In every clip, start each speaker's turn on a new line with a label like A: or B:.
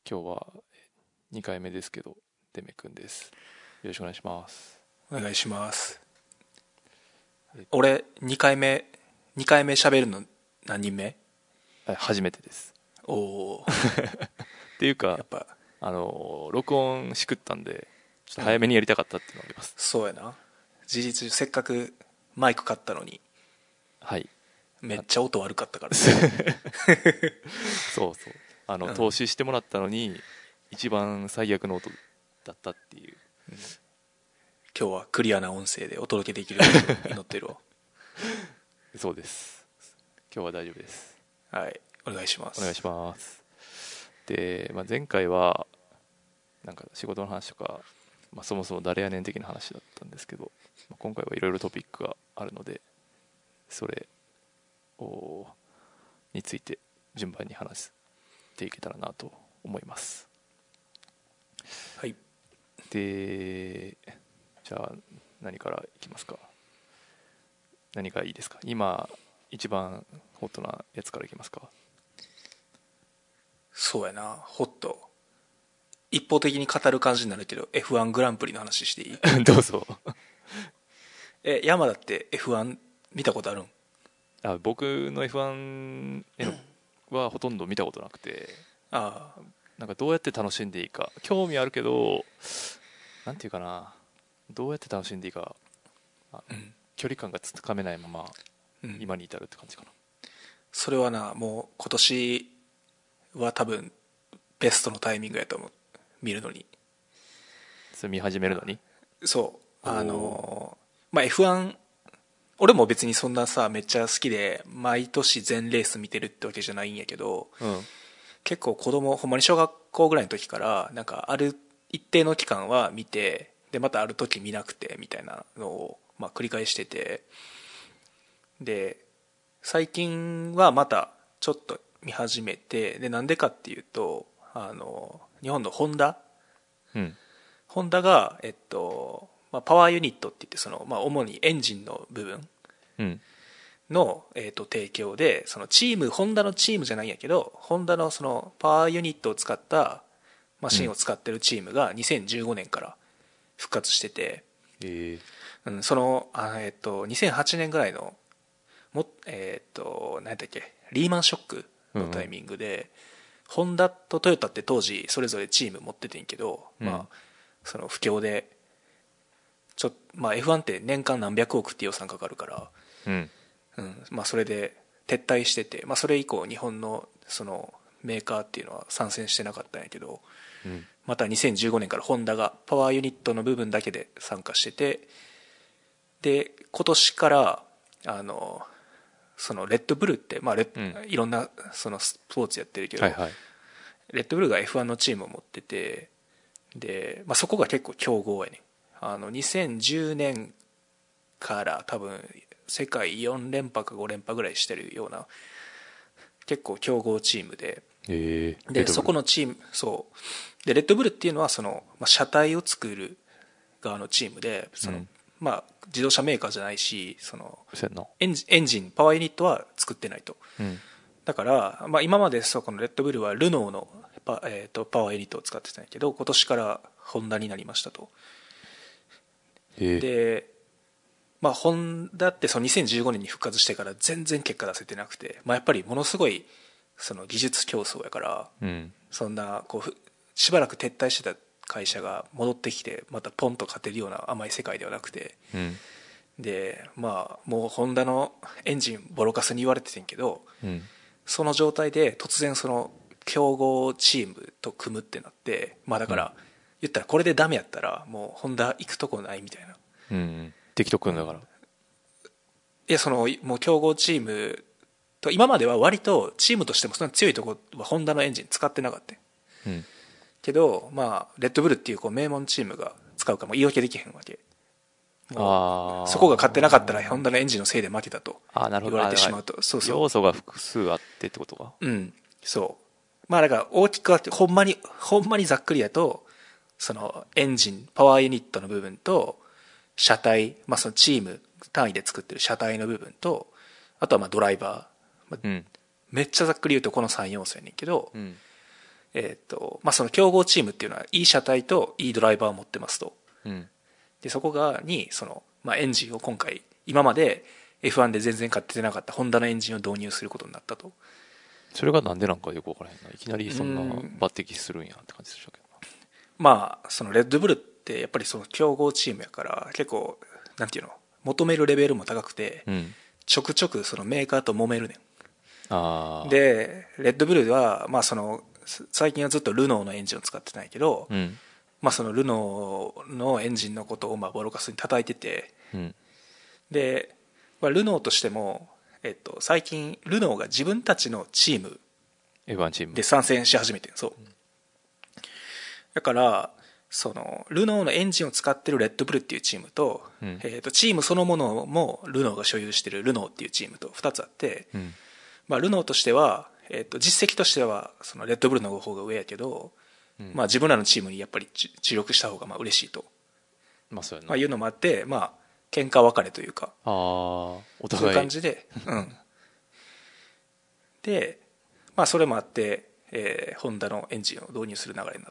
A: 今日は2回目ですけど、デメくんです。よろしくお願いします。
B: お願いします。俺2回目喋るの何人目？
A: 初めてです。
B: おおー。
A: っていうか、
B: やっぱ
A: 録音しくったんで、ちょっと早めにやりたかったっていうのがあります。
B: そうやな。事実せっかくマイク買ったのに
A: はい。
B: めっちゃ音悪かったから。
A: そうそう。投資してもらったのに、一番最悪の音だったっていう。
B: 今日はクリアな音声でお届けできることを祈ってるわ。
A: そうです。今日は大丈夫です。
B: はい、お願いします。
A: お願いします。で、前回はなんか仕事の話とか、そもそも誰やねん的な話だったんですけど、今回はいろいろトピックがあるので、それについて順番に話していけたらなと思います。
B: はい。
A: で、じゃあ何からいきますか。何がいいですか。今一番ホットなやつからいきますか。
B: そうやな。ホット。一方的に語る感じになるけど F1 グランプリの話していい？
A: どうぞ。
B: 山田って F1 見たことあるん？
A: 僕の F1 はほとんど見たことなくて、なんかどうやって楽しんでいいか興味あるけど、なんていうかな、どうやって楽しんでいいか、距離感がつかめないまま今に至るって感じかな。
B: それはな、もう今年は多分ベストのタイミングやと思う、見るのに。
A: それ見始めるのに。
B: そうF1 俺も別にそんなさめっちゃ好きで毎年全レース見てるってわけじゃないんやけど、結構子供ほんまに小学校ぐらいの時からなんかある一定の期間は見て、でまたある時見なくてみたいなのを繰り返してて、で最近はまたちょっと見始めて、でなんでかっていうと日本のホンダがパワーユニットって言って主にエンジンの部分の、提供で、そのチームホンダのチームじゃないんやけど、ホンダのそのパワーユニットを使ったマシンを使ってるチームが2015年から復活してて、2008年ぐらいの何だっけ、リーマンショックのタイミングで、ホンダとトヨタって当時それぞれチーム持っててんけど、その不況でF1 って年間何百億って予算かかるから、それで撤退してて、それ以降日本のそのメーカーっていうのは参戦してなかったんやけど、また2015年からホンダがパワーユニットの部分だけで参加してて、で今年からそのレッドブルって、いろんなそのスポーツやってるけど、レッドブルが F1 のチームを持ってて、で、そこが結構強豪やね。2010年から多分世界4連覇か5連覇ぐらいしてるような結構強豪チームで、でそこのチーム、そうでレッドブルっていうのはその、車体を作る側のチームで、自動車メーカーじゃないし、そのエンジンパワーユニットは作ってないと、だから、今までこのレッドブルはルノーのパワーユニットを使ってたんやけど、今年からホンダになりましたと。でホンダってその2015年に復活してから全然結果出せてなくて、やっぱりものすごいその技術競争やから、そんなしばらく撤退してた会社が戻ってきてまたポンと勝てるような甘い世界ではなくて、でもうホンダのエンジンボロカスに言われててんけど、その状態で突然その強豪チームと組むってなって、だから、言ったらこれでダメやったらもうホンダ行くとこないみたいな、
A: 適当くんだから、
B: いやもう強豪チームと今までは割とチームとしてもそんな強いとこはホンダのエンジン使ってなかった、けどレッドブルっていう名門チームが使うからもう言い訳できへんわけ。そこが勝ってなかったらホンダのエンジンのせいで負けたと言われてしまうと、
A: 要素が複数あってってことか。
B: だから大きくあって、ほんまにざっくりやと、そのエンジンパワーユニットの部分と車体、そのチーム単位で作ってる車体の部分と、あとはドライバー、めっちゃざっくり言うとこの3要素やねんけど、 その競合チームっていうのはいい車体といいドライバーを持ってますと、
A: うん、
B: でそこにその、エンジンを今回今まで F1 で全然買ってなかったホンダのエンジンを導入することになったと。
A: それがなんでなんかよく分からへんな。いきなりそんな抜擢するんやって感じでしたけど
B: そのレッドブルってやっぱりその競合チームやから結構なんていうの求めるレベルも高くて、
A: うん、
B: ちょくちょくそのメーカーと揉めるね
A: ん。
B: でレッドブルはその最近はずっとルノーのエンジンを使ってないけど、
A: うん、
B: そのルノーのエンジンのことをボロカスに叩いてて、
A: うん、
B: で、ルノーとしても、最近ルノーが自分たちのチーム
A: F1 チーム
B: で参戦し始めてそう、だからそのルノーのエンジンを使ってるレッドブルっていうチームと、チームそのものもルノーが所有してるルノーっていうチームと2つあって、ルノーとしては、実績としてはそのレッドブルの方が上やけど、自分らのチームにやっぱり注力した方が嬉しいと、
A: そうやな、
B: いうのもあって喧嘩別れというか、
A: お互い
B: そういう感じで、で、それもあって、ホンダのエンジンを導入する流れになって、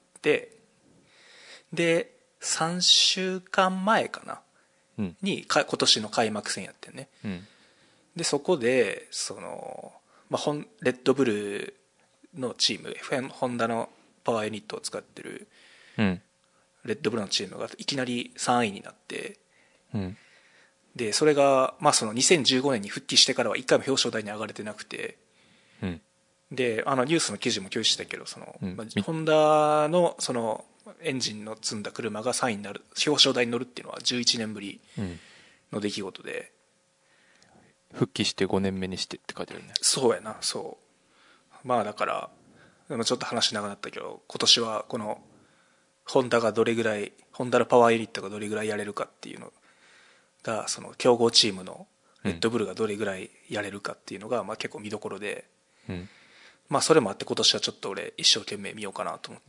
B: で3週間前かな、に今年の開幕戦やってんね、でそこでその、レッドブルのチームホンダのパワーユニットを使ってるレッドブルのチームがいきなり3位になって、でそれが、その2015年に復帰してからは一回も表彰台に上がれてなくて、でニュースの記事も共有したけどその、ホンダのそのエンジンの積んだ車が3位になる表彰台に乗るっていうのは11年ぶりの出来事で、
A: 復帰して5年目にしてって書いてあるね。
B: そうやな、そうだからでもちょっと話長くなったけど、今年はこのホンダがどれぐらいホンダのパワーユニットがどれぐらいやれるかっていうのが、その競合チームのレッドブルがどれぐらいやれるかっていうのが結構見どころで、それもあって今年はちょっと俺一生懸命見ようかなと思って、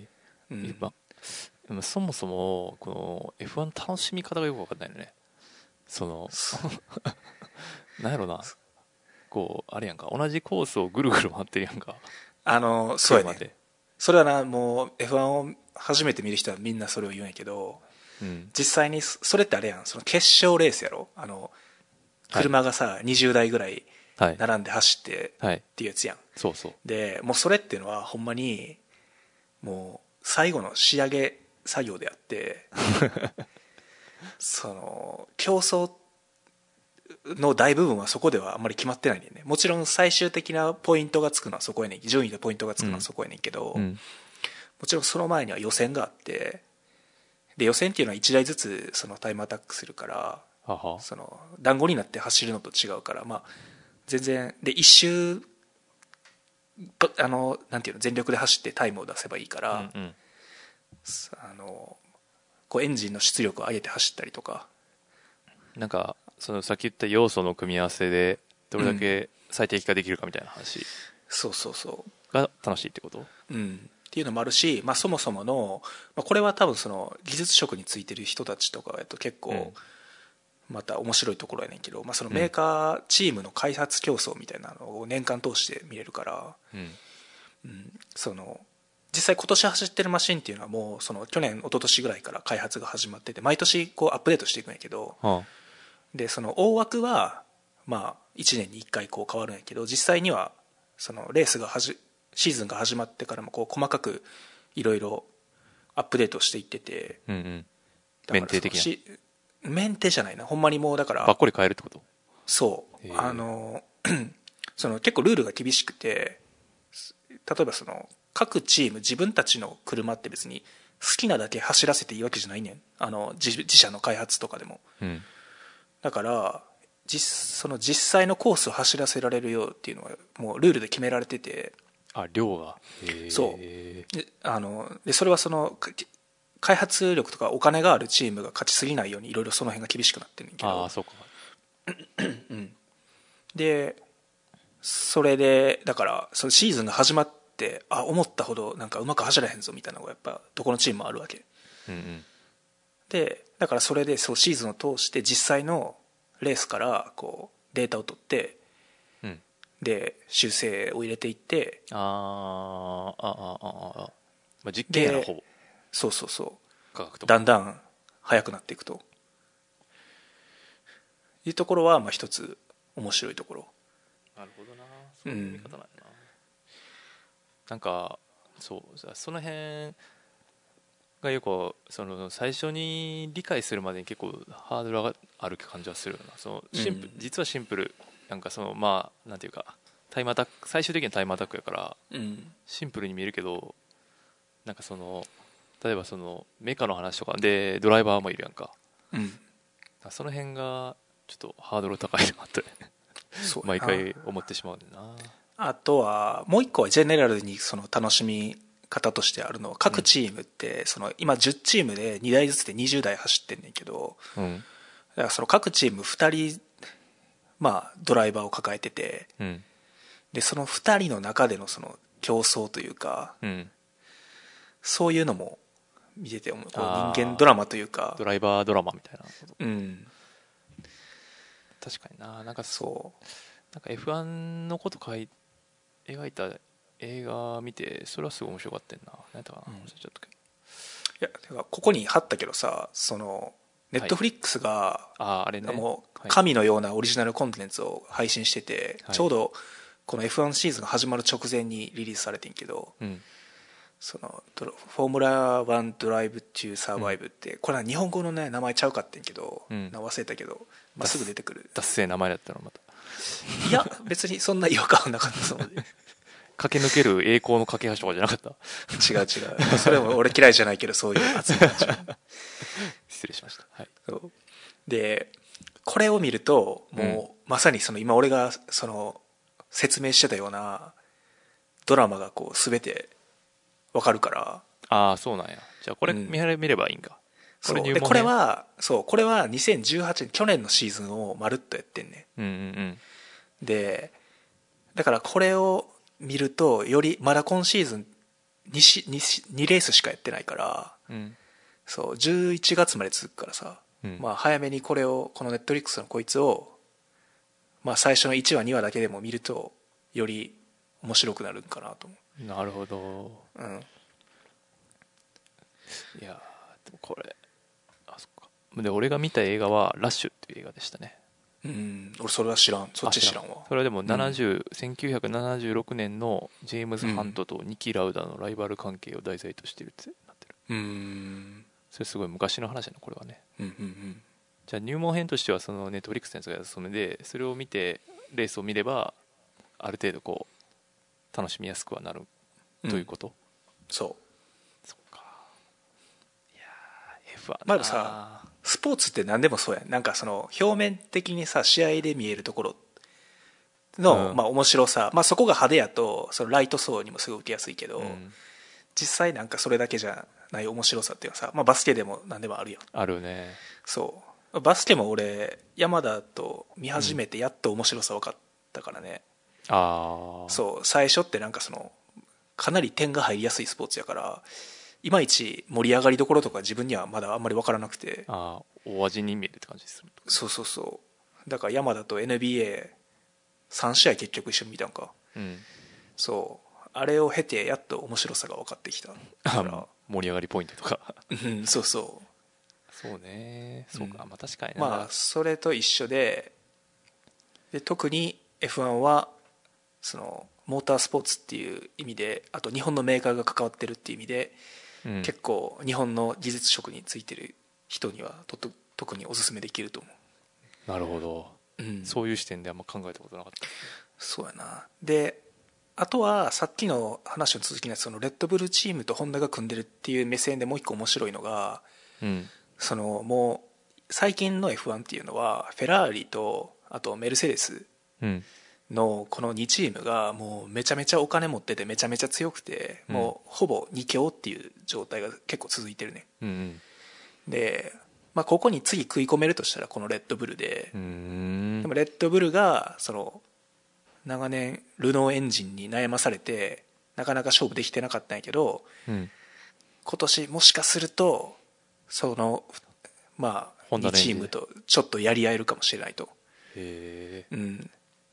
A: でもそもそもこの F1 の楽しみ方がよく分かんないよね。そのなんやろな、こうあれやんか、同じコースをぐるぐる回ってるやんか。
B: そうやね、それはな、もう F1 を初めて見る人はみんなそれを言うんやけど、実際にそれってあれやん、その決勝レースやろ、車がさ、20台ぐらい並んで走ってっていうやつやん、でもうそれっていうのはほんまにもう最後の仕上げ作業であってその競争の大部分はそこではあんまり決まってないねんね。もちろん最終的なポイントがつくのはそこやねん、順位でポイントがつくのはそこやねんけど、もちろんその前には予選があって、で予選っていうのは1台ずつそのタイムアタックするから、その団子になって走るのと違うから、全然で一周なんていうの、全力で走ってタイムを出せばいいから、こうエンジンの出力を上げて走ったりとか、
A: なんかそのさっき言った要素の組み合わせでどれだけ最適化できるかみたいな話、が楽しいってこと、
B: っていうのもあるし、そもそもの、これは多分その技術職についてる人たちとかやと結構また面白いところやねんけど、そのメーカーチームの開発競争みたいなのを年間通して見れるから、その実際今年走ってるマシンっていうのはもうその去年一昨年ぐらいから開発が始まってて、毎年こうアップデートしていくんやけど、でその大枠は1年に1回こう変わるんやけど、実際にはそのレースがシーズンが始まってからもこう細かくいろいろアップデートしていってて、
A: メンテ的な、
B: メンテじゃないな、ほんまにもうだから
A: ばっこり変えるってこと。
B: そうその結構ルールが厳しくて、例えばその各チーム自分たちの車って別に好きなだけ走らせていいわけじゃないねん、自社の開発とかでも、だからその実際のコースを走らせられるようっていうのはもうルールで決められてて、
A: 量が、
B: そうでそれはその開発力とかお金があるチームが勝ちすぎないようにいろいろその辺が厳しくなってるんだけど、
A: そうか
B: でそれでだからそのシーズンが始まって思ったほどなんかうまく走らへんぞみたいなのがやっぱどこのチームもあるわけ、でだからそれでそうシーズンを通して実際のレースからこうデータを取って、 で修正を入れていって、
A: まあ、実験やなほぼ。
B: そうそうそう、
A: 科学と
B: だんだん速くなっていくというところは、まあ一つ面白いところ。
A: なるほどな、そういう見方なんやな、なんかそうその辺がよくその最初に理解するまでに結構ハードルがある感じはするよな。その実はシンプル、なんかそのまあなんていうかタイムアタック、最終的にはタイムアタックやからシンプルに見えるけど、なんかその例えばそのメカの話とかでドライバーもいるやんか、その辺がちょっとハードル高いなって毎回思ってしまうんだな。
B: あとはもう一個はジェネラルにその楽しみ方としてあるのは、各チームってその今10チームで2台ずつで20台走ってんねんけど、だからその各チーム2人まあドライバーを抱えてて、でその2人の中でのその競争というか、そういうのも見ててこう人間ドラマというか、
A: ドライバードラマみたいな。確かにな。なんかなんか F1 のこと描いた映画見て、それはすごい面白かったんな。何やったかな、忘れちゃったけど。
B: いやてかここに貼ったけどさ、そのネットフリックスが、
A: あれね、
B: もう神のようなオリジナルコンテンツを配信してて、ちょうどこの F1 シーズンが始まる直前にリリースされてんけど、そのフォームラ1ドライブトゥサバイブって、これは日本語のね名前ちゃうかってんけど、忘れたけど、まあ、すぐ出てくる
A: ダッセー名前だったのまた。
B: いや別にそんな違和感はなかったそうで
A: 駆け抜ける栄光の架け橋とかじゃなかった。
B: 違うそれも俺嫌いじゃないけど、そういう熱い感じ
A: 失礼しました、はい、
B: でこれを見るともう、まさにその今俺がその説明してたようなドラマがこう全てわかるから。
A: ああそうなんや。じゃあこれ見ればいいんか。
B: これは2018年去年のシーズンをまるっとやってんね、でだからこれを見るとよりまだ今シーズン 2レースしかやってないから、そう11月まで続くからさ、まあ早めにこのネットリックスのこいつを、まあ、最初の1話2話だけでも見るとより面白くなるんかなと思う。
A: なるほど。いやでもこれそっか。で俺が見た映画はラッシュっていう映画でしたね。
B: 俺それは知らん。そっち知らんわ。
C: それはでも1976年のジェームズ・ハントとニキ・ラウダのライバル関係を題材としてるってなってる。それすごい昔の話だなこれはね。じゃあ入門編としてはそのネットフリックスのやつがおすすめで、それを見てレースを見ればある程度こう楽しみやすくはなるということ、そっか。いや F1
B: まあさ、スポーツって何でもそうやん。なんかその表面的にさ試合で見えるところの、まあ面白さ、まあそこが派手やとそのライト層にもすごい受けやすいけど、実際なんかそれだけじゃない面白さっていうのはさ、まあバスケでも何でもあるやん。
A: あるね。
B: そうバスケも俺山田と見始めてやっと面白さ分かったからね。そう最初ってなんかそのかなり点が入りやすいスポーツやから、いまいち盛り上がりどころとか自分にはまだあんまり分からなくて、
A: 大味に見えるって感じでする。
B: そうだから山田と NBA3 試合結局一緒に見たんか、そうあれを経てやっと面白さが分かってきたから
A: 盛り上がりポイントとか
B: そう
A: ね。そうか、まあ確かにな。
B: まあそれと一緒で特に F1 はそのモータースポーツっていう意味で、あと日本のメーカーが関わってるっていう意味で、結構日本の技術職についてる人には特におすすめできると思
A: う。なるほど、そういう視点であんま考えたことなかった。
B: そうやな。であとはさっきの話の続きのそのレッドブルチームとホンダが組んでるっていう目線でもう一個面白いのが、そのもう最近の F1 っていうのはフェラーリとあとメルセデスのこの2チームがもうめちゃめちゃお金持っててめちゃめちゃ強くて、もうほぼ2強っていう状態が結構続いてるね。で、まあ、ここに次食い込めるとしたらこのレッドブルで、でもレッドブルがその長年ルノーエンジンに悩まされてなかなか勝負できてなかったんやけど、今年もしかするとそのまあ2チームとちょっとやり合えるかもしれないと。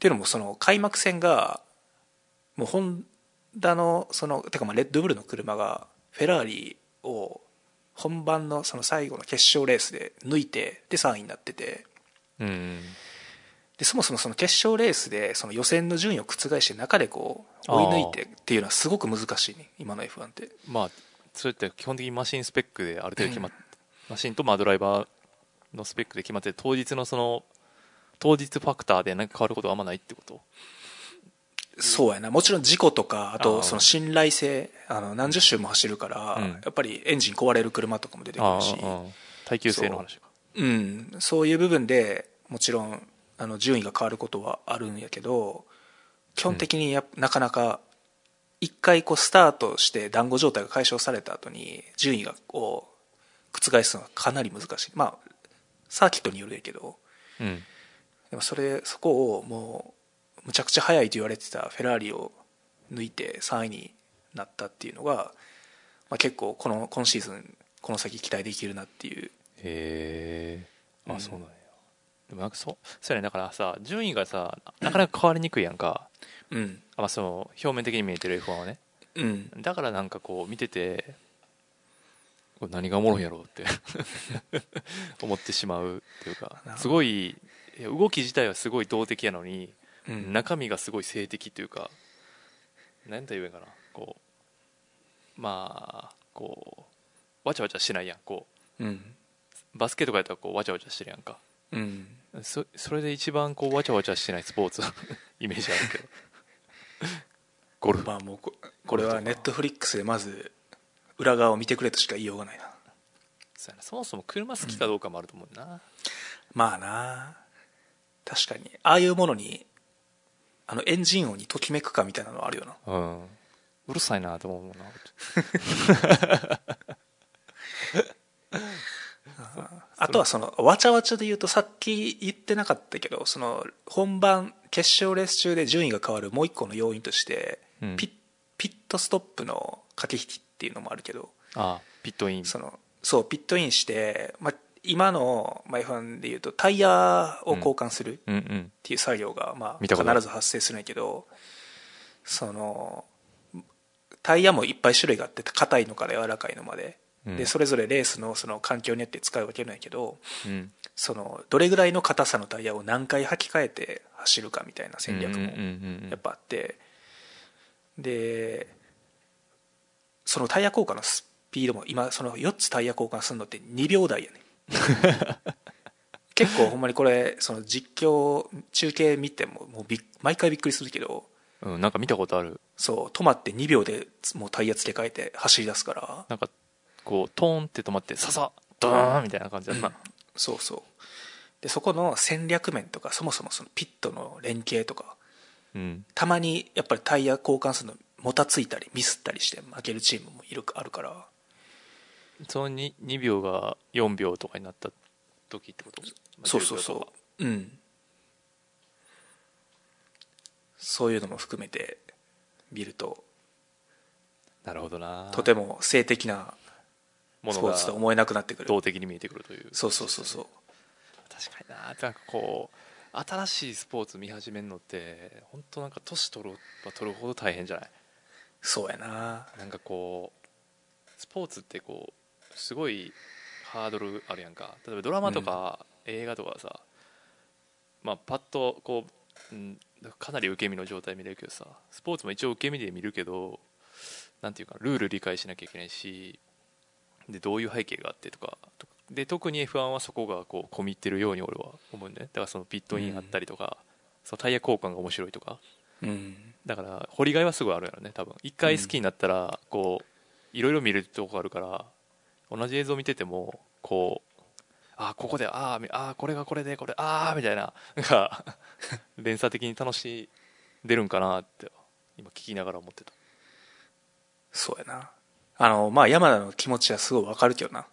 B: っていうのもその開幕戦がもうホンダのてかまあレッドブルの車がフェラーリを本番のその最後の決勝レースで抜いてで3位になってて、でそもそもその決勝レースでその予選の順位を覆して中でこう追い抜いてっていうのはすごく難しいね今の F1 って。
A: まあそれって基本的にマシンスペックである程度決まって、マシンとまあドライバーのスペックで決まって当日のその当日ファクターで何か変わることはあんまないってこと？
B: そうやな。もちろん事故とかあとその信頼性何十周も走るから、やっぱりエンジン壊れる車とかも出てくるし、
A: 耐久性の話か。
B: そういう部分でもちろん順位が変わることはあるんやけど、基本的になかなか一回こうスタートして団子状態が解消された後に順位を覆すのはかなり難しい。まあサーキットによるけど、でもそこをもうむちゃくちゃ速いと言われてたフェラーリを抜いて3位になったっていうのが、まあ、結構今シーズンこの先期待できるなっていう。
A: へえ、そうなんや。でもなんかそうやね。だからさ、順位がさなかなか変わりにくいやんか。まあその表面的に見えてる F1 はね。だからなんかこう見ててこれ何がおもろいんやろうって思ってしまうっていうか、すごい動き自体はすごい動的やのに、中身がすごい静的というか、何と言えばいいかな、こうまあこうわちゃわちゃしないやん。こう、バスケとかやったらこうわちゃわちゃしてるやんか。それで一番こうわちゃわちゃしてないスポーツイメージあるけどゴルフ。
B: まあもうこれはネットフリックスでまず裏側を見てくれとしか言いようがないな。
A: そもそも車好きかどうかもあると思うな。
B: まあな、確かにああいうものにエンジン音にときめくかみたいなのあるよな。
A: うるさいなと思うもんな
B: あとはそのわちゃわちゃで言うと、さっき言ってなかったけど、その本番決勝レース中で順位が変わるもう一個の要因として、ピットストップの駆け引きっていうのもあるけど、
A: ピットイン、
B: そうピットインして、今の F1 でいうとタイヤを交換するっていう作業が必ず発生するんやけど、そのタイヤもいっぱい種類があって、硬いのから柔らかいのまで、でそれぞれレースのその環境によって使い分けるんやけど、そのどれぐらいの硬さのタイヤを何回履き替えて走るかみたいな戦略もやっぱあって、でそのタイヤ交換のスピードも今その4つタイヤ交換するのって2秒台やね結構ほんまにこれその実況中継見ても毎回びっくりするけど、
A: なんか見たことある。
B: そう止まって2秒でもうタイヤ付け替えて走り出すから、
A: なんかこうトーンって止まってささドーンみたいな感じだな。
B: そうでそこの戦略面とか、そもそもそのピットの連携とか、たまにやっぱりタイヤ交換するのもたついたりミスったりして負けるチームもあるから、
A: その 2秒が4秒とかになった時ってこと？
B: そうそういうのも含めて見ると、
A: なるほどな、
B: とても性的なスポーツと思えなくなってくる、
A: 動的に見えてくるという。
B: そう
A: 確かにな。なんかこう新しいスポーツ見始めるのって本当なんか年取る取るほど大変じゃない？
B: そうやな。
A: なんかこうスポーツってこうすごいハードルあるやんか。例えばドラマとか映画とかさ、パッとこう、かなり受け身の状態見れるけどさ、スポーツも一応受け身で見るけど、なんていうかルール理解しなきゃいけないし、でどういう背景があってとかで、特に F1 はそこがこう込み入ってるように俺は思うんだよね。だからそのピットインあったりとか、そのタイヤ交換が面白いとか、だから掘りがいはすごいあるやろね多分。一回好きになったらこういろいろ見るとこあるから、同じ映像見ててもこうここでこれがこれでこれみたいなが連鎖的に楽しんでるんかなって今聞きながら思ってた。
B: そうやな。山田の気持ちはすごいわかるけどな。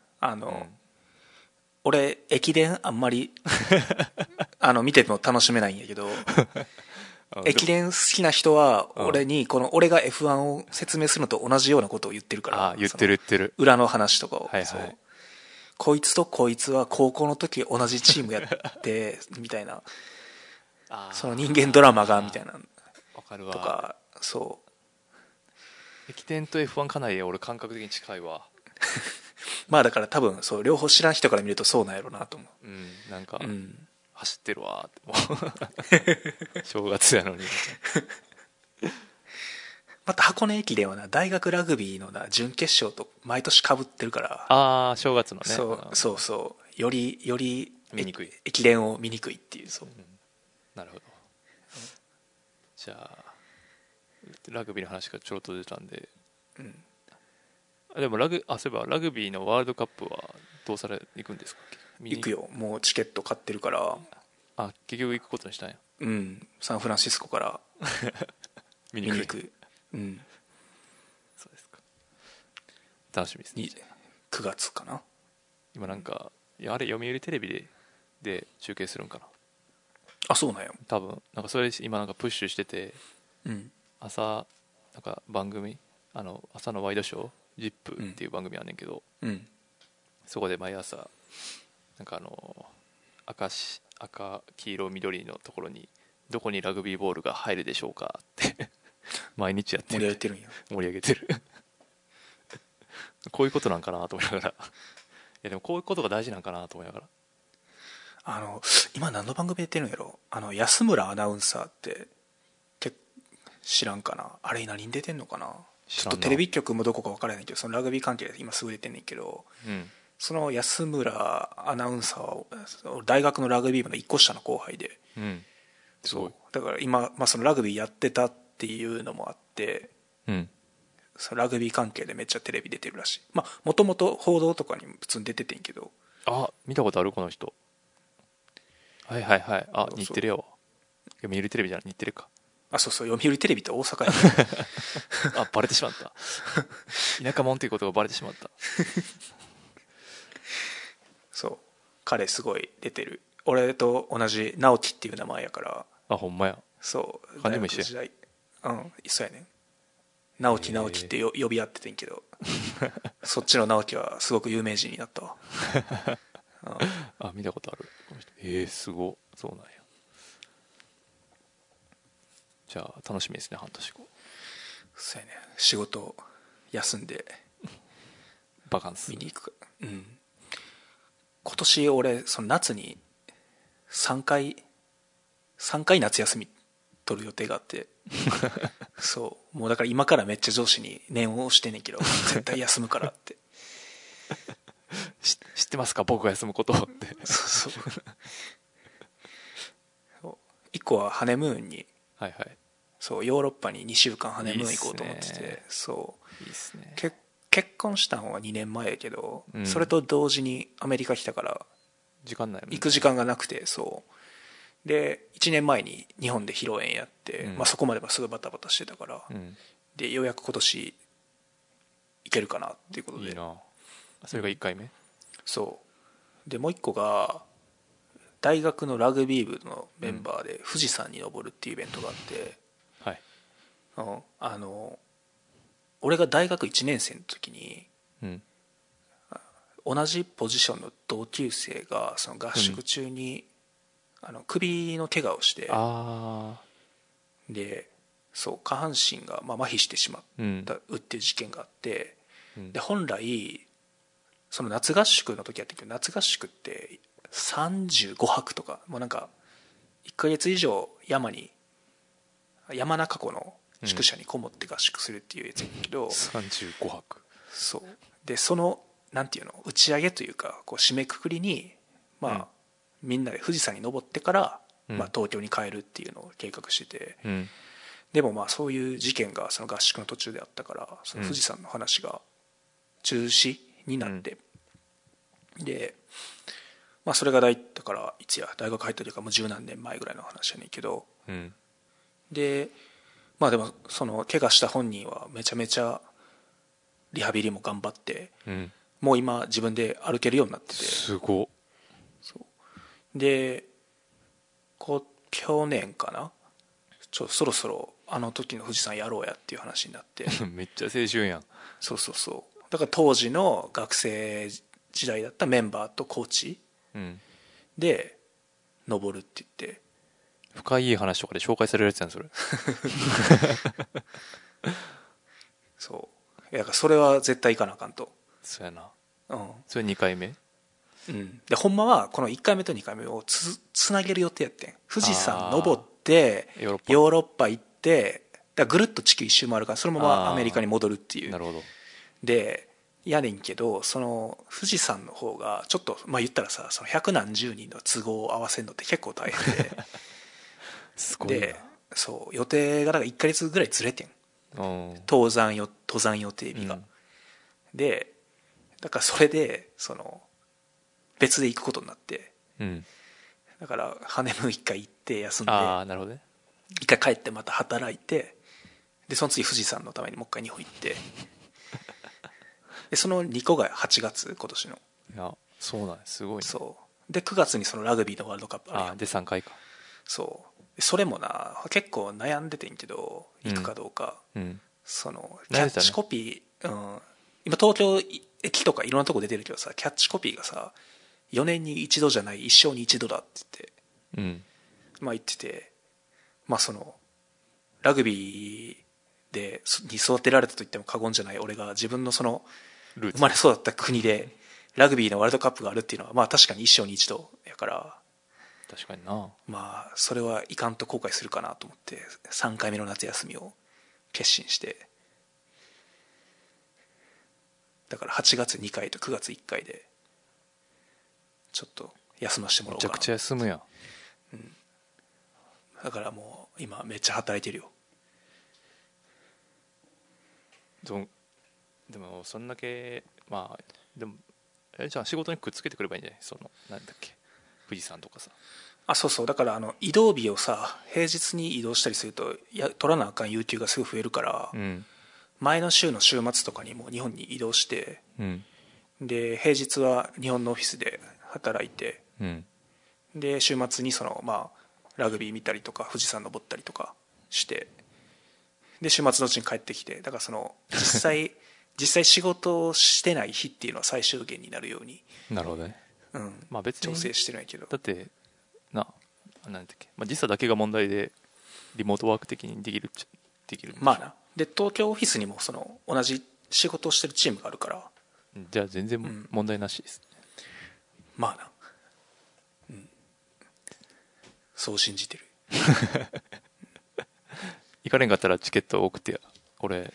B: 俺駅伝あんまり見てても楽しめないんやけど駅伝好きな人は俺に俺が F1 を説明するのと同じようなことを言ってるから。
A: 言ってる
B: 裏の話とかを、そうこいつとこいつは高校の時同じチームやってみたいな。 その人間ドラマがみたいな
A: わかるわ
B: とか。そう
A: 駅伝と F1 かなり俺感覚的に近いわ
B: まあだから多分そう両方知らん人から見るとそうなんやろうなと思う。
A: なんか、
B: うん、
A: 走ってるわってもう正月やのに
B: また箱根駅伝はな大学ラグビーのな準決勝と毎年被ってるから。
A: ああ正月のね。
B: そうより
A: 見にくい
B: 駅伝を見にくいっていう。そう、
A: なるほど、じゃあラグビーの話がちょろっと出たんで、でもそういえばラグビーのワールドカップはどうされ行くんですか？
B: 行くよ。もうチケット買ってるから。
A: 結局行くことにしたんや。
B: サンフランシスコから
A: 見に行く。そうですか。楽しみですね。
B: 9月かな。
A: 今なんかあれ読売テレビで中継するんかな。
B: あ、そうなんや。
A: 多分なんかそれ今なんかプッシュしてて、朝なんか番組朝のワイドショー ZIP っていう番組あんねんけど、そこで毎朝なんか赤黄色緑のところにどこにラグビーボールが入るでしょうかって毎日やってる。盛り上げてるこういうことなんかなと思いながらいやでもこういうことが大事なんかなと思いながら。
B: 今何の番組出てるんやろ。安村アナウンサーって知らんかな。あれ何に出てんのかな。ちょっとテレビ局もどこか分からないけど、そのラグビー関係で今すぐ出てんねんけど、その安村アナウンサーは大学のラグビー部の1個下の後輩で、そうだから今、そのラグビーやってたっていうのもあって、そのラグビー関係でめっちゃテレビ出てるらしい。もともと報道とかに普通に出ててんけど。
A: 見たことあるこの人。はい日テレやわ。読売テレビじゃない、日テレか。
B: そう読売テレビって大阪や
A: バレてしまった田舎者っていうことがバレてしまった
B: そう彼すごい出てる。俺と同じ直樹っていう名前やから。
A: ほんまや。
B: そう
A: 漢字も一緒や。
B: そうやねん。直樹って呼び合っててんけどそっちの直樹はすごく有名人になったわ
A: 見たことあるこの人。すごそうなんや。じゃあ楽しみですね、半年後。
B: そうやね。仕事休んで
A: バカンス
B: 見に行くか。今年俺その夏に3回夏休み取る予定があってそうもうだから今からめっちゃ上司に念を押してんねんけど絶対休むからって
A: 知ってますか僕が休むことって
B: そう1個はハネムーンに、そうヨーロッパに2週間ハネムーン行こうと思ってて。そういいっすね。結婚したのは2年前やけど、それと同時にアメリカ来たから行く時間がなくて。そうで1年前に日本で披露宴やって、そこまではすごいバタバタしてたから、でようやく今年行けるかなっていうことで。
A: いいな。それが1回目。
B: そうでもう1個が大学のラグビー部のメンバーで富士山に登るっていうイベントがあって、俺が大学1年生の時に、同じポジションの同級生がその合宿中に、首の怪我をして、でそう下半身が麻痺してしまったっていう事件があって、で本来その夏合宿の時やったけど、夏合宿って35泊とかもうなんか1ヶ月以上山中湖の宿舎にこもって合宿するっていうやつやけど、
A: 35泊。
B: そうでそのなんていうの打ち上げというかこう締めくくりにみんなで富士山に登ってから、東京に帰るっていうのを計画してて、でもそういう事件がその合宿の途中であったから、その富士山の話が中止になって、でそれがだからいつや大学入った時かもう十何年前ぐらいの話やねんけど、ででもその怪我した本人はめちゃめちゃリハビリも頑張って、もう今自分で歩けるようになってて。
A: すごっ。
B: で去年かな、そろそろあの時の富士山やろうやっていう話になって
A: めっちゃ青春やん。
B: そうだから当時の学生時代だったメンバーとコーチで登るって言って、
A: 深い話とかで紹介されるやつやんそれ
B: そうだからそれは絶対行かなあかんと。
A: そうやな。
B: うん、
A: それ2回目。
B: うん、でほんまはこの1回目と2回目をつなげる予定やってん。富士山登ってヨーロッパ行ってだぐるっと地球一周回るからそのままアメリカに戻るっていう。
A: なるほど。
B: でやねんけどその富士山の方がちょっとまあ言ったらさその百何十人の都合を合わせるのって結構大変で
A: すごいな。
B: でそう予定がだから1ヶ月ぐらいずれてん登山予定日が、うん、でだからそれでその別で行くことになって、うん、だからハネムーン1回行って休んで
A: なるほどね、
B: 1回帰ってまた働いてでその次富士山のためにもう一回日本行ってでその2個が8月今年の。
A: いやそうなんすごいね。
B: そうで9月にそのラグビーのワールドカップあるやん。
A: で3回か。
B: そうそれもな結構悩んでてんけど行くかどうか、うん、そのキャッチコピー、うん、今東京駅とかいろんなとこ出てるけどさキャッチコピーがさ4年に一度じゃない一生に一度だって言って、うん、まあ言っててまあそのラグビーに育てられたと言っても過言じゃない俺が自分のその生まれ育った国でラグビーのワールドカップがあるっていうのはまあ確かに一生に一度やから
A: 確かにな。
B: まあそれはいかんと後悔するかなと思って3回目の夏休みを決心してだから8月2回と9月1回でちょっと休ませてもらおうかな。
A: めちゃくちゃ休むやん、
B: うん、だからもう今めっちゃ働いてるよ。
A: でもそんだけまあでもじゃあ仕事にくっつけてくればいいんじゃないそのなんだっけ富士山とかさ。
B: そうだから移動日をさ平日に移動したりすると取らなあかん有給がすぐ増えるから、うん、前の週の週末とかにも日本に移動して、うん、で平日は日本のオフィスで働いて、うん、で週末にそのまあラグビー見たりとか富士山登ったりとかしてで週末のうちに帰ってきてだからその実際仕事をしてない日っていうのは最小限になるように
A: なるほどね、
B: うん、まあ別に調整してないけど
A: だってなんだっけ、まあ、時差だけが問題でリモートワーク的にできるっちゃできる
B: まあなで東京オフィスにもその同じ仕事をしてるチームがあるから
A: じゃあ全然問題なしですね、
B: うん、まあな、うん、そう信じてる
A: 行かれんかったらチケット送ってや俺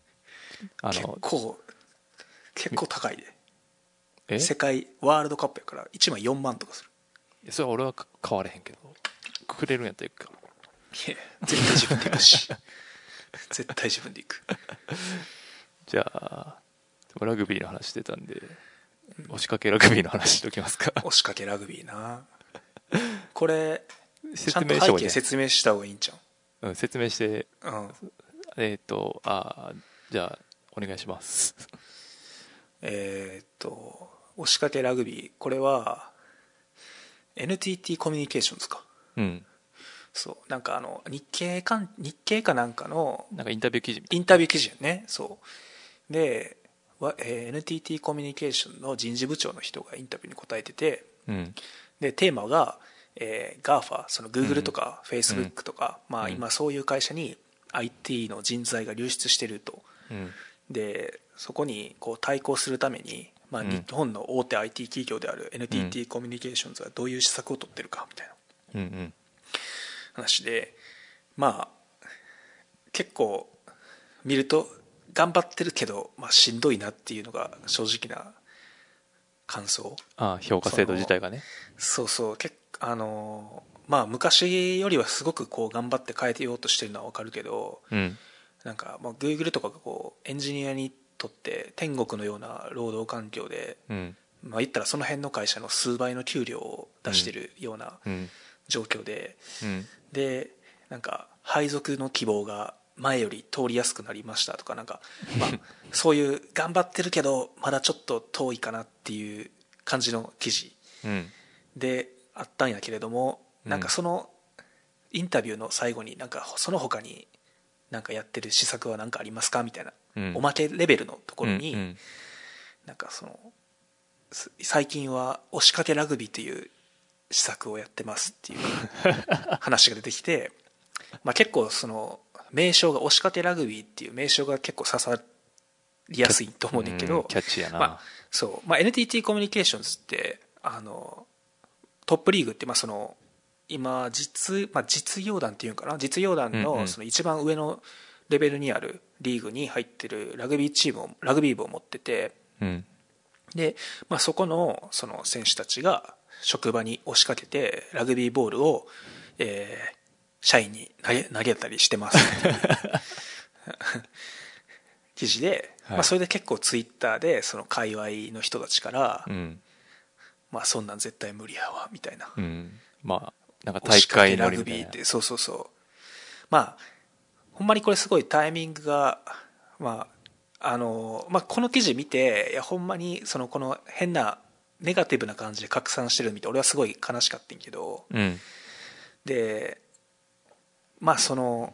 B: 結構高いで世界ワールドカップやから1枚4万とかする。
A: それは俺は買われへんけどくれるんやったら行くか。
B: いや絶対自分で行くし絶対自分で行く
A: じゃあラグビーの話してたんで、押しかけラグビーの話しときますか。
B: 押しかけラグビーなこれちゃんと背景説明した方がいいんちゃう。
A: うん、説明して、うん、じゃあお願いします
B: 押しかけラグビーこれは NTT コミュニケーションズか、うん、そうなんか日経かなんかの
A: なんかインタビュー
B: 記事やね。そうで、NTT コミュニケーションの人事部長の人がインタビューに答えてて、うん、でテーマが、GAFA その Google とか Facebook とか、まあ、今そういう会社に IT の人材が流出してると、うん、でそこにこう対抗するために、まあ、日本の大手 IT 企業である NTT コミュニケーションズはどういう施策を取ってるかみたいな話で、まあ結構見ると頑張ってるけど、まあ、しんどいなっていうのが正直な感想。
A: 評価制度自体がね。
B: そうまあ昔よりはすごくこう頑張って変えてようとしてるのは分かるけど、うん、なんかもう Google とかがこうエンジニアにとって天国のような労働環境で、うん、まあ言ったらその辺の会社の数倍の給料を出してるような状況で、でなんか配属の希望が前より通りやすくなりましたとかなんか、まあ、そういう頑張ってるけどまだちょっと遠いかなっていう感じの記事であったんやけれども、なんかそのインタビューの最後になんかその他になんかやってる施策は何かありますかみたいな、おまけレベルのところに、なんかその最近は押しかけラグビーという施策をやってますっていう話が出てきて、まあ、結構その名称が押しかけラグビーっていう名称が結構刺さりやすいと思うんだけど、
A: キャッチーやな。
B: まあそう、まあ、NTT コミュニケーションズってトップリーグって、まあ、その今実業団っていうかな、実業団のその一番上のレベルにあるリーグに入ってるラグビー部を持ってて、
A: うん、
B: で、まあ、そこのその選手たちが職場に押しかけてラグビーボールを、社員に投げたりしてますっていう記事で、はい、まあ、それで結構ツイッターでその界隈の人たちから、うん、まあそんなん絶対無理やわみたいな、
A: うん、まあなんか大会の
B: ラグビーってそうまあほんまにこれすごいタイミングがまあまあ、この記事見ていやほんまにこの変なネガティブな感じで拡散してるの見て俺はすごい悲しかったんけど、
A: うん、
B: でまあその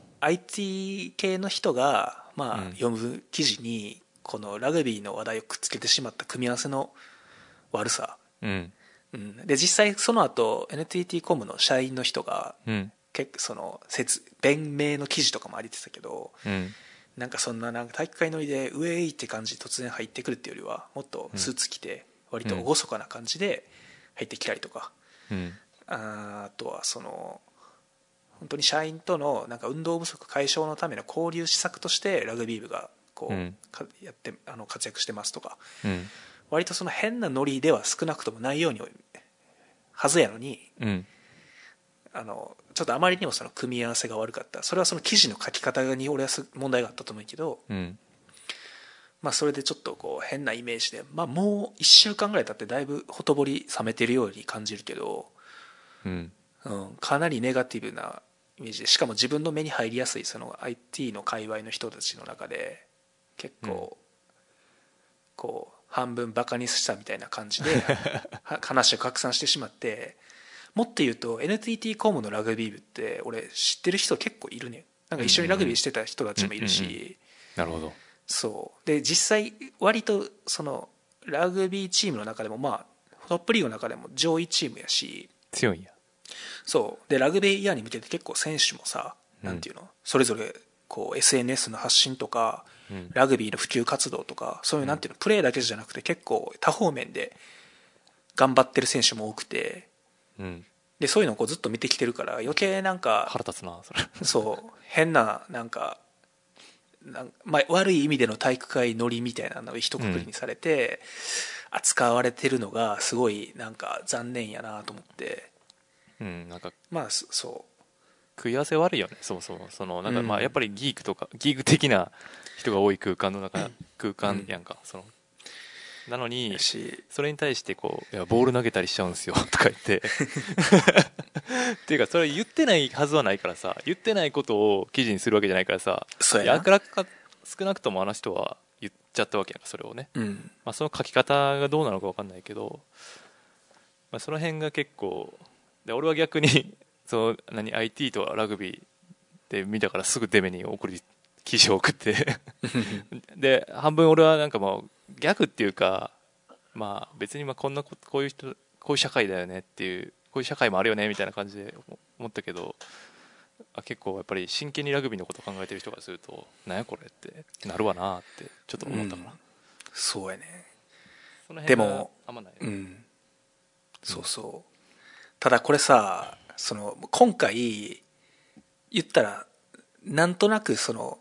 B: IT 系の人がまあ読む記事にこのラグビーの話題をくっつけてしまった組み合わせの悪さ、
A: うん
B: うん、で実際その後 NTT コムの社員の人が、
A: うん、
B: 結構その弁明の記事とかもありてたけど、
A: うん、
B: なんかそんななんか体育会乗りでウェイって感じで突然入ってくるっていうよりはもっとスーツ着て割と厳かな感じで入ってきたりとか、
A: うん、
B: あとはその本当に社員とのなんか運動不足解消のための交流施策としてラグビー部がこう、やって活躍してますとか、
A: うん、
B: 割とその変なノリでは少なくともないようにはずやのに、
A: うん、
B: ちょっとあまりにもその組み合わせが悪かった。それはその記事の書き方に俺は問題があったと思うけど、
A: うん、
B: まあそれでちょっとこう変なイメージで、まあもう1週間ぐらい経ってだいぶほとぼり冷めてるように感じるけど、
A: うん
B: うん、かなりネガティブなイメージで、しかも自分の目に入りやすいその IT の界隈の人たちの中で結構こう半分バカにしたみたいな感じで話を拡散してしまって、もっと言うと NTT コムのラグビー部って俺知ってる人結構いるね。なんか一緒にラグビーしてた人たちもいるし、
A: なるほど。
B: そうで実際割とそのラグビーチームの中でもまあトップリーグの中でも上位チームやし
A: 強いんや。
B: そうでラグビーイヤーに向けて結構選手もさ、なんていうのそれぞれこう SNS の発信とか、ラグビーの普及活動とかそういうなんていうのプレーだけじゃなくて結構多方面で頑張ってる選手も多くて、でそういうのをこうずっと見てきてるから余計なんか
A: 腹立つなそれ
B: そう変ななんかまあ、悪い意味での体育会ノリみたいなのを一括りにされて扱われてるのがすごいなんか残念やなと思って、
A: なんか
B: まあそう
A: 食い合わせ悪いよね。そのなんかまあやっぱりギーク的な人が多い空間やんか、そのなのにそれに対してこういやボール投げたりしちゃうんですよとか言ってっていうかそれ言ってないはずはないからさ、言ってないことを記事にするわけじゃないからさ、
B: そうやな。
A: 少なくともあの人は言っちゃったわけやんか、それをね、まあ、その書き方がどうなのか分かんないけど、まあ、その辺が結構で俺は逆にそのIT とラグビーで見たからすぐデメに記事を送ってで半分俺はなんかもうギャグっていうか、まあ別にまあこういう社会だよねっていう、こういう社会もあるよねみたいな感じで思ったけど、結構やっぱり真剣にラグビーのことを考えてる人からするとなんやこれってなるわなってちょっと思ったかな、
B: そうやね。
A: その辺があんまない、
B: そうそう。ただこれさ、その今回言ったらなんとなくその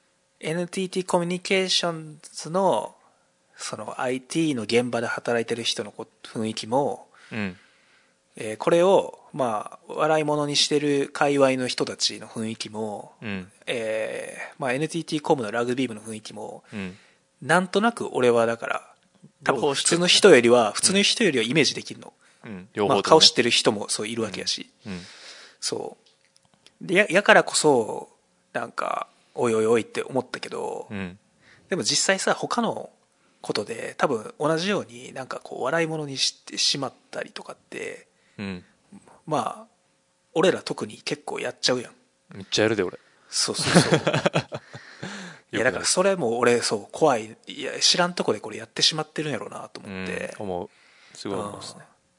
B: NTT コミュニケーションズのその IT の現場で働いてる人の雰囲気も、これをまあ笑い物にしてる界隈の人たちの雰囲気も、まあ NTT コムのラグビー部の雰囲気も、なんとなく俺はだから多分普通の人よりはイメージできるの、まあ、顔知ってる人もそういるわけやし、そうでやからこそなんかおいおいおいって思ったけど、でも実際さ他のことで多分同じようになんかこう笑い物にしてしまったりとかって、まあ俺ら特に結構やっちゃうやん。
A: めっちゃやるで俺。
B: そういやだからそれも俺そう怖い、いや知らんとこでこれやってしまってるんやろうなと思って、
A: 思う、すごい思うですね。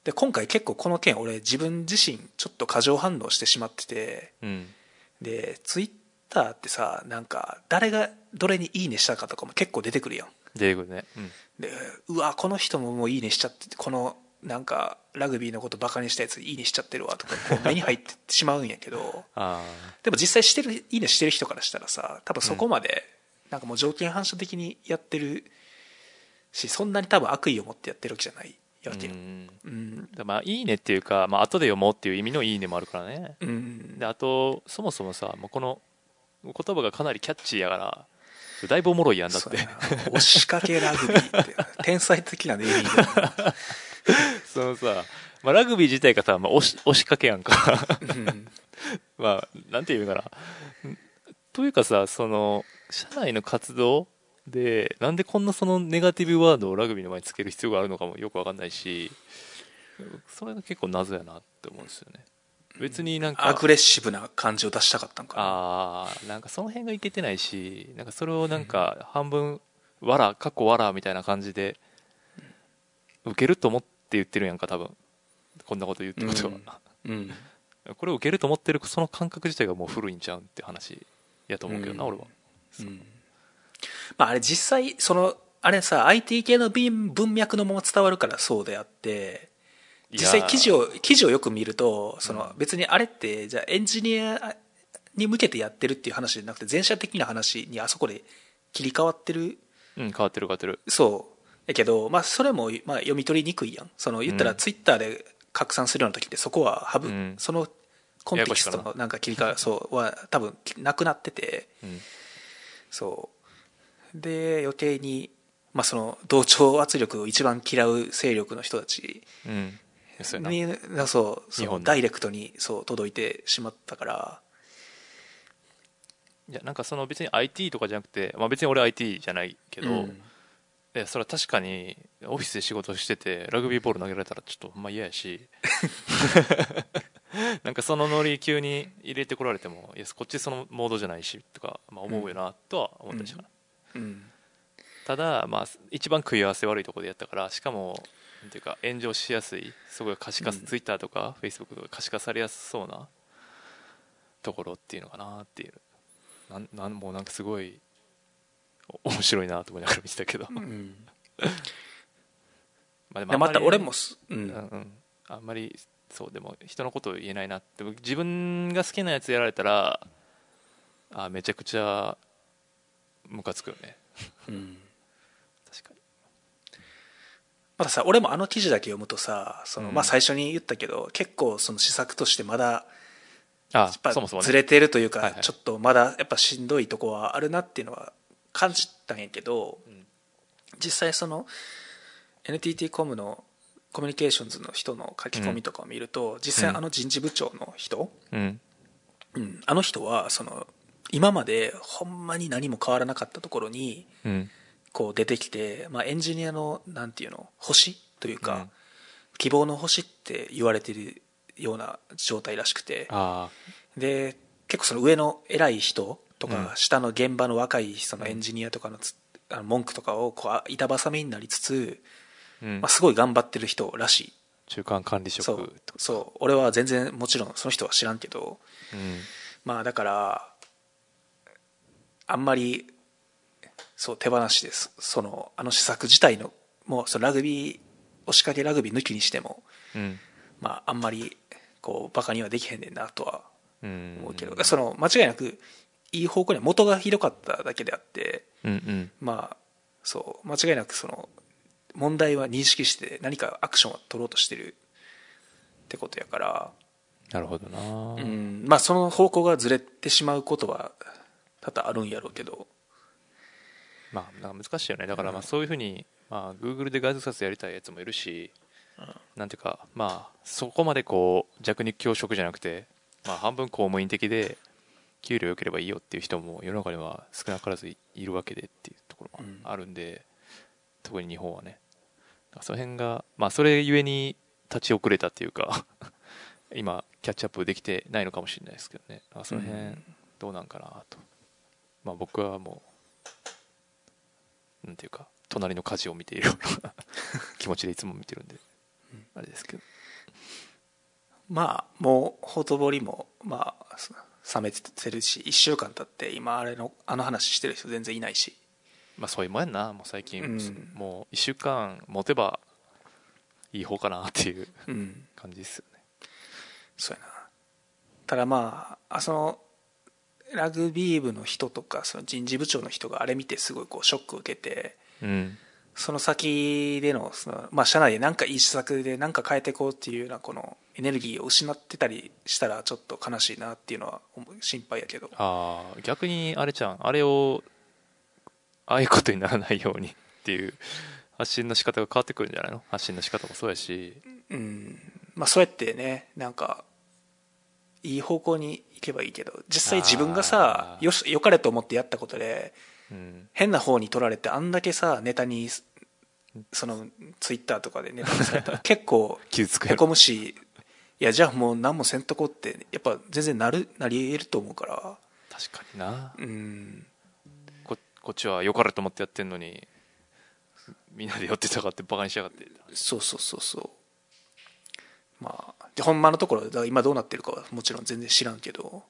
B: で今回結構この件俺自分自身ちょっと過剰反応してしまってて、うん、でツイッターってさなんか誰がどれにいいねしたかとかも結構出てくるやん。
A: 出てくるね、
B: うん、でうわこの人ももういいねしちゃってこのなんかラグビーのことバカにしたやついいねしちゃってるわとかこう目に入ってしまうんやけどでも実際してるいいねしてる人からしたらさ多分そこまでなんかもう条件反射的にやってるしそんなに多分悪意を持ってやってるわけじゃないわけよ。
A: うん、まあいいねっていうか、まあ後で読もうっていう意味のいいねもあるからね、うん、であとそもそもさもうこの言葉がかなりキャッチーやからだいぶおもろいやんだって
B: 押しかけラグビーって天才的なネーミング
A: そのさ、まあ、ラグビー自体がさ、まあ、押しかけやんかまあなんていうかなというかさその社内の活動でなんでこんなそのネガティブワードをラグビーの前につける必要があるのかもよく分かんないしそれが結構謎やなって思うんですよね。別になんか
B: アグレッシブな感じを出したかったんかな。
A: ああなんかその辺がいけてないしなんかそれをなんか半分わらかっこわらみたいな感じで受けると思って言ってるやんか多分こんなこと言うってことは、うん、これを受けると思ってるその感覚自体がもう古いんちゃうんって話やと思うけどな、俺は、
B: まあ、あれ実際そのあれさ IT 系の文脈のまま伝わるからそうであって実際記事をよく見るとその別にあれってじゃあエンジニアに向けてやってるっていう話じゃなくて全社的な話にあそこで切り替わってる。
A: うん変わってる
B: そうやけど、まあ、それもまあ読み取りにくいやん。その言ったらツイッターで拡散するような時ってそこはそのコンテキストのなんか切り替えそうは多分なくなってて、そうで余計に、まあ、その同調圧力を一番嫌う勢力の人たちに、そうダイレクトにそう届いてしまったから。
A: いやなんかその別に IT とかじゃなくて、まあ、別に俺 IT じゃないけど、それは確かにオフィスで仕事しててラグビーボール投げられたらちょっとほんま嫌やしなんかそのノリ急に入れてこられてもいやこっちそのモードじゃないしとか、まあ、思うよなとは思ったりしたかな、ただまあ一番食い合わせ悪いところでやったからしかもなんていうか炎上しやすいすごい可視化、ツイッターとかフェイスブックとか可視化されやすそうなところっていうのかなっていうもうなんかすごい面白いなと思いながら見てたけど
B: また俺も、
A: あんまりそうでも人のことを言えないなって自分が好きなやつやられたらめちゃくちゃムカつくよね、確かに。
B: まださ俺もあの記事だけ読むとさその、まあ、最初に言ったけど結構その施策としてまだやっぱずれてるというかちょっとまだやっぱしんどいとこはあるなっていうのは感じたんやけど、実際その NTT コムのコミュニケーションズの人の書き込みとかを見ると、実際あの人事部長の人、あの人はその今までほんまに何も変わらなかったところにこう出てきて、まあ、エンジニアのなんていうの星というか、希望の星って言われてるような状態らしくて、で結構その上の偉い人とか下の現場の若いそのエンジニアとかの文句とかをこう板挟みになりつつ、まあ、すごい頑張ってる人らしい。
A: 中間管理職
B: そう俺は全然もちろんその人は知らんけど、まあだからあんまりそう手放しです。そのあの施策自体のもうそのラグビー押しかけラグビー抜きにしても、まああんまりこうバカにはできへんねんなとは思うけど、その間違いなくいい方向には元がひどかっただけであって、まあそう間違いなくその問題は認識して何かアクションを取ろうとしてるってことやから。
A: なるほどな。
B: まあその方向がずれてしまうことは多々あるんやろうけど、
A: まあなんか難しいよね。だからまあそういうふうに、まあ Google でガイドサスやりたいやつもいるし、なんていうかまあそこまでこう弱肉強食じゃなくて、まあ半分公務員的で給料良ければいいよっていう人も世の中には少なからずいるわけでっていうところもあるんで、特に日本はね、その辺がまあそれゆえに立ち遅れたっていうか今キャッチアップできてないのかもしれないですけどね。その辺どうなんかなと、まあ僕はもうなんていうか隣の火事を見ているような気持ちでいつも見てるんで、 あれですけど、
B: まあもうほとぼりもまあ冷めてるし、1週間経って今あの話してる人全然いないし、
A: まあそういうもんやんな。もう最近、もう1週間持てばいい方かなっていう感じですよね。
B: そうやな。ただまあそのラグビー部の人とかその人事部長の人があれ見てすごいこうショックを受けて、その先でのまあ社内で何かいい施策で何か変えていこうっていうようなこのエネルギーを失ってたりしたらちょっと悲しいなっていうのは心配やけど。
A: 逆にあれちゃん、あれをああいうことにならないようにっていう発信の仕方が変わってくるんじゃないの。発信の仕方もそうやし、
B: まあそうやってね、なんかいい方向に行けばいいけど、実際自分がさよかれと思ってやったことで、変な方に取られてあんだけさネタにそのツイッターとかでネタにされたら結構へこむし、いやじゃあもう何もせんとこってやっぱ全然なり得ると思うから。
A: 確かにな。こっちは良かれと思ってやってんのにみんなで寄ってたかってバカにしやがって。
B: そうまあでほんまのところ今どうなってるかはもちろん全然知らんけど、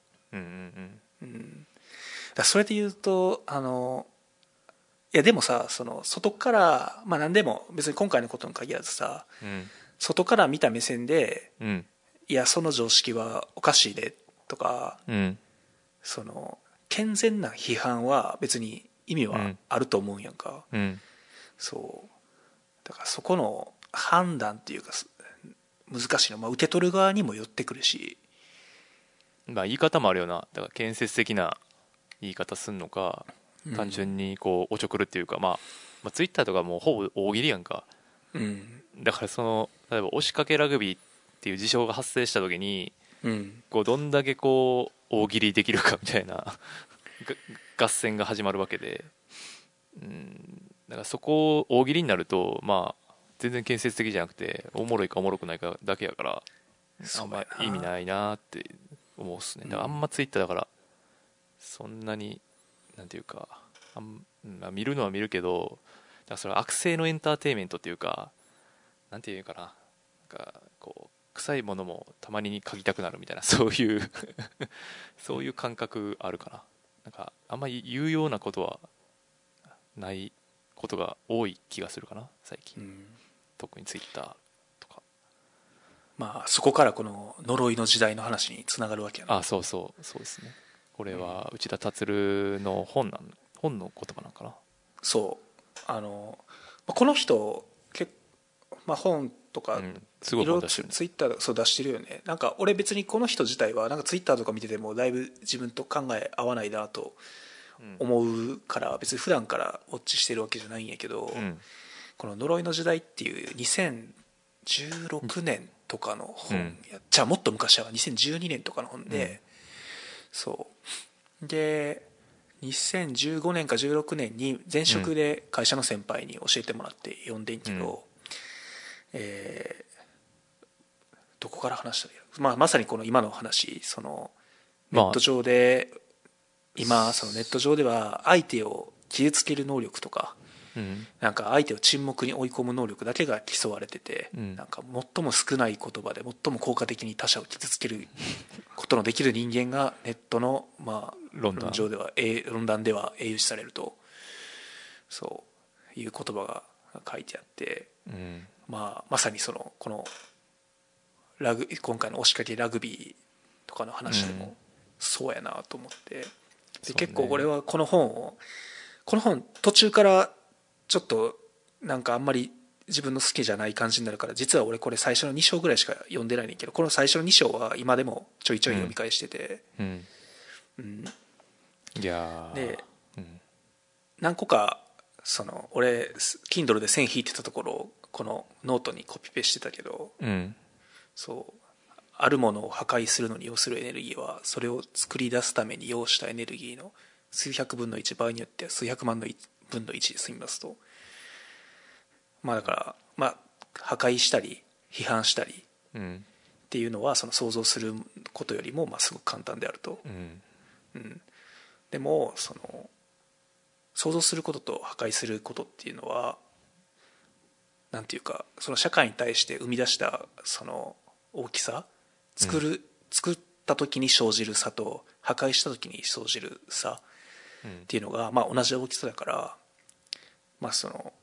B: だそれで言うといやでもさ、その外からまあ何でも別に今回のことに限らずさ、外から見た目線で、いやその常識はおかしいでとか、その健全な批判は別に意味はあると思うんやんか、そうだからそこの判断っていうか難しいの、まあ、受け取る側にも寄ってくるし、
A: まあ言い方もあるよな。だから建設的な言い方すんのか、単純にこうおちょくるっていうか、まあツイッターとかもうほぼ大喜利やんか、だからその例えば押しかけラグビーっていう事象が発生した時に、こうどんだけこう大喜利できるかみたいな合戦が始まるわけで、だからそこを大喜利になるとまあ全然建設的じゃなくておもろいかおもろくないかだけやから、あんま意味ないなって思うっすね。だからあんまツイッターだからそんなになんていうか見るのは見るけど、だからそれは悪性のエンターテインメントっていうか、なんていうかな、なんかこう臭いものもたまに嗅ぎたくなるみたいな、そういうそういう感覚あるかな。なんかあんまり言うようなことはないことが多い気がするかな最近、特にツイッターとか。
B: まあそこからこの呪いの時代の話につながるわけやな。
A: そうですね。これは内田達の本の言葉なんかな。
B: そうこの人まあ、本とか
A: すごい本出してるね。
B: ツイッターそう出してるよね。なんか俺別にこの人自体はなんかツイッターとか見ててもだいぶ自分と考え合わないなと思うから別に普段からウォッチしてるわけじゃないんやけど、この呪いの時代っていう2016年とかの本じゃあもっと昔は2012年とかの本で、そうで2015年か16年に前職で会社の先輩に教えてもらって読んでんけど、どこから話したらいいの、まさにこの今の話、そのネット上で、今そのネット上では相手を傷つける能力とか、なんか相手を沈黙に追い込む能力だけが競われてて、なんか最も少ない言葉で最も効果的に他者を傷つけることのできる人間がネットのまあ論壇では英雄視されると、そういう言葉が書いてあって、まさにこの今回の押しかけラグビーとかの話でもそうやなと思って、で結構俺はこの本途中からちょっとなんかあんまり自分の好きじゃない感じになるから、実は俺これ最初の2章ぐらいしか読んでないねんけど、この最初の2章は今でもちょいちょい読み返してて、
A: いや
B: で、何個か俺 Kindle で線引いてたところをこのノートにコピペしてたけど、そうあるものを破壊するのに要するエネルギーはそれを作り出すために要したエネルギーの数百分の1、場合によっては数百万の分の1で済みますと、だから破壊したり批判したりっていうのはその想像することよりもすごく簡単であると、でもその想像することと破壊することっていうのはなんていうかその社会に対して生み出したその大きさ、作った時に生じる差と破壊した時に生じる差っていうのが、まあ、同じ大きさだから、まあ、その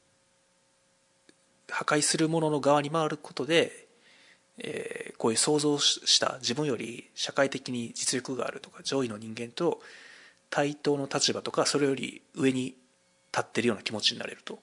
B: 破壊するものの側に回ることで、こういう想像した自分より社会的に実力があるとか上位の人間と対等の立場とかそれより上に立ってるような気持ちになれると、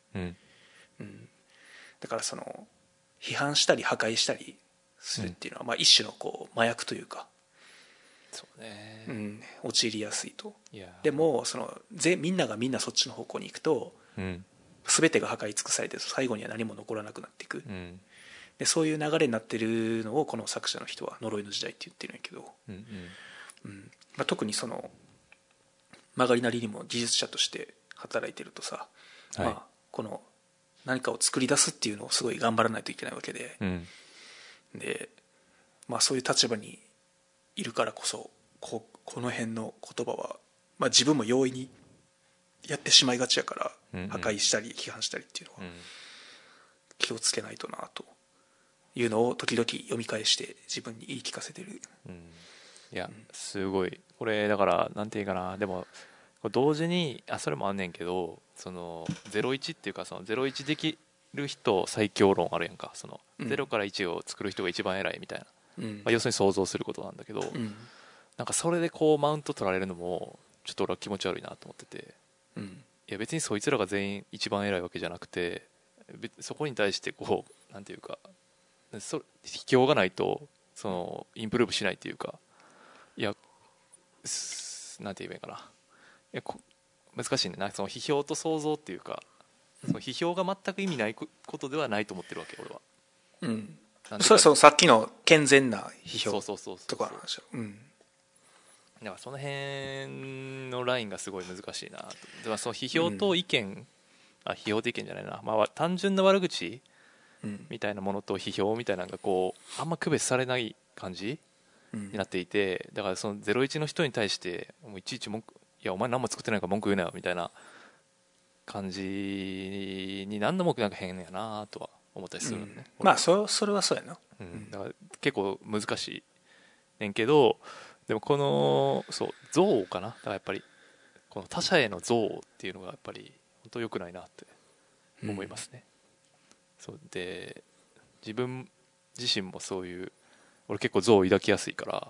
B: だからその批判したり破壊したりするっていうのは、まあ一種のこう麻薬というか、
C: そうね、
B: 陥りやすいと。でもそのみんながみんなそっちの方向に行くと、全てが破壊尽くされて最後には何も残らなくなっていく、でそういう流れになってるのをこの作者の人は呪いの時代って言ってるんやけど、まあ、特にその曲がりなりにも技術者として働いてるとさ、まあ、この何かを作り出すっていうのをすごい頑張らないといけないわけで、で、まあ、そういう立場にいるからこそこの辺の言葉は、まあ、自分も容易にやってしまいがちやから、破壊したり批判したりっていうのは、気をつけないとなというのを時々読み返して自分に言い聞かせてる。
C: いやすごいこれだからなんていうかな、でも同時にそれもあんねんけど、その01っていうかその01できる人最強論あるやんか、その0から1を作る人が一番偉いみたいな、まあ、要するに想像することなんだけど、なんかそれでこうマウント取られるのもちょっと俺は気持ち悪いなと思ってて、いや別にそいつらが全員一番偉いわけじゃなくて、そこに対してこうなんていうか卑怯がないとそのインプルーブしないっていうか、いやなんて言えばいいかな、いや難しいねな、その批評と想像っていうか、その批評が全く意味ないことではないと思ってるわけ俺は。
B: それはさっきの健全な批評とかの話。
C: だからその辺のラインがすごい難しいなと。ではその批評と意見、批評と意見じゃないな、まあ、単純な悪口みたいなものと批評みたいなのがこうあんま区別されない感じになっていて、だからその01の人に対してもういちいち文句、いやお前何も作ってないから文句言うなよみたいな感じに何度もなんか変やなとは思ったりするのね、
B: まあそれはそうやな、
C: だから結構難しいねんけど、でもこのそう憎悪かな、だからやっぱりこの他者への憎悪っていうのがやっぱり本当良くないなって思いますね、そうで自分自身もそういう俺結構憎悪抱きやすいから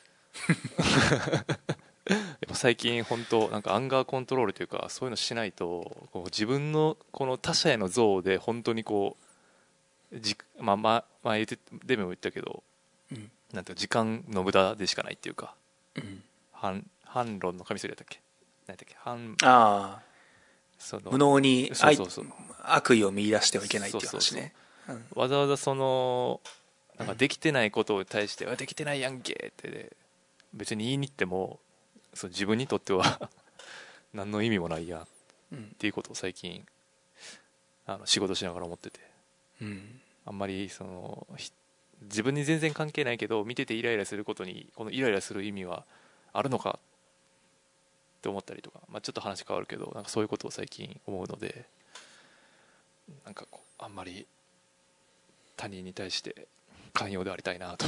C: やっぱ最近本当なんかアンガーコントロールというかそういうのしないとこう自分のこの他者への憎悪で本当にこう前デメも言ったけど、なんていうか時間の無駄でしかないっていうか、反論のカミソリやったっけ、何やったっけ、
B: その無能に悪意を見出してはいけないっていう話ね。
C: わざわざそのなんかできてないことに対してできてないやんけって別に言いに行ってもそう自分にとっては何の意味もないやんっていうことを最近仕事しながら思ってて、あんまりその自分に全然関係ないけど見ててイライラすることにこのイライラする意味はあるのかって思ったりとか、ちょっと話変わるけどなんかそういうことを最近思うので、なんかこうあんまり他人に対して寛容でありたいなと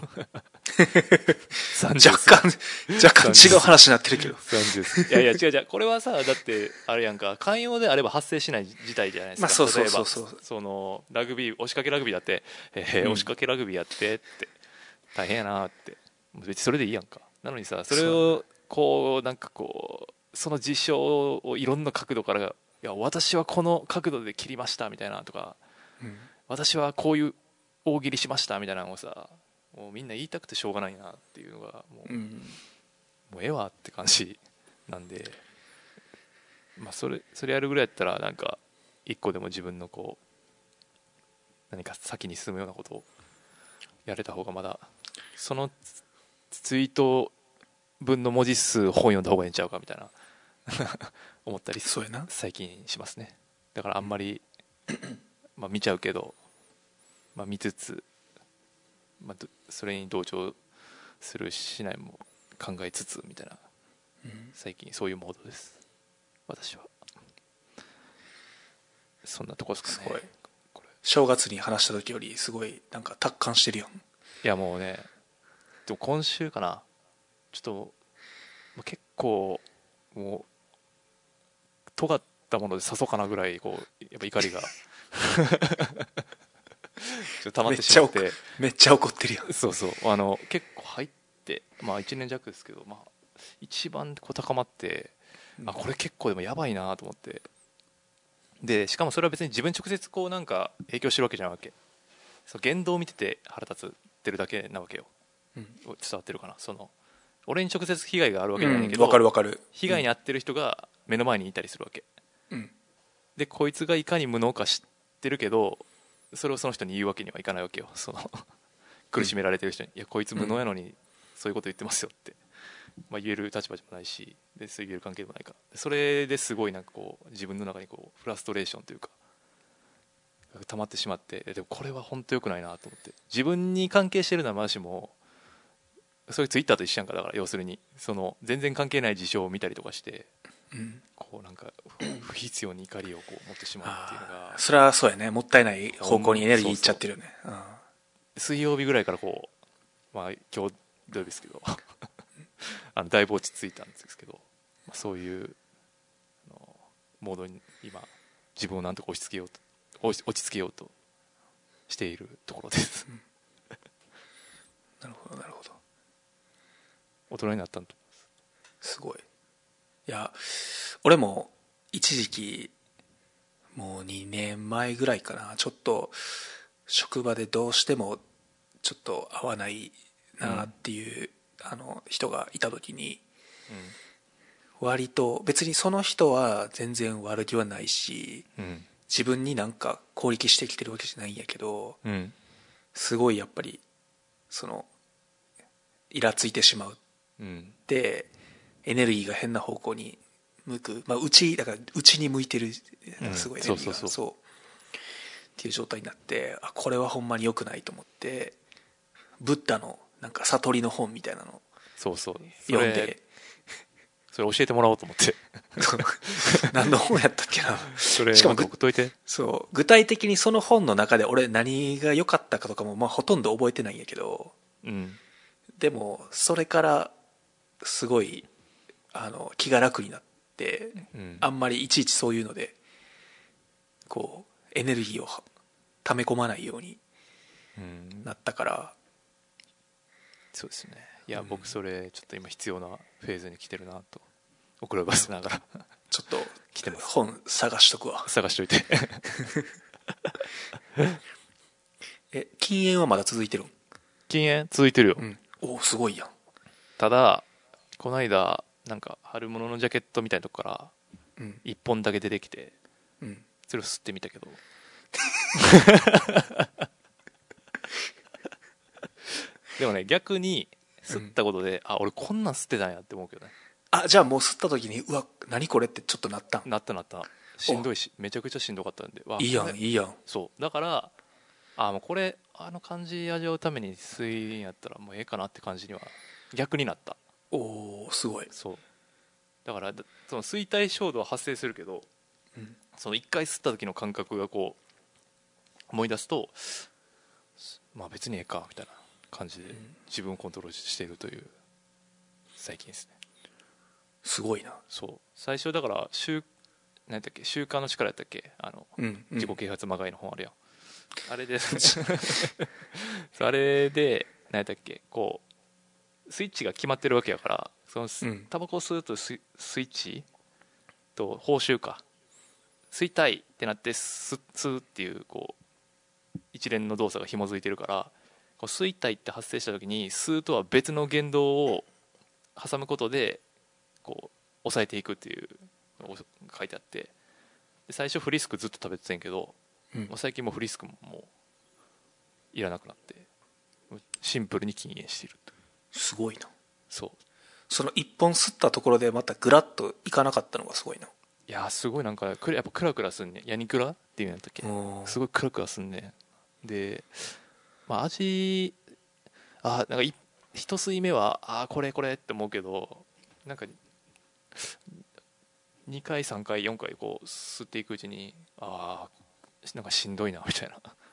B: 若干違う話になってるけど
C: いや違うこれはさだってあれやんか、寛容であれば発生しない事態じゃないですか。例えばそのラグビー押しかけラグビーだって、押しかけラグビーやってって大変やなって別にそれでいいやんか。なのにさそれをこうなんかこうその事象をいろんな角度からいや私はこの角度で切りましたみたいなとか、私はこういう大喜利しましたみたいなのをさもうみんな言いたくてしょうがないなっていうのがもう、もうええわって感じなんで、それやるぐらいやったらなんか一個でも自分のこう何か先に進むようなことをやれた方がまだそのツイート分の文字数本読んだ方がいいんちゃうかみたいな思ったり最近しますね。だからあんまり見ちゃうけど、見つつ、それに同調するしないも考えつつみたいな、最近そういうモードです私は。そんなとこですかね。
B: すごい正月に話した時よりすごいなんか達観してるやん。い
A: やもうね、でも今週かな、ちょっともう結構もう尖ったもので刺そうかなぐらいこうやっぱ怒りがちょっと溜まってしまって、
B: めっちゃ怒ってるやん。
A: そうそう、結構入ってまあ1年弱ですけど、まあ一番こう高まって、あこれ結構でもやばいなと思って、でしかもそれは別に自分直接こうなんか影響してるわけじゃないわけ、そう言動を見てて腹立ってるだけなわけよ、伝わってるかな。その俺に直接被害があるわけじゃないけど、
B: わかるわかる。
A: 被害に遭ってる人が目の前にいたりするわけ、でこいつがいかに無能か知ってるけどそれをその人に言うわけにはいかないわけよ、その苦しめられてる人に、いやこいつ無能やのにそういうこと言ってますよって、まあ、言える立場でもないし、でそう言える関係でもないから、それですごいなんかこう自分の中にこうフラストレーションというか溜まってしまって、でもこれは本当良くないなと思って、自分に関係してるのはまだしもそういうツイッターと一緒やんか、だから要するにその全然関係ない事象を見たりとかして、こうなんか不必要に怒りをこう持ってしまうっていうのが、
B: それはそうやね、もったいない方向にエネルギーいっちゃってるよね。
A: 水曜日ぐらいからこう、まあ今日土曜日ですけどだいぶ落ち着いたんですけど、まあ、そういうモードに今自分をなんとか落ち着けようとしているところです
B: なるほどなるほど。
A: 大人になったんと思い
B: ます。すごい。いや俺も一時期もう2年前ぐらいかな、ちょっと職場でどうしてもちょっと合わないなっていう、人がいた時に、割と別にその人は全然悪気はないし、自分になんか攻撃してきてるわけじゃないんやけど、すごいやっぱりそのイラついてしまう、でエネルギーが変な方向に向く、まあ、だから内に向いてる、すごいエネルギーが、そうっていう状態になって、あこれはほんまに良くないと思って、ブッダのなんか悟りの本みたいなの
A: そうそう
B: 読んで、
A: それ教えてもらおうと思って
B: 何の本やったっけな、
A: それしかも送っといて。
B: そう具体的にその本の中で俺何が良かったかとかもまあほとんど覚えてないんやけど、でもそれからすごい気が楽になって、あんまりいちいちそういうのでこうエネルギーを溜め込まないようになったから、
A: そうですね。いや、僕それちょっと今必要なフェーズに来てるなと遅ればせながら
B: ちょっと
A: 来てます。
B: 本探しとくわ。
A: 探しといて
B: 禁煙はまだ続いてるん？
A: 禁煙続いてるよ、
B: おすごいやん。
A: ただこの間なんか春物のジャケットみたいなとこから1本だけ出てきて、それを吸ってみたけどでもね、逆に吸ったことで、あ俺こんなん吸ってたんやって思うけどね。
B: あじゃあもう吸った時にうわ何これってちょっとなったん？
A: なったしんどいし、めちゃくちゃしんどかったんで、
B: いいやんいいやん。
A: そうだからもうこれ感じ味わうために吸いんやったらもうええかなって感じには逆になった。
B: おおすごい。
A: そうだからその吸いたい衝動は発生するけど、その一回吸った時の感覚がこう思い出すと、まあ別にええかみたいな感じで自分をコントロールしているという最近ですね。
B: すごいな。
A: そう最初だから何やったっけ、習慣の力やったっけ、自己啓発まがいの本あるやん、あれであれで何やったっけ、こうスイッチが決まってるわけやから、そのタバコを吸うとスイッチと報酬か、吸いたいってなって吸うっていうこう一連の動作が紐づいてるから、こう吸いたいって発生した時に吸うとは別の言動を挟むことでこう抑えていくっていうのを書いてあって、で最初フリスクずっと食べてたんやけど、最近もうフリスクももういらなくなってシンプルに禁煙していると。
B: すごいな。
A: そう
B: その一本吸ったところでまたグラッといかなかったのがすごいな。
A: いやすごいなんかやっぱクラクラすんねん、ヤニクラっていうんやったっけ、すごいクラクラすんねんで、まあ味なんか一吸い目はこれって思うけど、なんか2回3回4回こう吸っていくうちになんかしんどいなみたいな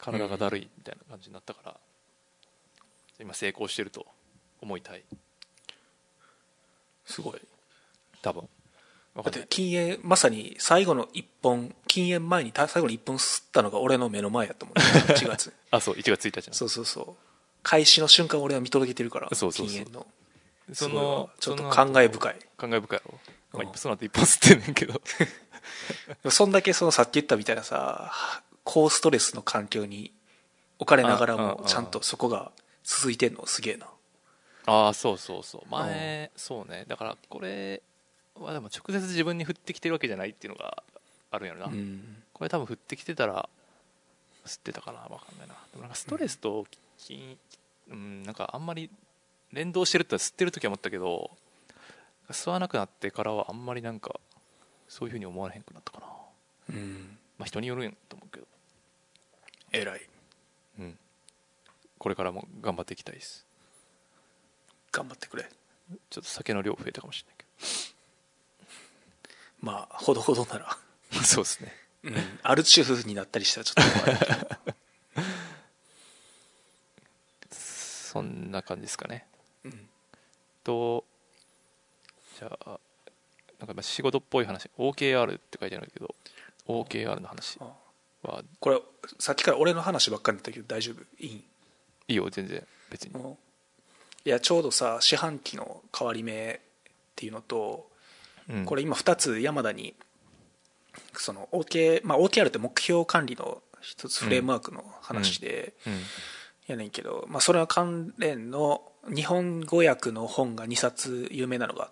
A: 体がだるいみたいな感じになったから、今成功してると思いたい。
B: すごい。
A: 多分
B: だって禁煙まさに最後の一本、禁煙前に最後の一本吸ったのが俺の目の前やったもんね。1月
A: あ、そう、1月1日の。
B: そうそうそう、開始の瞬間俺は見届けてるから。
A: そうそうそう、
B: 禁煙の
A: その
B: ちょっと感慨深い。
A: 感慨深いやろ、まあ、その後一本吸ってんねんけど
B: そんだけそのさっき言ったみたいなさ、高ストレスの環境に置かれながらもちゃんとそこが続いてんのすげえな。
A: ああ、そうそうそう、前、そうね、だからこれはでも直接自分に降ってきてるわけじゃないっていうのがあるんやろな、これ多分降ってきてたら吸ってたかな、分かんないな。でもなんかストレスとなんかあんまり連動してるって吸ってる時は思ったけど、吸わなくなってからはあんまりなんかそういう風に思われへんくなったかな。まあ人によるんと思うけど。
B: 偉い。
A: これからも頑張っていきたいです。
B: 頑張ってくれ。
A: ちょっと酒の量増えたかもしれないけ
B: ど、まあほどほどなら
A: そうですね、
B: アル中になったりしたらちょっと怖い
A: そんな感じですかね。とじゃあなんか仕事っぽい話、 OKR って書いてあるけど OKR の話は
B: これさっきから俺の話ばっかりだったけど大丈夫？い
A: いよ全然別に。
B: いやちょうどさ四半期の変わり目っていうのと、これ今2つ山田にその OKR って目標管理の一つフレームワークの話でやねんけど、それは関連の日本語訳の本が2冊有名なのがあって、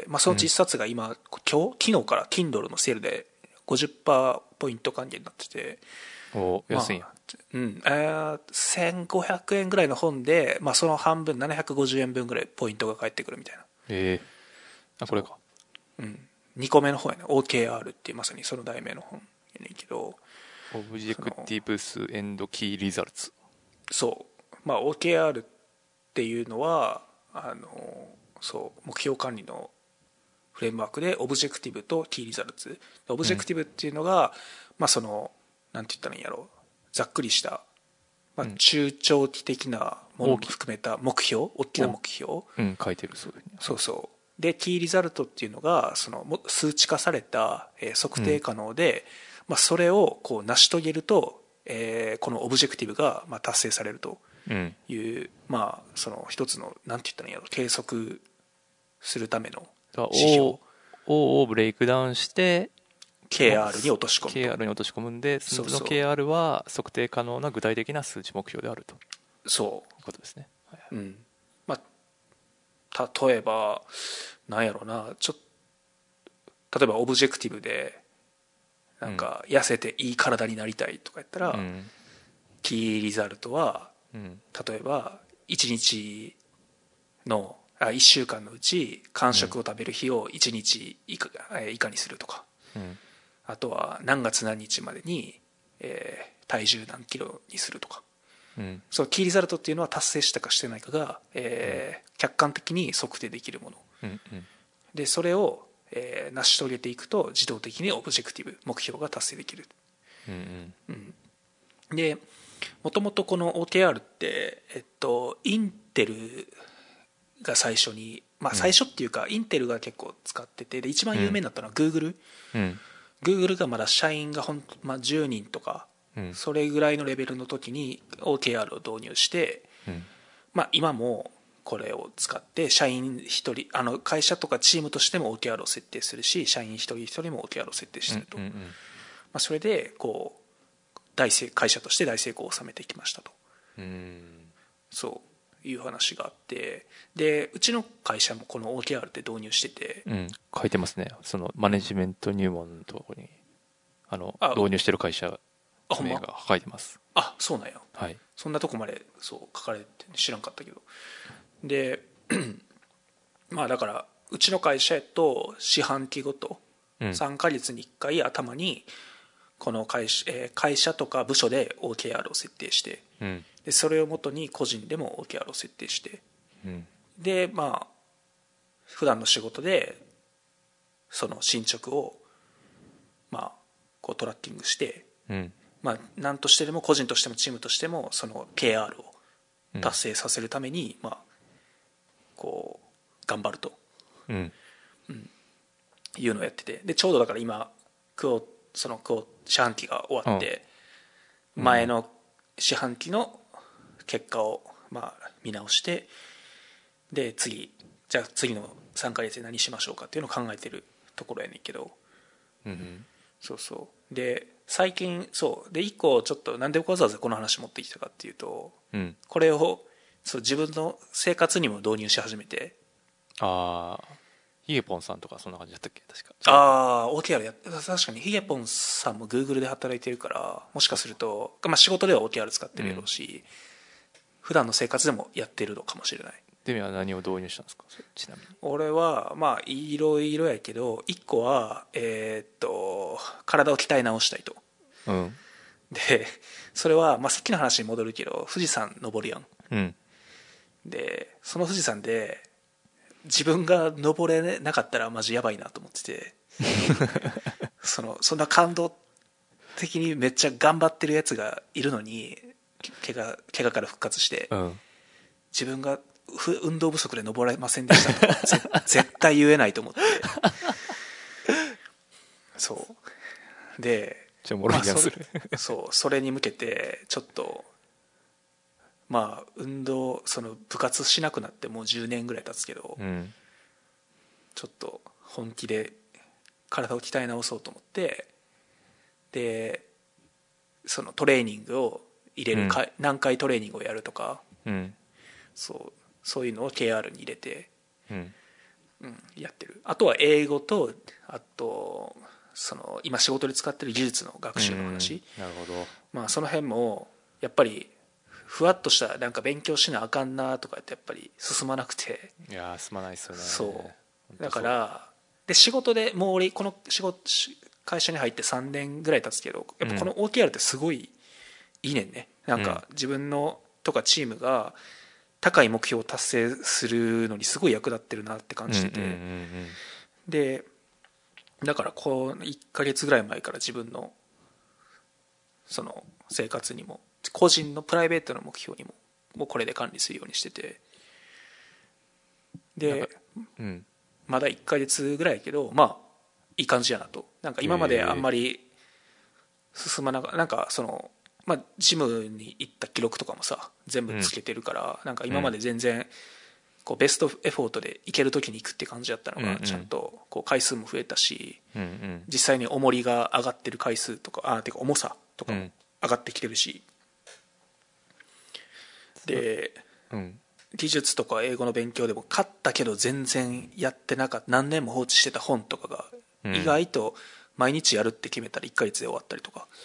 B: そのうち1冊が今、昨日から Kindle のセールで 50% ポイント還元になってて、
A: 安いんや。
B: 1500円ぐらいの本で、その半分750円分ぐらいポイントが返ってくるみたいな。
A: これか。
B: 2個目の本やね、 OKR っていうまさにその題名の本やねんけど、
A: オブジェクティブスエンドキーリザルツ。
B: そう、OKR っていうのはそう目標管理のフレームワークで、オブジェクティブとキーリザルツ。オブジェクティブっていうのが、そのなんて言ったらいいんやろう、ざっくりした、中長期的なものも含めた目標、大きな目標、
A: 書いてる。そう
B: そうで、キーリザルトっていうのがその数値化された、測定可能で、それをこう成し遂げると、このオブジェクティブが達成されるという、その一つのなんて言ったらいいんやろ、計測するための指標
A: O をブレイクダウンして
B: KR に落とし込む。
A: KR に落とし込むんで、その KR は測定可能な具体的な数値目標であると。
B: そう
A: いうことですね。
B: 例えばなんやろうな、例えばオブジェクティブでなんか痩せていい体になりたいとかやったら、キーリザルトは、例えば1日の1週間のうち間食を食べる日を1日以下にするとか、あとは何月何日までに、体重何キロにするとか、そのキーリザルトっていうのは達成したかしてないかが、客観的に測定できるもの、でそれを、成し遂げていくと自動的にオブジェクティブ目標が達成できる。でもともとこの OKR って、インテルが最初に、最初っていうかインテルが結構使ってて、で一番有名になったのは Google、Google がまだ社員が10人とか、それぐらいのレベルの時に OKR を導入して、今もこれを使って社員一人、会社とかチームとしても OKR を設定するし、社員一人一人も OKR を設定してると、それでこう会社として大成功を収めてきましたと、そういう話があって、でうちの会社もこの OKR って導入してて、
A: 書いてますね。そのマネジメント入門のところに導入してる会社名が書いてます。
B: そうなんや、そんなとこまでそう書かれて知らんかったけど、でだからうちの会社と四半期ごと、3ヶ月に1回頭にこの会社とか部署で OKR を設定して、でそれをもとに個人でも OKR を設定して、で普段の仕事でその進捗をこうトラッキングして、 まあ何としてでも個人としてもチームとしてもその KR を達成させるために、まあこう頑張ると、いうのをやってて、でちょうどだから今その四半期が終わって、前の四半期の結果をまあ見直して、でじゃあ次の3ヶ月で何しましょうかっていうのを考えてるところやねんけど、そうそうで最近そうで1個ちょっとなんでわざわざこの話持ってきたかっていうと、これをそう自分の生活にも導入し始めて。
C: ヒゲポンさんとかそんな感じだったっけ確か。
B: OKR 確かにヒゲポンさんも Google で働いてるから、もしかすると、まあ、仕事では OKR 使ってるやろうし、普段の生活でもやってるのかもしれない。
C: デミは何を導入したんですかちなみに。
B: 俺はまあいろいろやけど1個は体を鍛え直したいと、でそれはまあさっきの話に戻るけど富士山登るやん、でその富士山で自分が登れなかったらマジやばいなと思っててそんな感動的にめっちゃ頑張ってるやつがいるのに怪我から復活して、自分が運動不足で登れませんでしたと絶対言えないと思ってそうでそれに向けてちょっとまあその部活しなくなってもう10年ぐらい経つけど、ちょっと本気で体を鍛え直そうと思って、でそのトレーニングを入れる、何回トレーニングをやるとか、そういうのを KR に入れて、やってる。あとは英語と、あとその今仕事で使ってる技術の学習の話、
C: なるほど。
B: まあその辺もやっぱりふわっとしたなんか勉強しなあかんなとかってやっぱり進まなくて、
C: いや進まないですよね。
B: そうだからで仕事でもう俺この会社に入って3年ぐらい経つけど、やっぱこの OKR ってすごいいいねんね。なんか自分のとかチームが高い目標を達成するのにすごい役立ってるなって感じてて、でだからこう1ヶ月ぐらい前から自分のその生活にも個人のプライベートの目標にもうこれで管理するようにしてて、で、まだ1ヶ月ぐらいやけどまあいい感じやなと。なんか今まであんまり進まなかった、なんかそのまあジムに行った記録とかもさ全部つけてるから、なんか今まで全然こうベストエフォートで行ける時に行くって感じだったのが、ちゃんとこう回数も増えたし、実際に重りが上がってる回数とかてか重さとかも上がってきてるし、で、技術とか英語の勉強でも買ったけど全然やってなかった、何年も放置してた本とかが意外と毎日やるって決めたら1ヶ月で終わったりとか、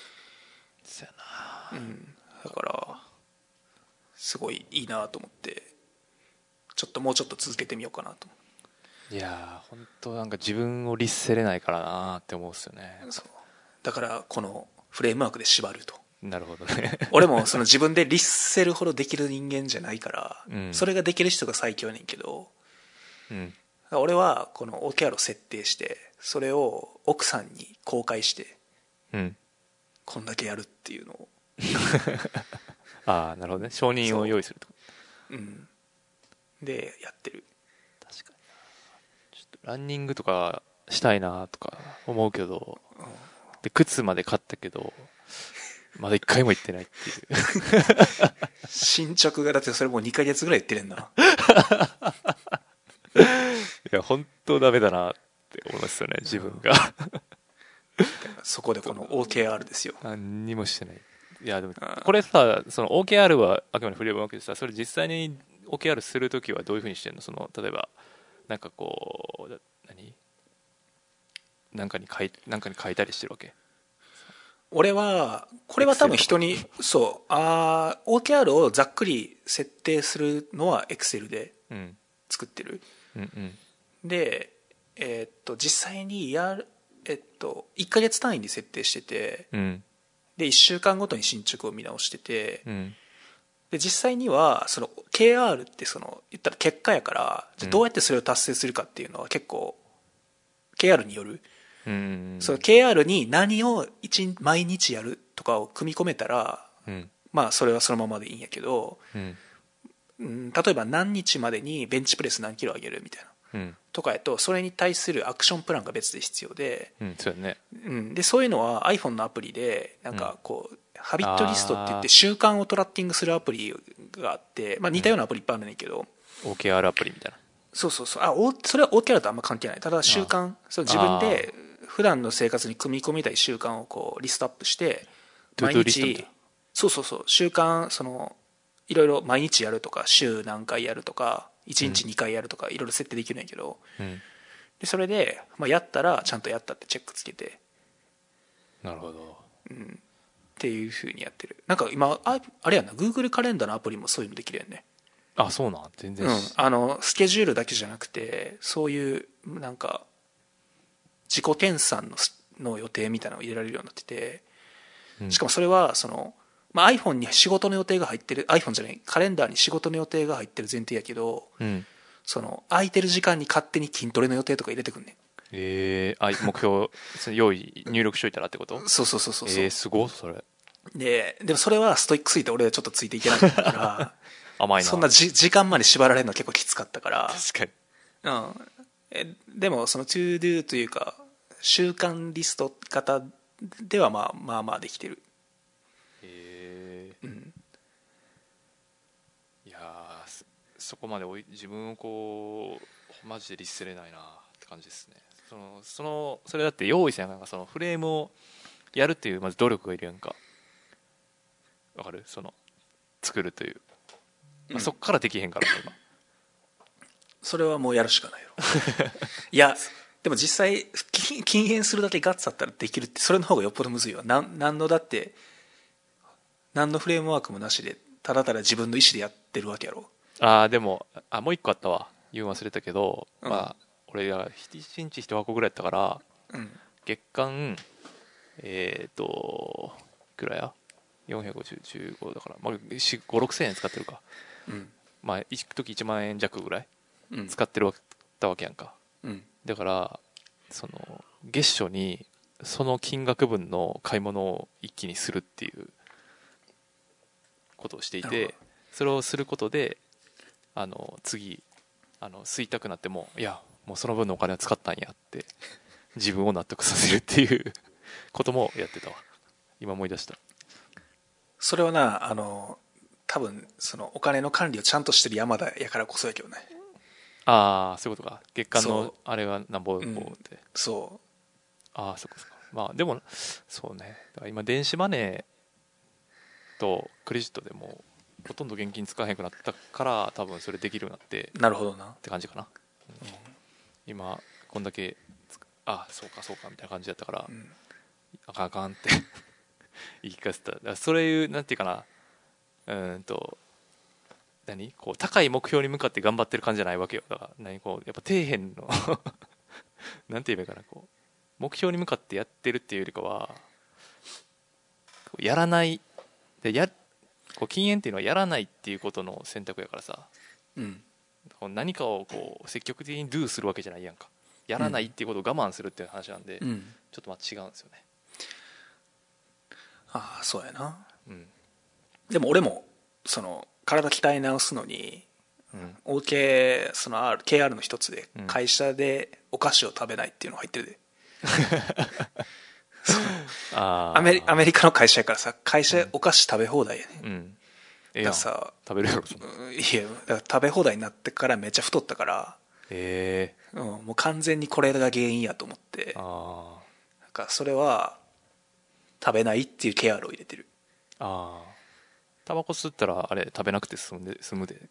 B: だからすごいいいなと思って、ちょっともうちょっと続けてみようかなと。
C: いや本当なんか自分を律せれないからなって思うんですよね。
B: そうだからこのフレームワークで縛ると。
C: なるほどね
B: 俺もその自分で律せるほどできる人間じゃないから、それができる人が最強やねんけど、俺はこの OKR を設定してそれを奥さんに公開して、こんだけやるっていうのを
C: なるほどね、承認を用意すると。
B: でやってる。
C: 確かにちょっとランニングとかしたいなとか思うけど、で靴まで買ったけどまだ1回も行ってないっていう
B: 進捗がだってそれもう2ヶ月ぐらい行ってるんだ
C: いや本当ダメだなって思いますよね自分が
B: そこでこの OKR ですよ。
C: 何にもしてない。いやでもこれさ、その OKR はあくまでフレームワークでさ、それ実際に OKR するときはどういうふうにしてんの？その例えばなんかこうなんかに書いたりしてるわけ？
B: 俺はこれは多分人にOKR をざっくり設定するのは Excel で作ってる、で実際に1ヶ月単位で設定してて、で1週間ごとに進捗を見直してて、で実際にはその KR ってその言ったら結果やから、じゃどうやってそれを達成するかっていうのは結構 KR による、その KR に何を毎日やるとかを組み込めたら、まあそれはそのままでいいんやけど、例えば何日までにベンチプレス何キロ上げるみたいな、とかやとそれに対するアクションプランが別で必要で、
A: そうやね。
B: でそういうのは iPhone のアプリでなんかこう、ハビットリストって言って習慣をトラッキングするアプリがあって、まあ、似たようなアプリいっぱいあるんだけど、
A: OKR アプリみたいな。
B: そうそうそう、それは OKR とあんま関係ない。ただ習慣、そう自分で普段の生活に組み込みたい習慣をこうリストアップして毎日、そうそうそう、習慣そのいろいろ毎日やるとか週何回やるとか1日2回やるとかいろいろ設定できるんやけど、でそれで、まあ、やったらちゃんとやったってチェックつけて、
A: なるほど、
B: っていうふうにやってる。なんか今あれやな、 Google カレンダーのアプリもそういうのできるよね。
A: あ、そうなん、全然、
B: スケジュールだけじゃなくてそういうなんか自己研鑽の予定みたいなのを入れられるようになってて、しかもそれはその、まあ、iPhone に仕事の予定が入ってる、 iPhone じゃない、カレンダーに仕事の予定が入ってる前提やけど、その空いてる時間に勝手に筋トレの予定とか入れてくんねん。
A: 目標用意入力しといたらってこと？
B: そうそうそうそう。
A: すごいそれ
B: でもそれはストイックすぎて俺はちょっとついていけなかったから
A: 甘いな。
B: そんな時間まで縛られるの結構きつかったから。
A: 確か
B: に。でもその To Do というか習慣リスト型ではまあできてる。
A: いやそこまで自分をこうマジで律せれないなって感じですね。それだって用意せながらそのフレームをやるっていうまず努力がいるやんか。わかる？その作るという、まあ、そっからできへんから今。
B: それはもうやるしかないよいやでも実際禁煙するだけガッツあったらできるって、それの方がよっぽどむずいわ。何のだって何のフレームワークもなしでただただ自分の意思でやってるわけやろ。
A: でももう一個あったわ、言う忘れたけど、まあ俺が1日1箱ぐらいやったから、月間いくらや450、15だから、まあ、5、6千円使ってるか、まあ行く時1万円弱ぐらい使ってるわけやんか、だからその月初にその金額分の買い物を一気にするっていうことをしていて、それをすることで次吸いたくなっても、いやもうその分のお金は使ったんやって自分を納得させるっていうこともやってたわ。今思い出した。
B: それはな多分そのお金の管理をちゃんとしてる山田やからこそやけどね。
A: そういうことか。月間のあれはなんぼって、
B: そう。
A: そっかそっか。まあでもそうね、だから今電子マネーとクレジットでもほとんど現金使わへんくなったから多分それできるようになって、
B: なるほどな
A: って感じかな、今こんだけそうかみたいな感じだったから、あかんって言い聞かせた。だからそういうなんていうかな、こう高い目標に向かって頑張ってる感じじゃないわけよ。だからやっぱ底辺のなんて言えばいいかな、こう目標に向かってやってるっていうよりかはやらないでこう禁煙っていうのはやらないっていうことの選択やからさ、何かをこう積極的にドゥするわけじゃないやんか。やらないっていうことを我慢するっていう話なんで、ちょっとまあ違うんですよね。
B: そうやな、でも俺もその体鍛え直すのに、OK そのKR の一つで会社でお菓子を食べないっていうのが入ってるで、アメリカの会社やからさ、会社お菓子食べ放題やね、だからさ
A: 食べるやろ
B: いやだから食べ放題になってからめっちゃ太ったから、もう完全にこれが原因やと思って、なんかそれは食べないっていうケアルを入れてる。
A: タバコ吸ったらあれ食べなくて済むで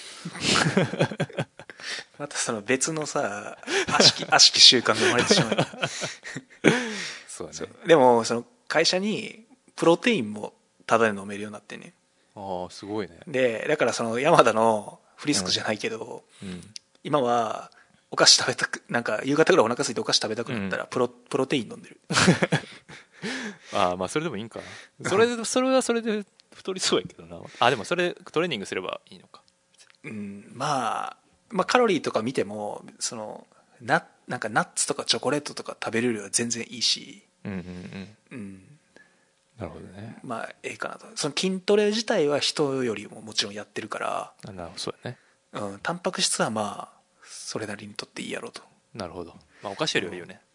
B: またその別のさ悪しき習慣が生まれてしまう
A: そうだね。
B: でもその会社にプロテインもタダで飲めるようになってね。
A: すごいね。
B: でだからその山田のフリスクじゃないけど、今はお菓子食べたくなんか夕方ぐらいお腹空いてお菓子食べたくなったらプロテイン飲んでる
A: まあそれでもいいんかな。それはそれで太りそうやけどな。でもそれトレーニングすればいいのか。
B: まあカロリーとか見てもそのなんかナッツとかチョコレートとか食べるよりは全然いいし、
A: なるほどね。
B: まあええかなと。その筋トレ自体は人よりももちろんやってるから、
A: なるほど、そうやね。
B: タンパク質はまあそれなりにとっていいやろうと。
A: なるほど。まあお菓子よりはいいよね。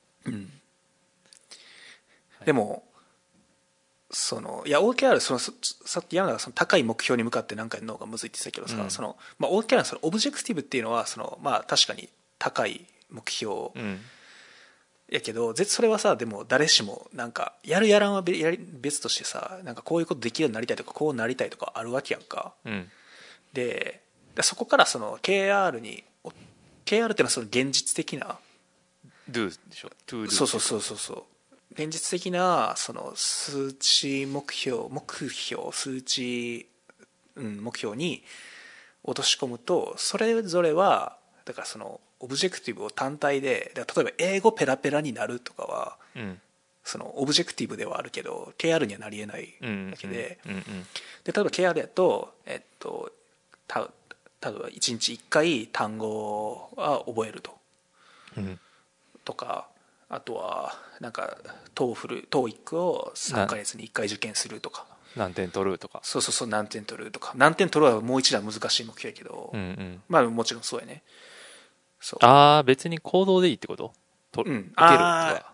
B: でもいや OKR さっき山田がその高い目標に向かって何かやるのがむずいって言ってたけどさ、まあ、OKR のそのオブジェクティブっていうのはまあ確かに高い目標やけど、それはさでも誰しもなんかやるやらんは別としてさ、なんかこういうことできるようになりたいとかこうなりたいとかあるわけやんか。でそこからKR っていうのはその現実的な
A: Do でしょ。To do。
B: そう現実的なその数値目標数値、目標に落とし込むと、それぞれはだからそのオブジェクティブを単体で、例えば英語ペラペラになるとかは、そのオブジェクティブではあるけど KR にはなりえないわけで、例えば KR やと例えば1日1回単語は覚えるとか、あとはなんかTOEICを3ヶ月に1回受験するとか、
A: 何点取るとか、
B: そう何点取るとか、何点取るはもう一段難しい目標やけど、まあもちろんそうやね。
A: ああ、別に行動でいいってこと？受けるとか。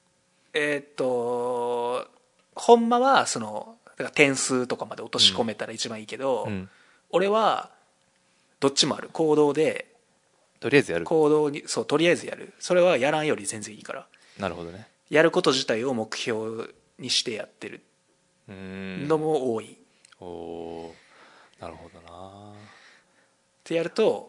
B: ほんまはだから点数とかまで落とし込めたら一番いいけど、俺はどっちもある。行動で
A: とりあえずやる。
B: 行動にとりあえずやる。それはやらんより全然いいから。
A: なるほどね。
B: やること自体を目標にしてやってるのも多い。
A: なるほどな。
B: ってやると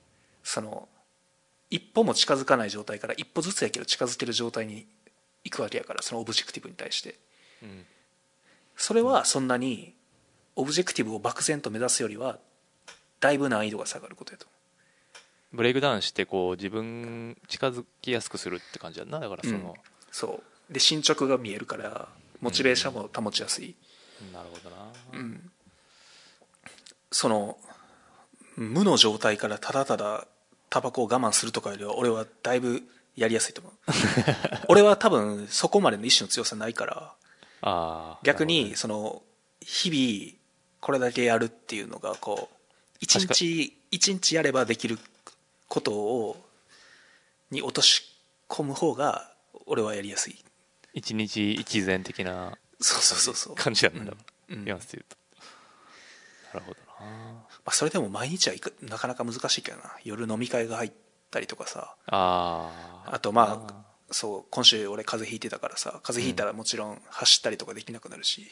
B: 一歩も近づかない状態から一歩ずつやけど近づける状態に行くわけやから、そのオブジェクティブに対して、それはそんなにオブジェクティブを漠然と目指すよりはだいぶ難易度が下がることやと。
A: ブレイクダウンしてこう自分近づきやすくするって感じやんな。だから
B: そうで進捗が見えるからモチベーションも保ちやすい。
A: なるほどな。
B: 無の状態からただただタバコを我慢するとかよりは俺はだいぶやりやすいと思う。俺は多分そこまでの意志の強さないから、逆に日々これだけやるっていうのが一日やればできることに落とし込む方が俺はやりやすい。
A: 一日一善的な感じやんな。やんすると。なるほどな。
B: それでも毎日はなかなか難しいけどな。夜飲み会が入ったりとかさ、あと今週俺風邪ひいてたからさ、風邪ひいたらもちろん走ったりとかできなくなるし、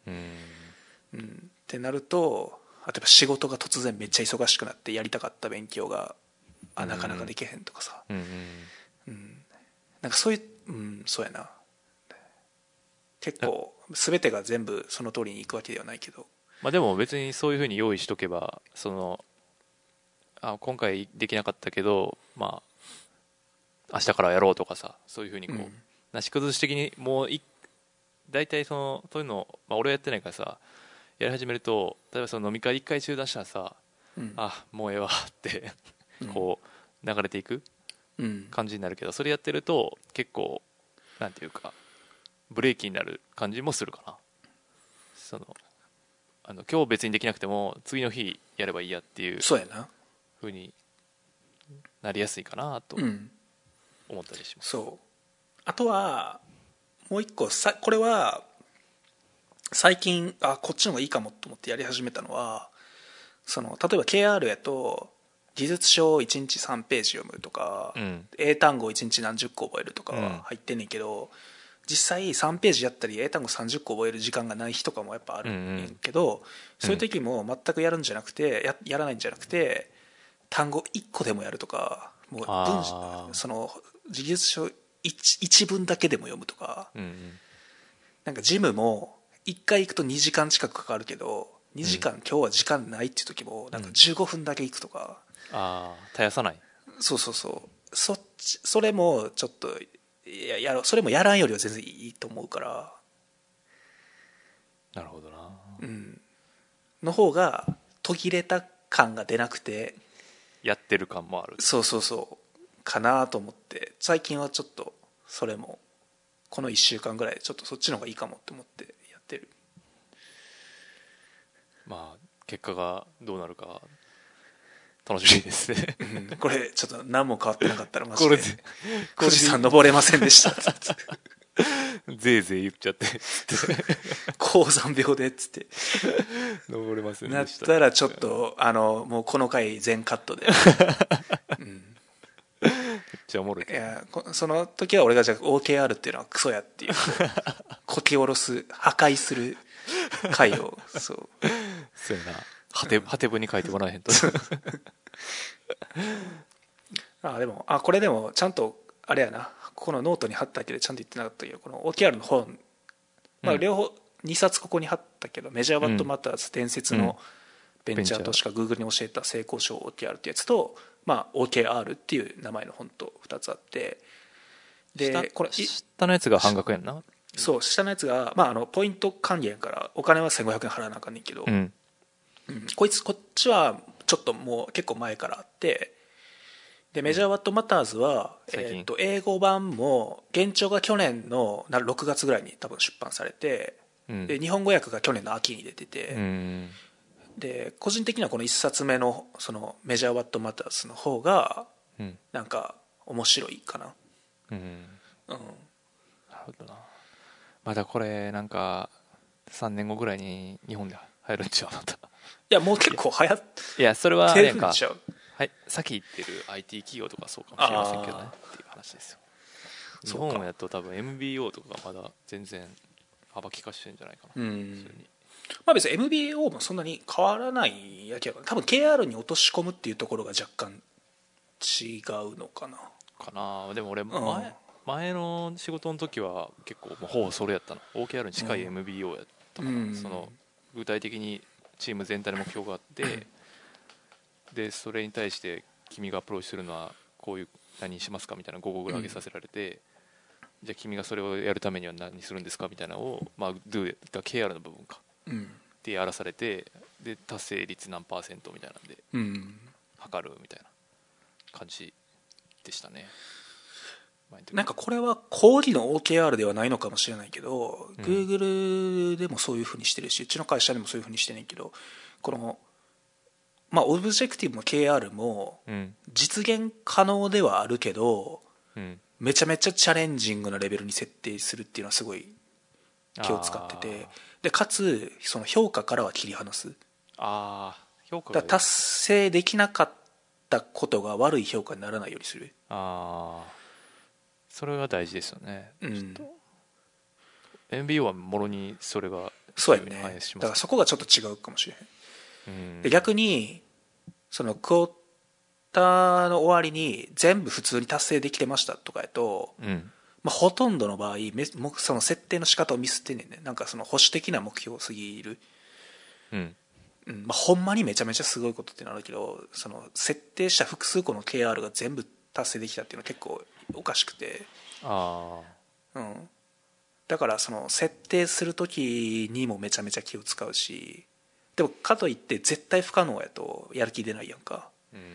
B: ってなると、例えば仕事が突然めっちゃ忙しくなってやりたかった勉強がなかなかできへんとかさ、なんかそういう、そうやな。結構全てが全部その通りにいくわけではないけど、
A: でも別にそういうふうに用意しとけば、今回できなかったけど明日からやろうとかさ、そういうふうになし崩し的にもう大体そういうの、俺はやってないからさ、やり始めると、例えば飲み会1回中断したらさ、もうええわってこう流れていく感じになるけど、それやってると結構なんていうかブレーキになる感じもするかな。今日別にできなくても次の日やればいいやっていう風になりやすいかなと思ったりします。
B: あとはもう一個これは最近こっちの方がいいかもと思ってやり始めたのは、例えば KR やと技術書を1日3ページ読むとか、英単語を1日何十個覚えるとかは入ってんねんけど、実際3ページやったり英単語30個覚える時間がない日とかもやっぱあるんやけど、そういう時も全くやらないんじゃなくて単語1個でもやるとか、もう技術書一文だけでも読むとか、なんかジムも1回行くと2時間近くかかるけど、2時間今日は時間ないっていう時もなんか15分だけ行くとか、
A: 絶やさない。
B: それもちょっとそれもやらんよりは全然いいと思うから。
A: なるほどな。
B: の方が途切れた感が出なくて
A: やってる感もある。
B: かなと思って、最近はちょっとそれもこの1週間ぐらいちょっとそっちの方がいいかもって思ってやってる。
A: まあ結果がどうなるか楽しみですね、
B: うん、これちょっと何も変わってなかったらマジで富士山登れませんでした
A: ぜいぜい言っちゃって
B: 高山病でっつって
A: 登れません
B: なっ
A: でした
B: たらちょっともうこの回全カットで、うん、
A: めっちゃおもろい。
B: いやその時は俺がじゃあ OKR っていうのはクソやっていうこき下ろす破壊する回をそう
A: やな、果て部に書いてもらえへんと
B: でもこれでもちゃんとあれやな、ここのノートに貼ったけどちゃんと言ってなかったけど、この OKR の本、まあ、両方2冊ここに貼ったけど、メジャーバットマターズ伝説のベンチャー投資家 Google に教えた成功賞 OKR ってやつと、まあ、OKR っていう名前の本と2つあって、でこれ
A: 下のやつが半額やんな。
B: そう下のやつが、まあ、ポイント還元からお金は1500円払わなあかんねんけど、
A: うん
B: うん、こっちはちょっともう結構前からあって、でメジャーバットマターズは、英語版も現状が去年の6月ぐらいに多分出版されて、うん、で日本語訳が去年の秋に出てて、うん、で個人的にはこの1冊目のそのメジャーバットマターズの方がなんか面白いかな。うん、うん、
A: なるほどな。まだこれなんか3年後ぐらいに日本で流行るんちゃうまた。い
B: やもう結構流行って
A: いやそれはあれやんか、はい、先行ってる IT 企業とかそうかもしれませんけどねっていう話ですよ。日本やと多分 MBO とかまだ全然幅利かしてるんじゃないかな。
B: まあ別に MBO もそんなに変わらないやけど、多分 KR に落とし込むっていうところが若干違うのかな。
A: でも俺前の仕事の時は結構もうほぼそれやったの。 OKR に近い MBO やったから、その具体的にチーム全体の目標があってでそれに対して君がアプローチするのはこういう何にしますかみたいな5個ぐらい上げさせられて、じゃあ君がそれをやるためには何するんですかみたいなのを、まあ、Do が KR の部分か、でやらされて、で達成率何%みたいなんで、測るみたいな感じでしたね。
B: なんかこれは講義の OKR ではないのかもしれないけど、Google でもそういうふうにしてるし、うちの会社でもそういうふうにしてんねんけど、このまあオブジェクティブの KR も実現可能ではあるけど、めちゃめちゃチャレンジングなレベルに設定するっていうのはすごい気を使ってて、でかつその評価からは切り離す。評価が達成できなかったことが悪い評価にならないようにする。
A: それが大事ですよね。MBO はもろにそれが
B: そうやね。だからそこがちょっと違うかもしれへん。で逆にそのクォーターの終わりに全部普通に達成できてましたとかやと、まあ、ほとんどの場合その設定の仕方をミスってんねんね。なんかその保守的な目標すぎる、まあ、ほんまにめちゃめちゃすごいことってなるけど、その設定した複数個の KR が全部達成できたっていうのは結構おかしくて、だからその設定する時にもめちゃめちゃ気を使うし、でもかといって絶対不可能やとやる気出ないやんか。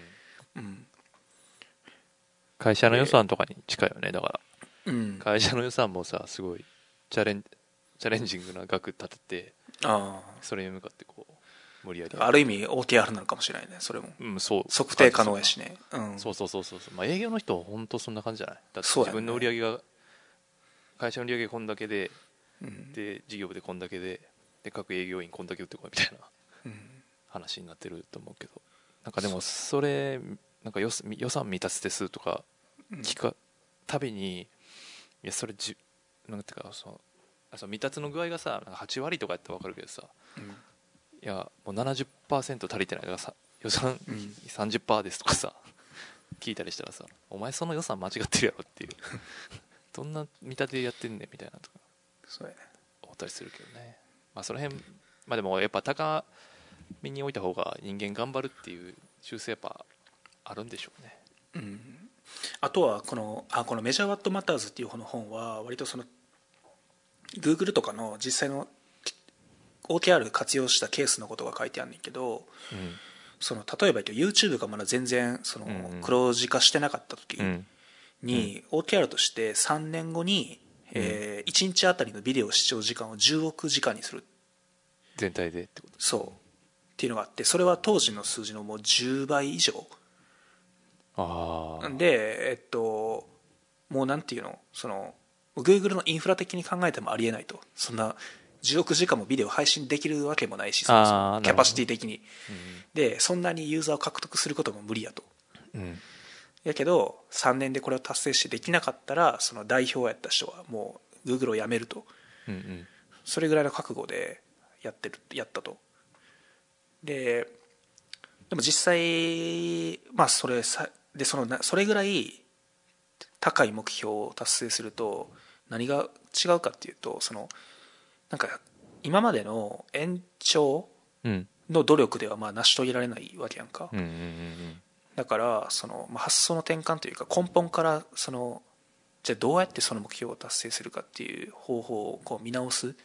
A: 会社の予算とかに近いよね。だから、会社の予算もさすごいチャレンジングな額立てて、それに向かってこう無理やり
B: ある意味 OKR なのかもしれないね。それも、
A: そう
B: 測定可能やしね。
A: そう、まあ、営業の人は本当そんな感じじゃない。だって自分の売り上げが、会社の売り上げこんだけで、で事業部でこんだけで、各営業員こんだけ売ってこいみたいな話になってると思うけど、なんかでもそれなんか予算未達手数とか聞くたびに、いやそれなんていうかその未達の具合がさ8割とかやったら分かるけどさ、いやもう 70% 足りてないだからさ、予算 30% ですとかさ聞いたりしたらさ、お前その予算間違ってるやろっていうどんな見立てやってんねんみたいなとか
B: そうやね
A: 思ったりするけどね。まあその辺、まあでもやっぱ高めに置いた方が人間頑張るっていう習性やっぱあるんでしょうね。
B: あとはこのメジャーバットマターズっていうこの本は割とその Google とかの実際の OKR 活用したケースのことが書いてあるんだけど、その例えば YouTube がまだ全然その黒字化してなかった時に、OKR として3年後に 1日あたりのビデオ視聴時間を10億時間にする、
A: 全体でってこと。
B: そうっていうのがあって、それは当時の数字のもう10倍以上で、もうなんていうの、その Google のインフラ的に考えてもありえないと、そんな10億時間もビデオ配信できるわけもないし、そもそもキャパシティ的に、でそんなにユーザーを獲得することも無理やと、やけど3年でこれを達成してできなかったら、その代表やった人はもう Google を辞めると、それぐらいの覚悟でやったと。でも実際まあそれぐらい高い目標を達成すると何が違うかっていうと、そのなんか今までの延長の努力ではまあ成し遂げられないわけやんか、だからその、まあ、発想の転換というか根本からそのじゃあどうやってその目標を達成するかっていう方法をこう見直す、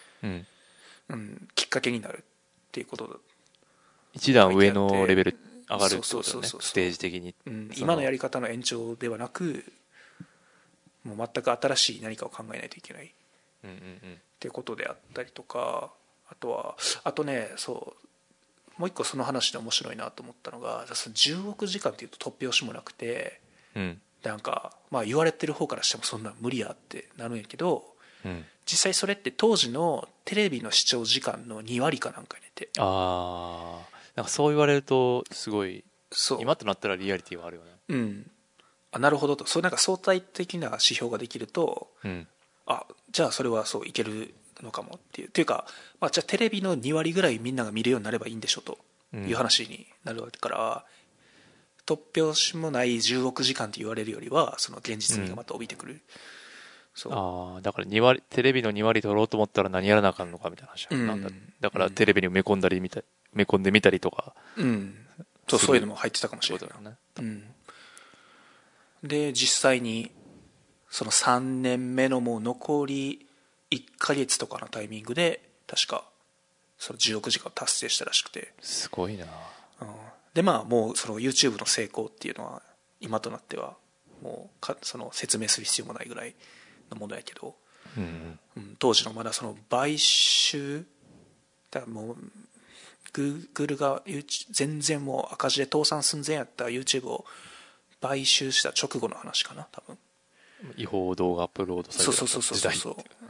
B: きっかけになるっていうことだ。
A: 一段上のレベル上がるってことだね、ステージ的に、
B: 今のやり方の延長ではなく、もう全く新しい何かを考えないといけない、っていうことであったりとか、あとね、そうもう一個その話で面白いなと思ったのが、その10億時間っていうと突拍子もなくて、なんかまあ言われてる方からしてもそんな無理やってなるんやけど、実際それって当時のテレビの視聴時間の2割かなんかにて、
A: なんかそう言われるとすごい、今となったらリアリティはあるよね。
B: なるほどと。そうなんか相対的な指標ができると、じゃあそれはそういけるのかもっていうか、まあ、じゃあテレビの2割ぐらいみんなが見るようになればいいんでしょという話になるわけから、突拍子もない10億時間って言われるよりはその現実味がまた帯びてくる、
A: だから2割、テレビの2割取ろうと思ったら何やらなあかんのかみたいな話、だからテレビに埋め込んでみたりとか、
B: そういうのも入ってたかもしれないね。で実際にその3年目のもう残り1ヶ月とかのタイミングで確かその10億時間を達成したらしくて、
A: すごいな。
B: でまあもうその YouTube の成功っていうのは今となってはもうその説明する必要もないぐらいのものやけど、当時のまだその買収だからもうGoogle が全然もう赤字で倒産寸前やった YouTube を買収した直後の話かな、多分。
A: 違法動画アップロードされた時代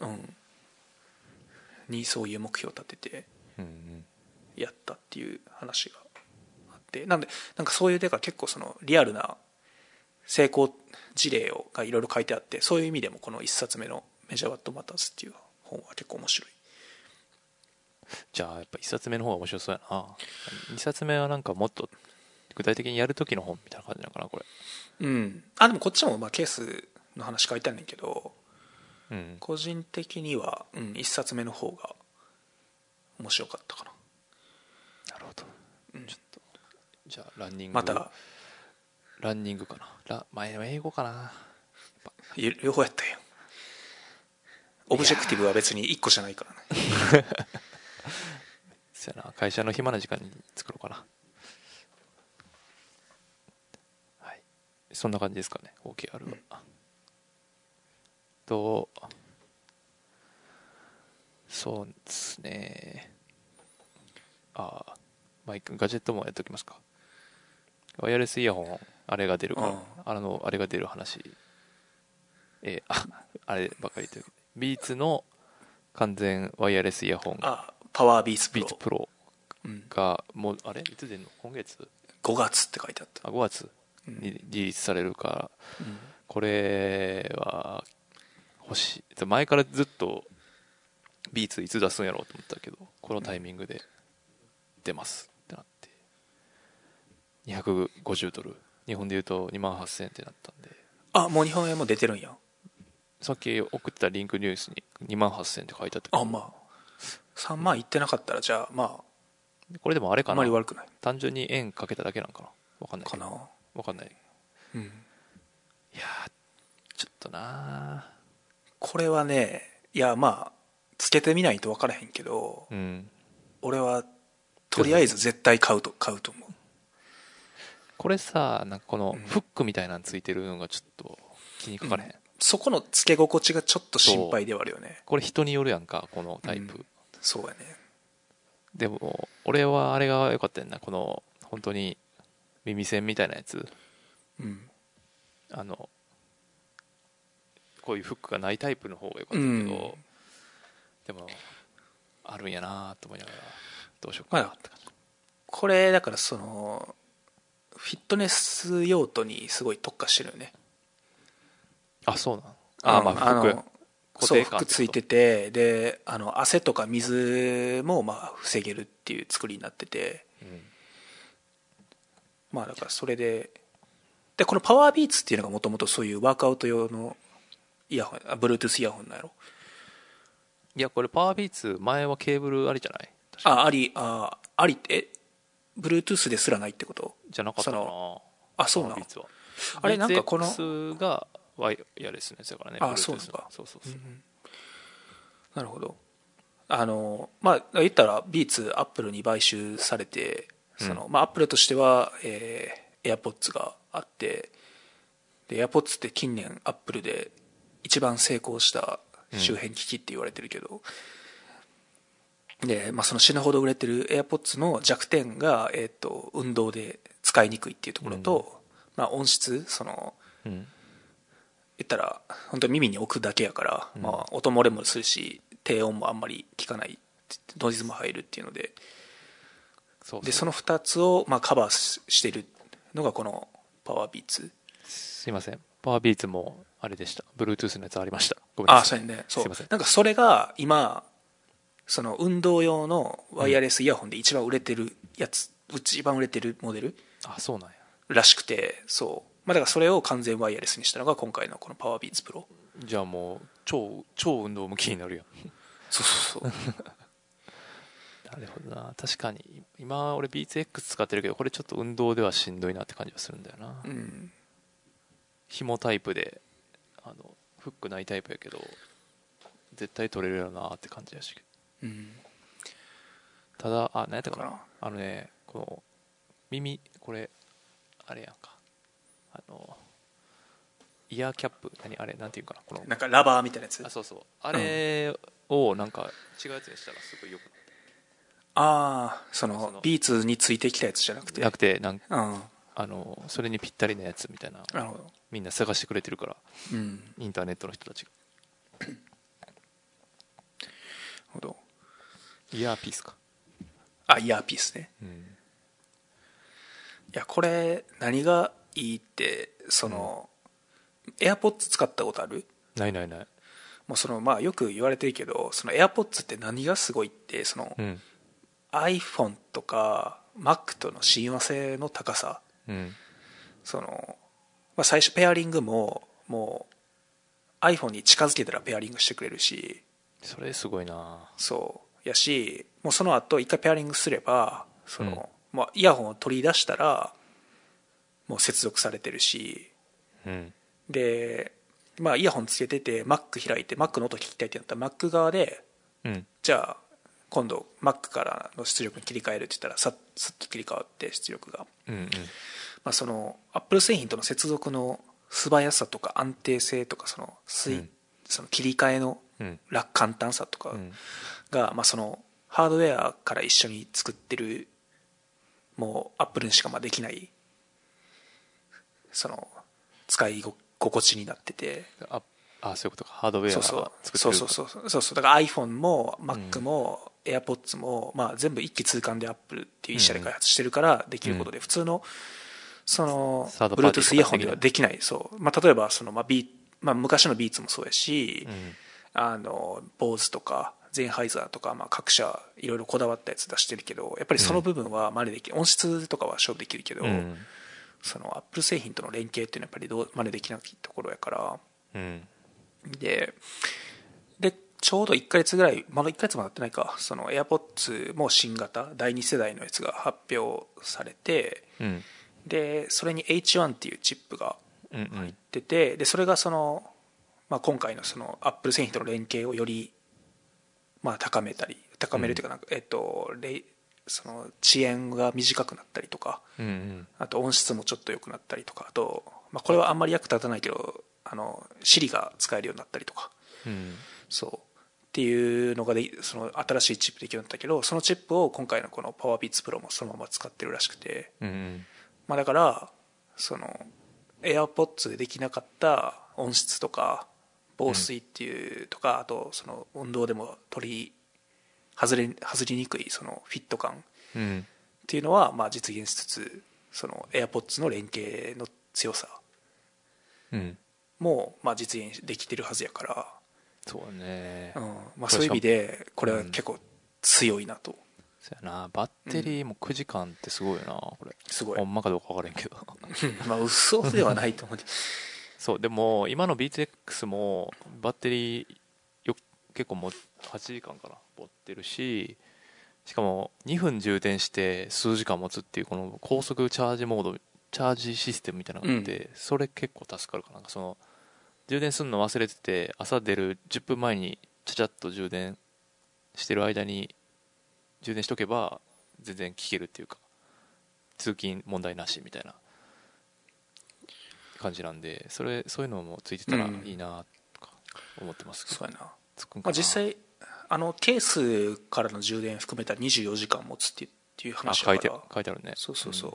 B: にそういう目標を立ててやったっていう話があって、なんかそういう結構そのリアルな成功事例がいろいろ書いてあって、そういう意味でもこの1冊目のメジャー・ワット・マターズっていう本は結構面白い。
A: じゃあやっぱ1冊目の方が面白そうやな。2冊目はなんかもっと具体的にやる時の本みたいな感じなのかな、これ。
B: でもこっちもまあケースの話書いてあるんだけど、個人的には、1冊目の方が面白かったかな。
A: なるほど、ちょっとじゃあランニングかな、前の英語かな。
B: 両方やったよ。オブジェクティブは別に1個じゃないからね。
A: そうやな、会社の暇な時間に作ろうかな。はい、そんな感じですかね、 OKR は。そうですね。マイクガジェットもやっておきますか。ワイヤレスイヤホンあれが出るから、あれが出る話、あればかりという。ビーツの完全ワイヤレスイヤホン、
B: パワービーツ
A: プロがもういつ出るの？今月
B: 5月って書いてあった。
A: 5月にリリースされるから、これは欲しい。前からずっとビーツいつ出すんやろうと思ったけど、このタイミングで出ますってなって、$250、日本でいうと28,000円ってなったんで。
B: もう日本円も出てるんや。
A: さっき送ってたリンクニュースに28,000円って書いてあったけど、
B: まあ3万いってなかったら、じゃあまあ
A: これでもあれかな、
B: あまり悪くない。
A: 単純に円かけただけなんかな、分かんない
B: かな、
A: 分かんない。いやちょっとな、
B: これはね、いやまあつけてみないと分からへんけど、俺はとりあえず絶対買うと思う。こ
A: れさ、なんかこのフックみたいなのついてるのがちょっと気にかかれへん。
B: そこの付け心地がちょっと心配ではあるよね。
A: これ人によるやんか、このタイプ、
B: そうやね。
A: でも俺はあれが良かったよな、この本当に耳栓みたいなやつ、こういうフックがないタイプの方が良かったけど、でもあるんやなと思いながらどうしようかなって感じ。
B: これだからそのフィットネス用途にすごい特化してるよね。
A: あ、そうなん。まあ服
B: そう服ついてて、で汗とか水もまあ防げるっていう作りになってて、まあだからそれでこのパワービーツっていうのがもともとそういうワークアウト用のイヤホン、Bluetooth イヤホンなんやろ。
A: いやこれパワービーツ前はケーブルありじゃない？
B: ありって Bluetooth ですらないってこと？
A: じゃなかったかな。
B: そうなの。
A: あれなんかこの BeatsX がワイヤレスのやつだからね。
B: そうなんか。
A: そう、
B: なるほど。まあ言ったらビーツアップルに買収されて、まあアップルとしては、AirPods があって、で AirPods って近年アップルで一番成功した周辺機器って言われてるけど、で、まあ、その死ぬほど売れてる AirPods の弱点が、運動で使いにくいっていうところと、まあ、音質言ったら本当に耳に置くだけやから、まあ、音漏れもするし低音もあんまり聞かない、ノイズも入るっていうので、でその2つをまあカバーしてるのがこのパワービーツ。
A: すいません、パワービーツもあれでした、 Bluetooth のやつありました。ごめんなさい。
B: そうやね。そう、なんかそれが今その運動用のワイヤレスイヤホンで一番売れてるやつ、一番売れてるモデル
A: そうなんや
B: らしくて、そう、まあ、だからそれを完全ワイヤレスにしたのが今回のこのパワービーツプロ。
A: じゃあもう超運動向きになるやん。
B: そう
A: なるほどな。確かに今俺 BeatsX 使ってるけど、これちょっと運動ではしんどいなって感じがするんだよな。紐タイプでフックないタイプやけど絶対取れるよなって感じやし、ただ何やったかな、この耳、これあれやんか、イヤーキャップ、あれなんていうかな、この
B: なんかラバーみたいなやつ。
A: そうあれをなんか違うやつにしたらすごいよくなって、
B: そのビーツについてきたやつじゃなくて
A: それにぴったりなやつみたいな、みんな探してくれてるから、インターネットの人たちが。
B: ほど。
A: イヤーピースか。
B: イヤーピースね。いやこれ何がいいって、AirPods 使ったことある？
A: ない。
B: もうまあよく言われてるけど、その AirPods って何がすごいって、iPhone とか Mac との親和性の高さ。まあ、最初ペアリングももう iPhone に近づけたらペアリングしてくれるし、
A: それすごいな。
B: そうやし、もうその後一回ペアリングすればまあ、イヤホンを取り出したらもう接続されてるし、で、まあ、イヤホンつけてて Mac 開いて Mac の音聞きたいってなったら Mac 側で、じゃあ今度 Mac からの出力に切り替えるって言ったらスッと切り替わって出力が、まあ、Apple 製品との接続の素早さとか安定性とかその切り替えの簡単さとかが、まあ、ハードウェアから一緒に作ってるもう Apple にしかまあできない使い心地になってて、
A: そういうことか、ハードウェアが作ってる。
B: そうだから iPhone も Mac も AirPods も、まあ、全部一気通貫で Apple っていう一社で開発してるからできることで、普通のBluetooth イヤホンではできない。まあ、例えばまあ、昔の Beats もそうやし、BOSE とかゼンハイザーとか、まあ、各社いろいろこだわったやつ出してるけど、やっぱりその部分は真似できる、音質とかは勝負できるけど、Apple 製品との連携っていうのはやっぱり真似できないところやから、でちょうど1ヶ月ぐらい、まだ1ヶ月も経ってないか、AirPods も新型第2世代のやつが発表されて、でそれに H1 っていうチップが入ってて、でそれがまあ、今回のApple 製品との連携をよりまあ高めるというか、遅延が短くなったりとか、あと音質もちょっと良くなったりとか、あと、まあ、これはあんまり役立たないけど Siri が使えるようになったりとか、
C: うん、
B: そうっていうのがその新しいチップできるようになったけど、そのチップを今回のこの PowerBeats Pro もそのまま使ってるらしくて、
C: うん、
B: まあ、だからその AirPods でできなかった音質とか防水っていうとか、あとその運動でも外りにくいそのフィット感っていうのはまあ実現しつつ、その AirPods の連携の強さもまあ実現できてるはずやから、
C: そうね、
B: まあ、そういう意味でこれは結構強いなと。
C: そうやな、バッテリーも9時間ってすごいよな、これ
B: すごい。
C: ほんまかどうか分からんけど
B: まあ嘘ではないと思う
C: そう、でも今の BeatsX もバッテリー結構8時間かな持ってるし、しかも2分充電して数時間持つっていうこの高速チャージモード、チャージシステムみたいなのがあって、それ結構助かるかな。その充電するの忘れてて朝出る10分前にちゃちゃっと充電してる間に充電しとけば全然聞けるっていうか、通勤問題なしみたいな感じなんで、そういうのもついてたらいいなとか思ってますけど、
B: そうやな。まあ、実際ケースからの充電含めたら24時間持つっていう話だから。
C: 書いてあるね。
B: そうそうそう、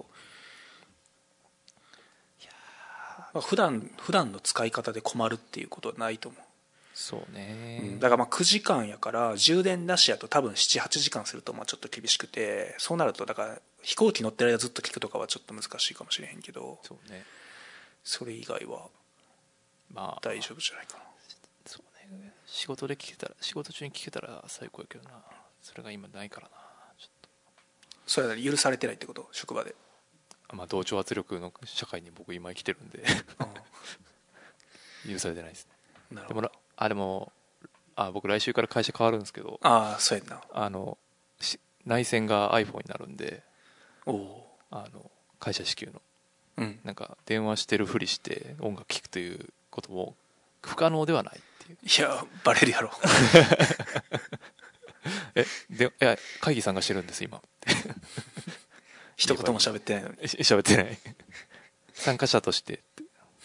B: いや、まあ、普段の使い方で困るっていうことはないと思う。
C: そうね、
B: だからまあ9時間やから充電なしやと多分 7,8 時間するとまあちょっと厳しくて、そうなるとだから飛行機乗ってる間ずっと聞くとかはちょっと難しいかもしれへんけど、
C: そうね、
B: それ以外はまあ大丈夫じゃないかな。
C: そうね、仕事中に聞けたら最高やけどな、それが今ないからな。ちょっと
B: それは許されてないってこと、職場で。
C: まあ同調圧力の社会に僕今生きてるんで許されてないですね。
B: なるほど。
C: でも僕来週から会社変わるんですけど、
B: そうやんな。
C: 内線が iPhone になるんで、
B: お
C: 会社支給の、
B: なん
C: か電話してるふりして音楽聴くということも不可能ではないっていう。
B: いやバレるやろ
C: いや会議参加してるんです今
B: 一言も喋ってないのに。
C: 喋ってない参加者としてって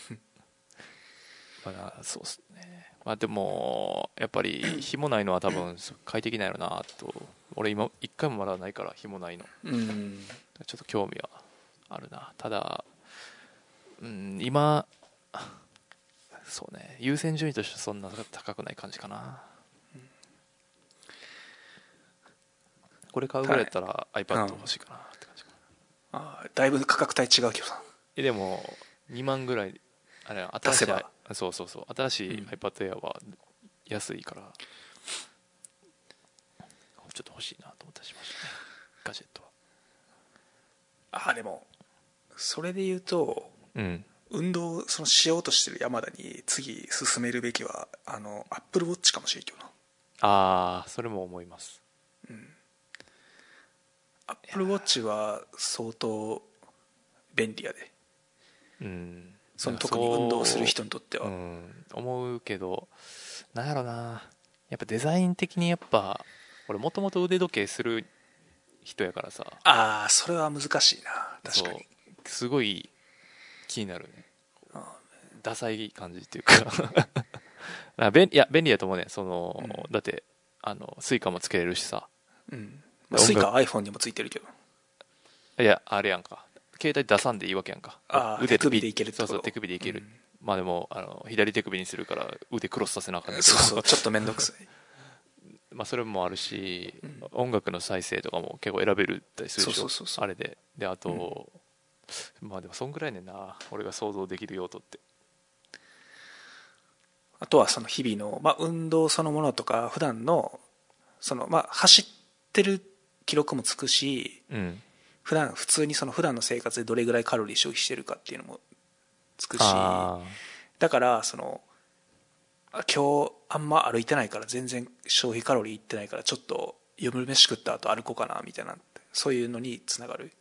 C: まあそうっすね。まあでもやっぱり紐ないのは多分快適なんやろなと。俺今一回もまだないから紐ないの、ちょっと興味はあるな。ただ今そうね、優先順位としてそんな高くない感じかな。これ買うぐらいだったら iPad 欲しいかなって感じか
B: な。だいぶ価格帯違うけどな。
C: でも2万ぐらいあれ新しい、そう新しい iPad Air は安いから、ちょっと欲しいなと思ったりしましたね、ガジェットは。
B: でもそれで言うと、運動そのしようとしてる山田に次進めるべきはApple Watch かもしれんけど
C: な。それも思います。
B: Apple Watch は相当便利やで。その特に運動する人にとっては。
C: 思うけど、なんやろな、やっぱデザイン的にやっぱ俺もともと腕時計する人やからさ。
B: それは難しいな。確かに
C: すごい気になるね。ダサい感じっていうか便利やと思うね。だってスイカもつけれるしさ。
B: スイカは iPhone にもついてるけど。
C: いやあれやんか、携帯出さんでいいわけやんか。
B: 手首でいけるってこと。
C: そう手首でいける。まあでも左手首にするから腕クロスさせなあかんねんけど、
B: そうちょっと面倒くさい
C: まあそれもあるし、音楽の再生とかも結構選べるったりするでしょ、あれで。あと、まあでもそんぐらいねんな、俺が想像できる用途って。
B: あとはその日々の、運動そのものとか普段の走ってる記録もつくし、普通に普段の生活でどれぐらいカロリー消費してるかっていうのもつくし、だから今日あんま歩いてないから全然消費カロリーいってないからちょっと夜飯食った後歩こうかなみたいな、そういうのにつながる。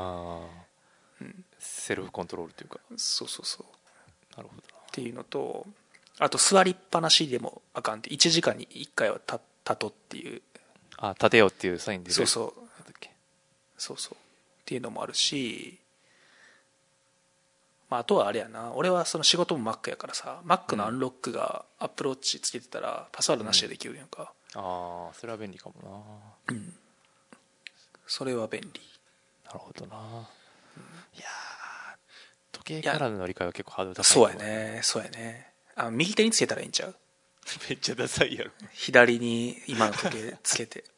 C: セルフコントロールというか。
B: そう
C: なるほど
B: っていうのと、あと座りっぱなしでもあかんって、1時間に1回は立とっていう、
C: 立てよっていうサインで
B: そうっていうのもあるし、 まあ、あとはあれやな、俺はその仕事も Mac やからさ、 Mac のアンロックが Apple Watch つけてたらパスワードなしでできるやんか、
A: ああそれは便利かもな。
B: それは便利。
A: なるほどな。いや時計からの乗り換えは結構ハードル高い。
B: そうやね、そうやね。右手につけたらいいんちゃう？
A: めっちゃダサいやろ。
B: 左に今の時計つけて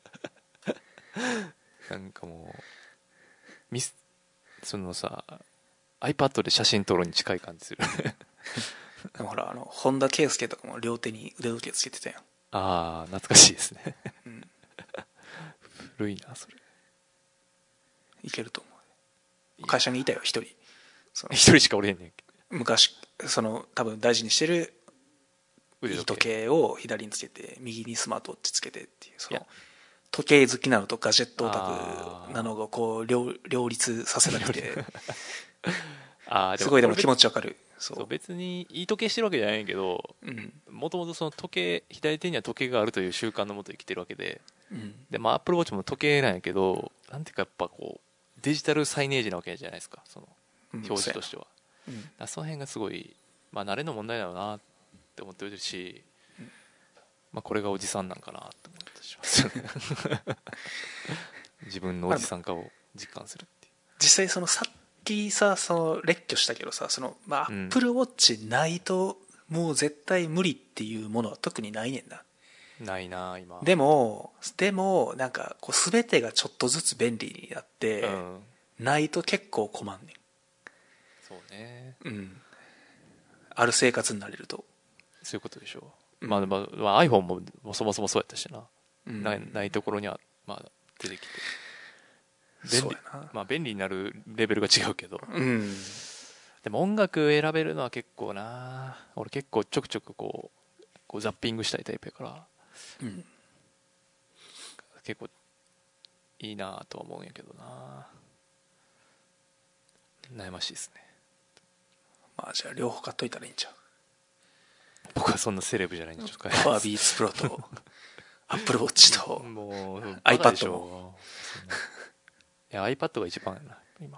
A: なんかもうそのさ iPad で写真撮るに近い感じする
B: でもほら本田圭佑とかも両手に腕時計つけてたやん。
A: ああ懐かしいですね、古いなそれ。
B: いけると思う。会社にいたよ一人。
A: 一人しかおれへんねんけど、
B: 昔多分大事にしてる
A: 腕
B: 時計を左につけて右にスマートウォッチつけてっていう、時計好きなのとガジェットオタクなのがこう両立させなくてすごいでも気持ちわかる。
A: そう別にいい時計してるわけじゃないんやけど、もともとその時計左手には時計があるという習慣のもと生きてるわけで、でまあ Apple Watch も時計なんやけど、なんていうかやっぱこうデジタルサイネージなわけじゃないですか、その表示としては、その辺がすごいまあ慣れの問題だろうなって思ってるし、まあ、これがおじさんなんかなって思ったりします自分のおじさん化を実感するっていう。
B: 実際さっきさ列挙したけどさApple Watch ないともう絶対無理っていうものは特にないねんな。
A: ないな今。
B: でもなんかこう全てがちょっとずつ便利になって、ないと結構困んねん。
A: そうね、
B: ある生活になれると
A: そういうことでしょう、まあ iPhone もそもそもそうやったしな、ないところにはまあ出てきて
B: そうやな、
A: まあ便利になるレベルが違うけど、でも音楽選べるのは結構な、俺結構ちょくちょくこうザッピングしたいタイプやから、結構いいなとは思うんやけどな。悩ましいですね。
B: まあじゃあ両方買っといたらいいんちゃう。
A: 僕はそんなセレブじゃないんでちょっと
B: パワービーツプロとアップルウォッチと
A: もう
B: iPad も
A: いや iPad が一番やな今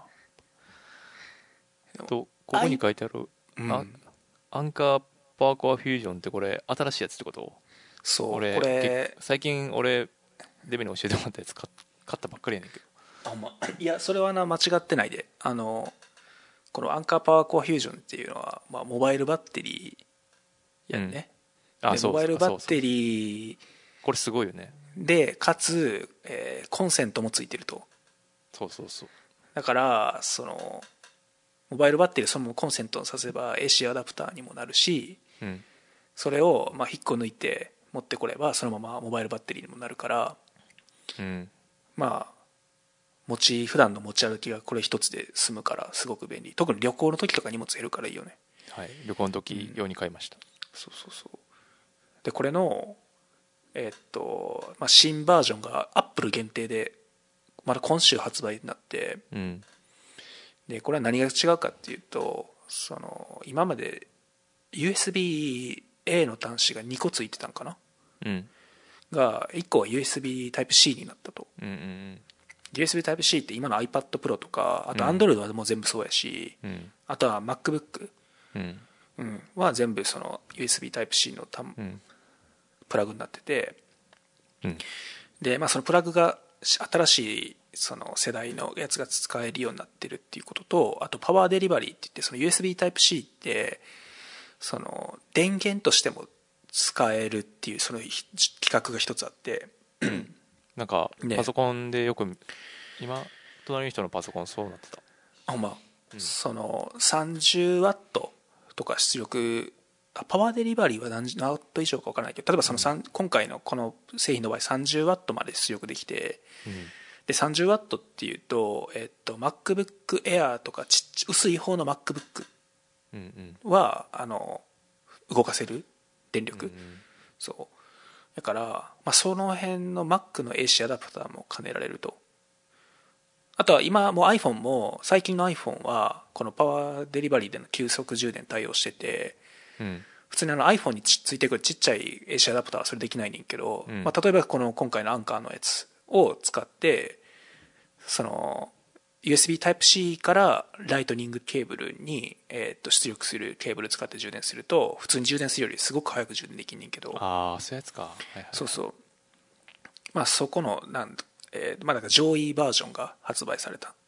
A: と。ここに書いてある、アンカーパワーコアフュージョンってこれ新しいやつってこと？
B: そう、
A: これ最近俺デビに教えてもらったやつ買ったばっかりやねんけど。
B: いやそれは間違ってないで、このアンカーパワーコアフュージョンっていうのは、まあ、モバイルバッテリーやんね、モバイルバッテリー
A: これすごいよね。
B: でかつ、コンセントもついてると。
A: そうそうそう。
B: だからモバイルバッテリーそのままコンセントにさせば AC アダプターにもなるし、それをまあ引っこ抜いて持ってこればそのままモバイルバッテリーにもなるから、まあ普段の持ち歩きがこれ一つで済むからすごく便利。特に旅行の時とか荷物減るからいいよね。
A: はい、旅行の時用に買いました。
B: そうそうそう。でこれのまあ、新バージョンがアップル限定でまだ今週発売になって、でこれは何が違うかっていうと、今まで USB-A の端子が2個ついてたんかな、が1個は USB Type-C になったと。USB Type-C って今の iPad Pro とかあと Android はもう全部そうやし、あとは MacBook、は全部その USB Type-C のプラグになってて、で、まあ、そのプラグが新しいその世代のやつが使えるようになってるっていうことと、あとパワーデリバリーって言って、その USB Type-C ってその電源としても使えるっていうその企画が一つあって
A: なんかパソコンでよく今隣の人のパソコンそうなってた。
B: ほんま、その30ワットとか出力、パワーデリバリーは何ワット以上か分からないけど、例えば今回のこの製品の場合30ワットまで出力できて、で30ワットっていうと、MacBook Air とか薄い方の MacBook は、動かせる電力、そうだから、まあ、その辺の Mac の AC アダプターも兼ねられると。あとは今もう iPhone も最近の iPhone はこのパワーデリバリーでの急速充電対応してて、普通にiPhone についてくるちっちゃい AC アダプターはそれできないねんけど、まあ、例えば今回のアンカーのやつを使ってその USB Type-C からライトニングケーブルに、出力するケーブル使って充電すると普通に充電するよりすごく早く充電できんねんけど、
A: ああそういうやつか、はいはい、
B: そうそう、まあそこのまあなんか上位バージョンが発売された。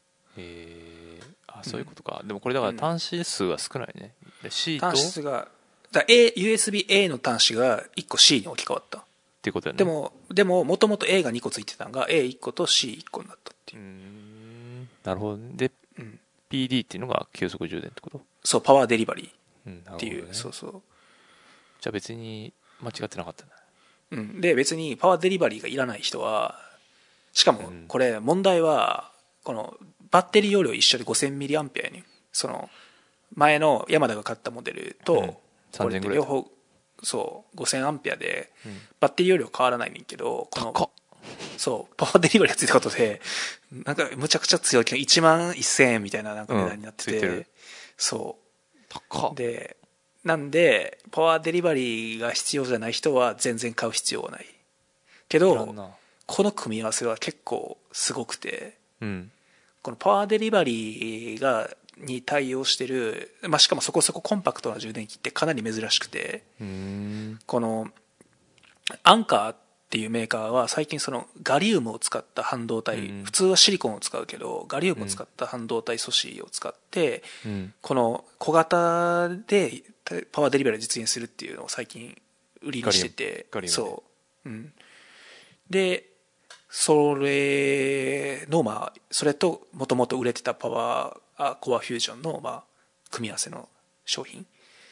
A: あそういうことか、でもこれだから端子数は少ないね、で C と
B: 端子がUSB-A の端子が1個 C に置き換わった
A: っていうことだよね。
B: でももともと A が2個ついてたのが A1 個と C1 個になったっていう。
A: なるほど、ね、で、PD っていうのが急速充電ってこと？
B: そう、パワーデリバリーっていう、
A: ね、
B: そうそう。
A: じゃあ別に間違ってなかった
B: ね。で別にパワーデリバリーがいらない人は、しかもこれ問題はこのバッテリー容量一緒で 5000mAh やねん。その前の山田が買ったモデルとこれって両方そう 5000A でバッテリー容量変わらないねんけど、このそうパワーデリバリーがついたことでなんかむちゃくちゃ強い11000円みたいななんか値段になってて、そう高で、なんでパワーデリバリーが必要じゃない人は全然買う必要はないけど、この組み合わせは結構すごくて、このパワーデリバリーに対応してる、まあ、しかもそこそこコンパクトな充電器ってかなり珍しくて、このアンカーっていうメーカーは最近そのガリウムを使った半導体、普通はシリコンを使うけどガリウムを使った半導体素子を使って、この小型でパワーデリバリーを実現するっていうのを最近売りにしてて、そう、でそれのまあそれともともと売れてたパワーコアフュージョンのまあ組み合わせの商品、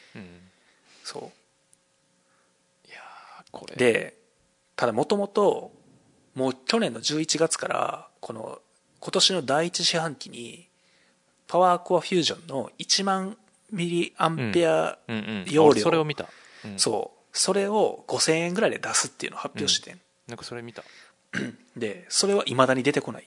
B: そういやこれで、ただもともともう去年の11月からこの今年の第一四半期にパワーコアフュージョンの1万ミリアンペア容量、
A: それを見た、
B: そうそれを5000円ぐらいで出すっていうのを発表してん、
A: なんかそれ見た
B: でそれはいまだに出てこない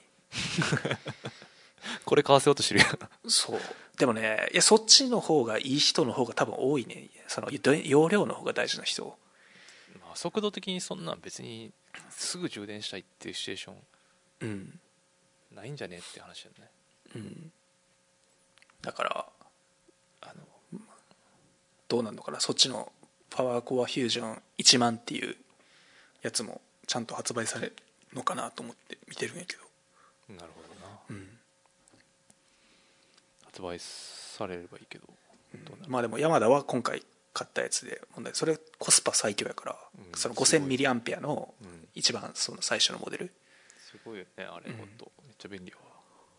A: これ買わせようとしてるや
B: んそうでもね、いやそっちの方がいい人の方が多分多いね。その容量の方が大事な人、
A: まあ、速度的にそんなん別にすぐ充電したいっていうシチュエーション、ないんじゃねって話だよね、
B: だからどうなんのかな、そっちのパワーコアフュージョン1万っていうやつもちゃんと発売されるのかなと思って見てるんやけど。
A: なるほどな、発売されればいいけど、
B: まあでもヤマダは今回買ったやつで問題、それコスパ最強やから、その 5000mAh の一番その最初のモデル、
A: すごいよねあれ、ほんとめっちゃ便利やわ。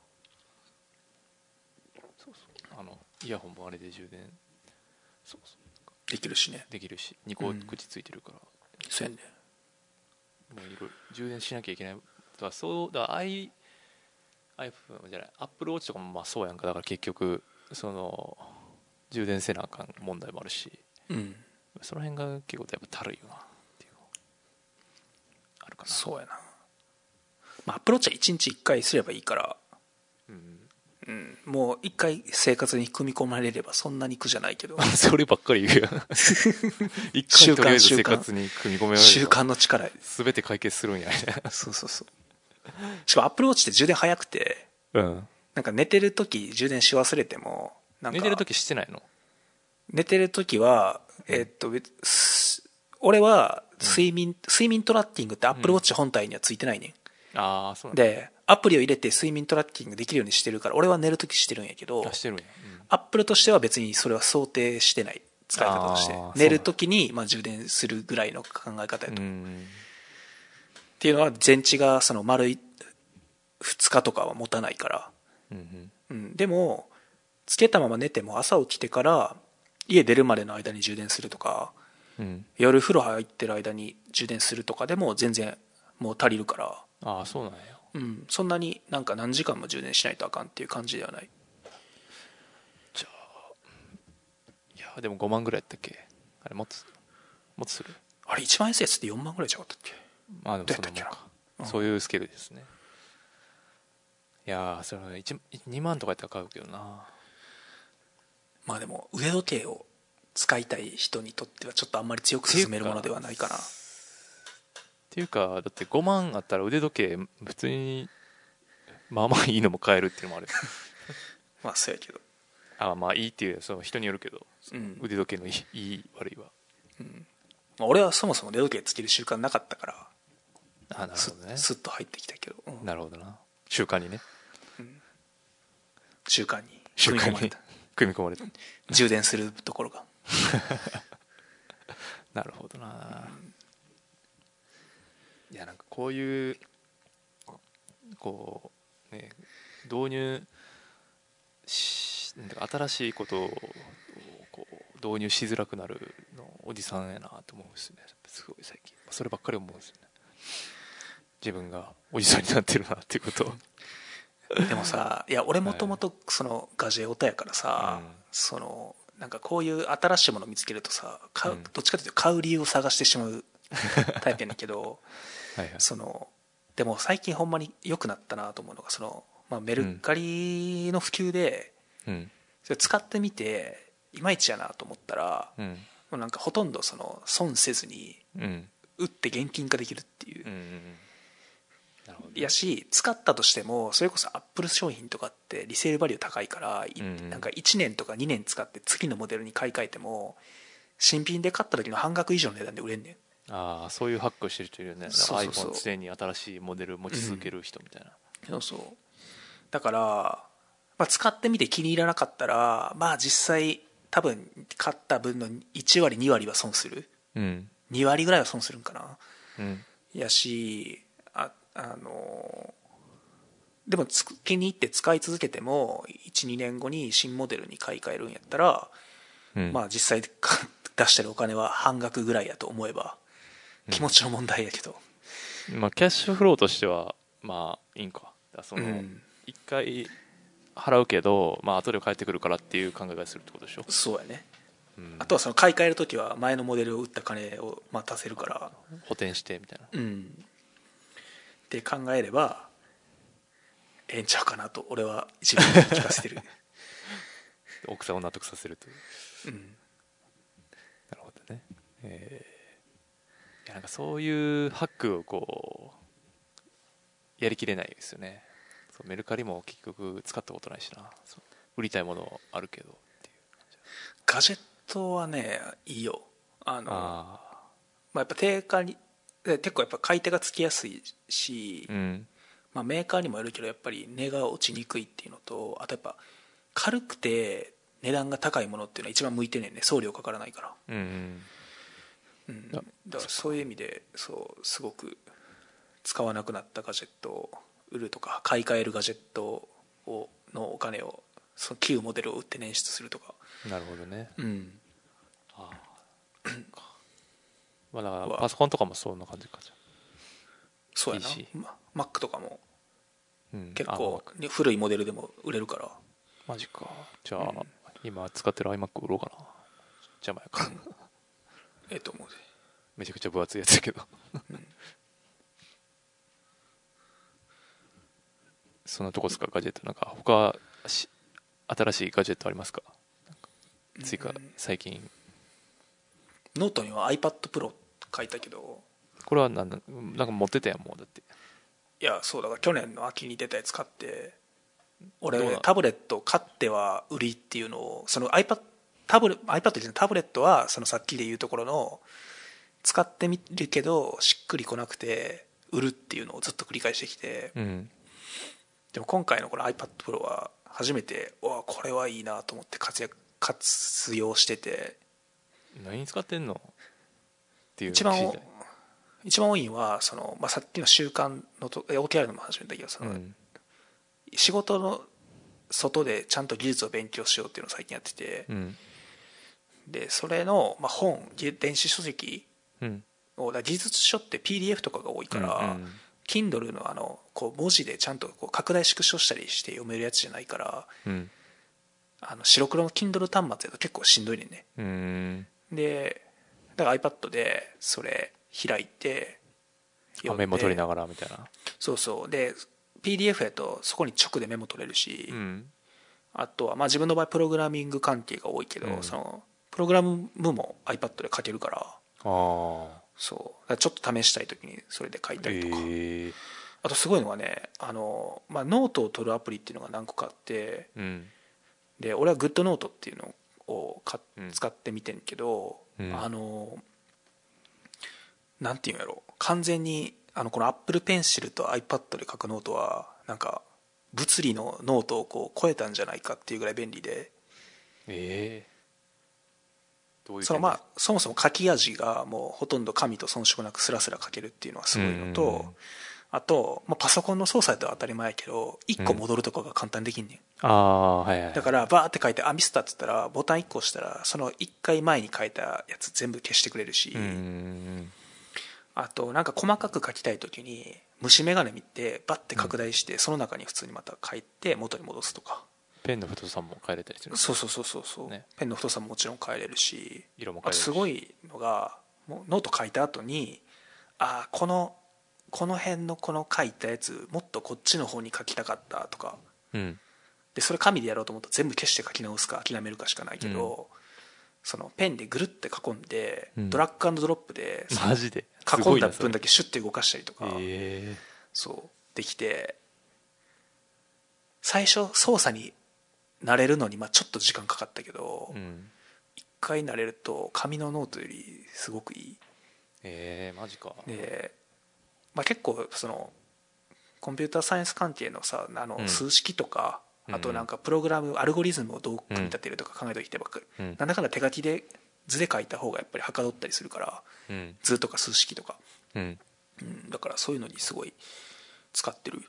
A: そうそうイヤホンもあれで充電
B: できるしね、
A: できるし2個口ついてるから、
B: そうやね、
A: もういろいろ充電しなきゃいけない。だからそうだ iPhone じゃない Apple Watch とかもまあそうやんか。だから結局その充電せなあかん問題もあるし、その辺が結構やっぱたるいよなっていうのあるかな。
B: そうやな、まあ Apple Watch は1日1回すればいいから、もう1回生活に組み込まれればそんなに苦じゃないけど
A: そればっかり言うやん一回とりあえず生活に組み込められる
B: 習慣の力
A: 全て解決するんやね
B: そうそうそう、しかも Apple Watch って充電早くて、なんか寝てる時充電し忘れてもなんか
A: 寝てる時してないの？
B: 寝てる時は俺は睡眠トラッキングって Apple Watch 本体にはついてないねん、
A: そうなん
B: でアプリを入れて睡眠トラッキングできるようにしてるから俺は寝るときしてるんやけど、
A: してるんや、
B: アップルとしては別にそれは想定してない使い方として、寝るときにまあ充電するぐらいの考え方やと、っていうのは電池がその丸2日とかは持たないから、でもつけたまま寝ても朝起きてから家出るまでの間に充電するとか、夜風呂入ってる間に充電するとかでも全然もう足りるから、
A: そうなんや、
B: そんなになんか何時間も充電しないとあかんっていう感じではない。
A: じゃあいやでも5万ぐらいやったっけあれ、もっとする
B: あれ一番安いやつって4万ぐらいちゃうかったっけ。
A: でもそのもんか、そういうスケールですね。いやそれは2万とかやったら買うけどな。
B: まあでも腕時計を使いたい人にとってはちょっとあんまり強く勧めるものではないかな。
A: っていうかだって5万あったら腕時計普通にまあまあいいのも買えるっていうのもある
B: まあそうやけど、
A: まあいいっていうその人によるけど、腕時計のいい悪いは、
B: まあ、俺はそもそも腕時計つける習慣なかったから、
A: なるほどね、
B: スッと入ってきたけど、
A: なるほどな、習慣にね、
B: 習慣に
A: 組み込まれた
B: 充電するところが
A: なるほどな、いやなんかこういうこうね導入新しいことをこう導入しづらくなるのおじさんやなと思うんですよね、すごい最近そればっかり思うんですよね、自分がおじさんになってるなっていうことを
B: でもさ、いや俺もともとそのガジェオタやからさ、そのなんかこういう新しいものを見つけるとさ、どっちかというと買う理由を探してしまうタイプやねんけどはい、そのでも最近ほんまに良くなったなと思うのが、その、まあ、メルカリの普及で、それ使ってみていまいちやなと思ったら、もうなんかほとんどその損せずに売って現金化できるっていう、なるほどね、やし使ったとしてもそれこそアップル商品とかってリセールバリュー高いから、なんか1年とか2年使って次のモデルに買い替えても新品で買った時の半額以上の値段で売れんねん。
A: そういうハックしてる人いるよね。iPhone 常に新しいモデル持ち続ける人みたいな、
B: そうそうだから、まあ、使ってみて気に入らなかったら、まあ実際多分買った分の1割2割は損する、2割ぐらいは損するんかな、やしでも気に入って使い続けても 1,2 年後に新モデルに買い替えるんやったら、まあ実際出してるお金は半額ぐらいやと思えば気持ちの問題やけど、
A: まあキャッシュフローとしてはまあいいんか、その一回払うけどまあ後で返ってくるからっていう考えがするってことでしょ。
B: そうやね、あとはその買い替える時は前のモデルを売った金をまあ足せるから
A: 補填してみたいな、
B: って考えればええんちゃうかなと俺は一部に聞かせてる
A: 奥さんを納得させるという、なるほどね、いやなんかそういうハックをこうやりきれないですよね。そうメルカリも結局使ったことないしな、売りたいものあるけどっていう
B: ガジェットはねいいよ。まあ、やっぱ定価に結構やっぱ買い手がつきやすいし、まあ、メーカーにもよるけどやっぱり値が落ちにくいっていうのと、あとやっぱ軽くて値段が高いものっていうのは一番向いてんねんね、送料かからないから、だからそういう意味でそうすごく使わなくなったガジェットを売るとか買い替えるガジェットのお金をその旧モデルを売って捻出するとか。
A: なるほどね。まあだからパソコンとかもそんな感じかじゃ。
B: そうやな、Mac とかも結構古いモデルでも売れるから。
A: マジか。じゃあ、今使ってる iMac 売ろうかな。邪魔やから
B: と思うで。
A: めちゃくちゃ分厚いやつだけどそんなとこですかガジェット。なんか他新しいガジェットありますか？追加最近。
B: ノートには iPad Pro 書いたけど、
A: これはなんか持ってたやんもう。だって
B: いやそうだから去年の秋に出たやつ買って、俺タブレット買っては売りっていうのを、その iPad じゃない、タブレットはそのさっきで言うところの使ってみるけどしっくりこなくて売るっていうのをずっと繰り返してきて、でも今回のこの iPad Pro は初めてこれはいいなと思って活用してて。
A: 何に使ってんのっていう
B: 一番多いのはその、さっきの習慣のOKR のも始めたけど、その、仕事の外でちゃんと技術を勉強しようっていうのを最近やってて、でそれの、本電子書籍を、技術書って PDF とかが多いから、Kindle のこう文字でちゃんとこう拡大縮小したりして読めるやつじゃないから、白黒の Kindle 端末やと結構しんどいねんね。でだから iPad でそれ開いて
A: メモ取りながらみたいな。そう
B: そうで PDF やとそこに直でメモ取れるし、あとは自分の場合プログラミング関係が多いけど、そのプログラムも iPad で書けるから、そうちょっと試したい時にそれで書いたりとか、 あとすごいのがねノートを取るアプリっていうのが何個かあって、うん、で俺はグッドノートっていうのを使ってみてんけど、うん、なんていうんやろ、完全にこの Apple Pencil と iPad で書くノートはなんか物理のノートをこう超えたんじゃないかっていうぐらい便利で、どういうそもそも書き味がもうほとんど紙と遜色なくスラスラ書けるっていうのはすごいのと、あと、パソコンの操作だと当たり前やけど1個戻るとかが簡単にできんねん、はいはい、だからバーって書いてミスったっつったらボタン1個押したらその1回前に書いたやつ全部消してくれるし、あとなんか細かく書きたい時に虫眼鏡見てバッて拡大してその中に普通にまた書いて元に戻すとか、
A: ペンの太さも変えれたりする。
B: そう、ね、ペンの太さももちろん変えれるし、
A: 色も変えれるし、
B: すごいのがもうノート書いた後にこの辺のこの書いたやつもっとこっちの方に書きたかったとか、うん、でそれ紙でやろうと思ったら全部消して書き直すか諦めるかしかないけど、そのペンでぐるって囲んで、ドラッグ&ドロップで
A: マジで
B: 囲んだ分だけシュッて動かしたりとか、そうできて、最初操作に慣れるのにちょっと時間かかったけど、一回慣れると紙のノートよりすごくいい。
A: マジか。
B: で、結構そのコンピューターサイエンス関係のさ数式とか、あとなんかプログラムアルゴリズムをどう組み立てるとか考えておいてばっかり、なんだかんだ手書きで図で書いた方がやっぱりはかどったりするから、図とか数式とか、だからそういうのにすごい使ってる。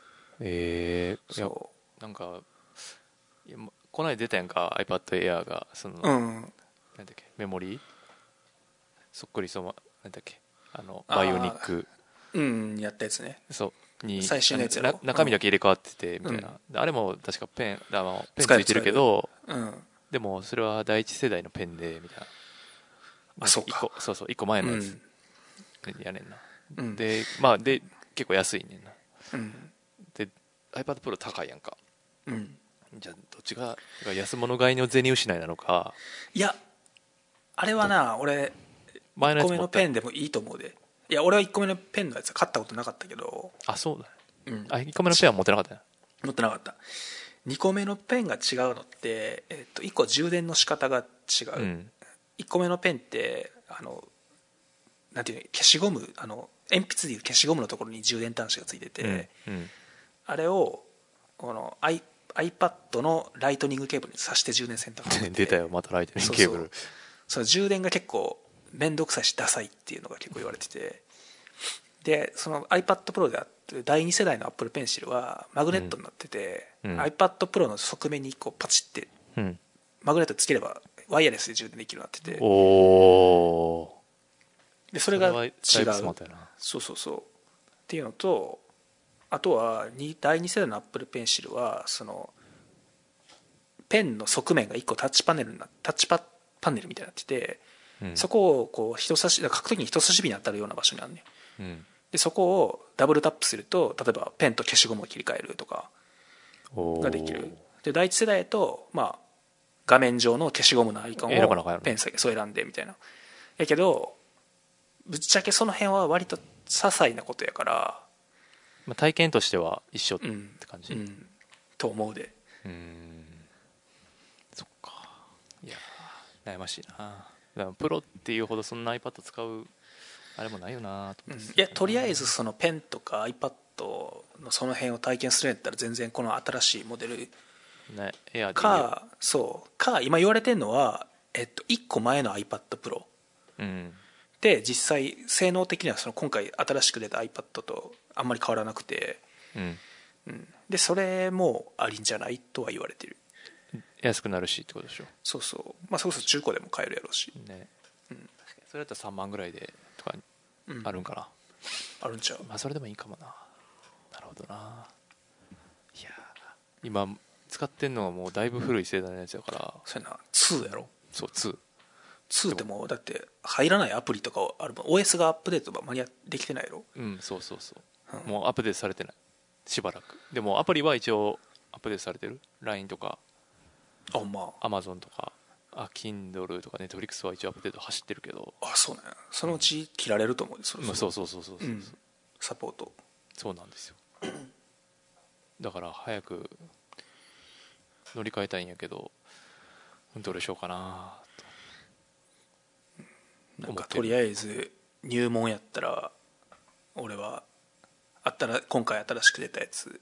A: そうなんかこの間出たやんか iPad Air がその、なんだっけメモリーそっくりなんだっけバイオニック
B: やったやつね。
A: そうに
B: 最新のやつやろ。
A: 中身だけ入れ替わっててみたいな、あれも確かペンついてるけど、でもそれは第一世代のペンでみたいな。
B: そうか。
A: そう1個前のやつやねんな、でで結構安いねんな、で iPad Pro 高いやんか、じゃあどっちが安物買いの銭失いなのか。
B: いやあれはな、俺1個目のペンでもいいと思うで。いや俺は1個目のペンのやつ買ったことなかったけど。
A: そうだね、1個目のペンは持ってなかったね。
B: 持ってなかった。2個目のペンが違うのって、1個充電の仕方が違う、1個目のペンってなんていうの、消しゴム鉛筆でいう消しゴムのところに充電端子がついてて、あれをこのiPad のライトニングケーブルに挿して充電センター
A: 出たよまたライトニングケーブル。
B: その充電が結構面倒くさいしダサいっていうのが結構言われてて、でその iPad Pro であって第2世代の Apple Pencil はマグネットになってて、iPad Pro の側面にこうパチって、マグネットつければワイヤレスで充電できるようになってて、でそれが違う。そうっていうのと、あとは第2世代の Apple Pencil はそのペンの側面が1個タッチパネルみたいになってて、そこをこう書くときに人差し指に当たるような場所にあるね、でそこをダブルタップすると例えばペンと消しゴムを切り替えるとかができる。で第一世代だと画面上の消しゴムのアイコンをペン先そう選んでみたいなやけど、ぶっちゃけその辺は割と些細なことやから、
A: 体験としては一緒って感じ、
B: と思うで。
A: そっか。いや悩ましいな。だからプロっていうほどそんな iPad 使うあれもないよなと思って、
B: いやとりあえずそのペンとか iPad のその辺を体験するんやったら全然この新しいモデルか、今言われてるのは、1個前の iPad Pro、で実際性能的にはその今回新しく出た iPad とあんまり変わらなくて、でそれもありんじゃないとは言われてる。
A: 安くなるしってことでしょ。
B: それこそ中古でも買えるやろうし、
A: それだったら3万ぐらいでとかあるんかな、
B: あるんちゃう。
A: それでもいいかもな。なるほどな。いや今使ってんのはもうだいぶ古い世代のやつやから。
B: そうやな、2やろ。
A: そう
B: 2ってもうだって入らないアプリとかあるもん。 OS がアップデート間に合できてないやろ。
A: そう、もうアップデートされてないしばらく。でもアプリは一応アップデートされてる。 LINE とかAmazon とかKindle とか Netflix は一応アップデート走ってるけど。
B: そうね。そのうち切られると思うで。そう、
A: サポートそうなんですよ。だから早く乗り換えたいんやけど、どれしようかな
B: と。なんかとりあえず入門やったら、俺は今回新しく出たやつ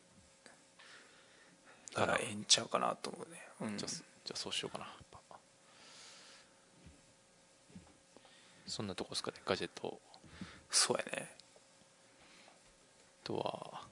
B: がええんちゃうかなと思うね。うん、
A: じゃあそうしようかな。そんなとこですかね、ガジェット。
B: そうやね。
A: あとは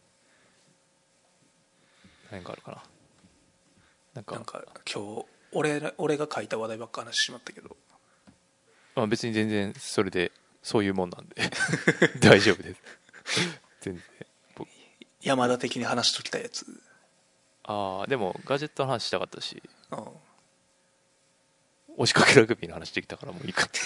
A: 何かあるかな。なんか
B: 今日俺が書いた話題ばっか話ししまったけど、
A: 別に全然それでそういうもんなんで大丈夫です。全然。
B: 山田的に話しときたいやつ。
A: でもガジェットの話したかったし、
B: うん、
A: 押しかけラグビーの話できたからもういいかって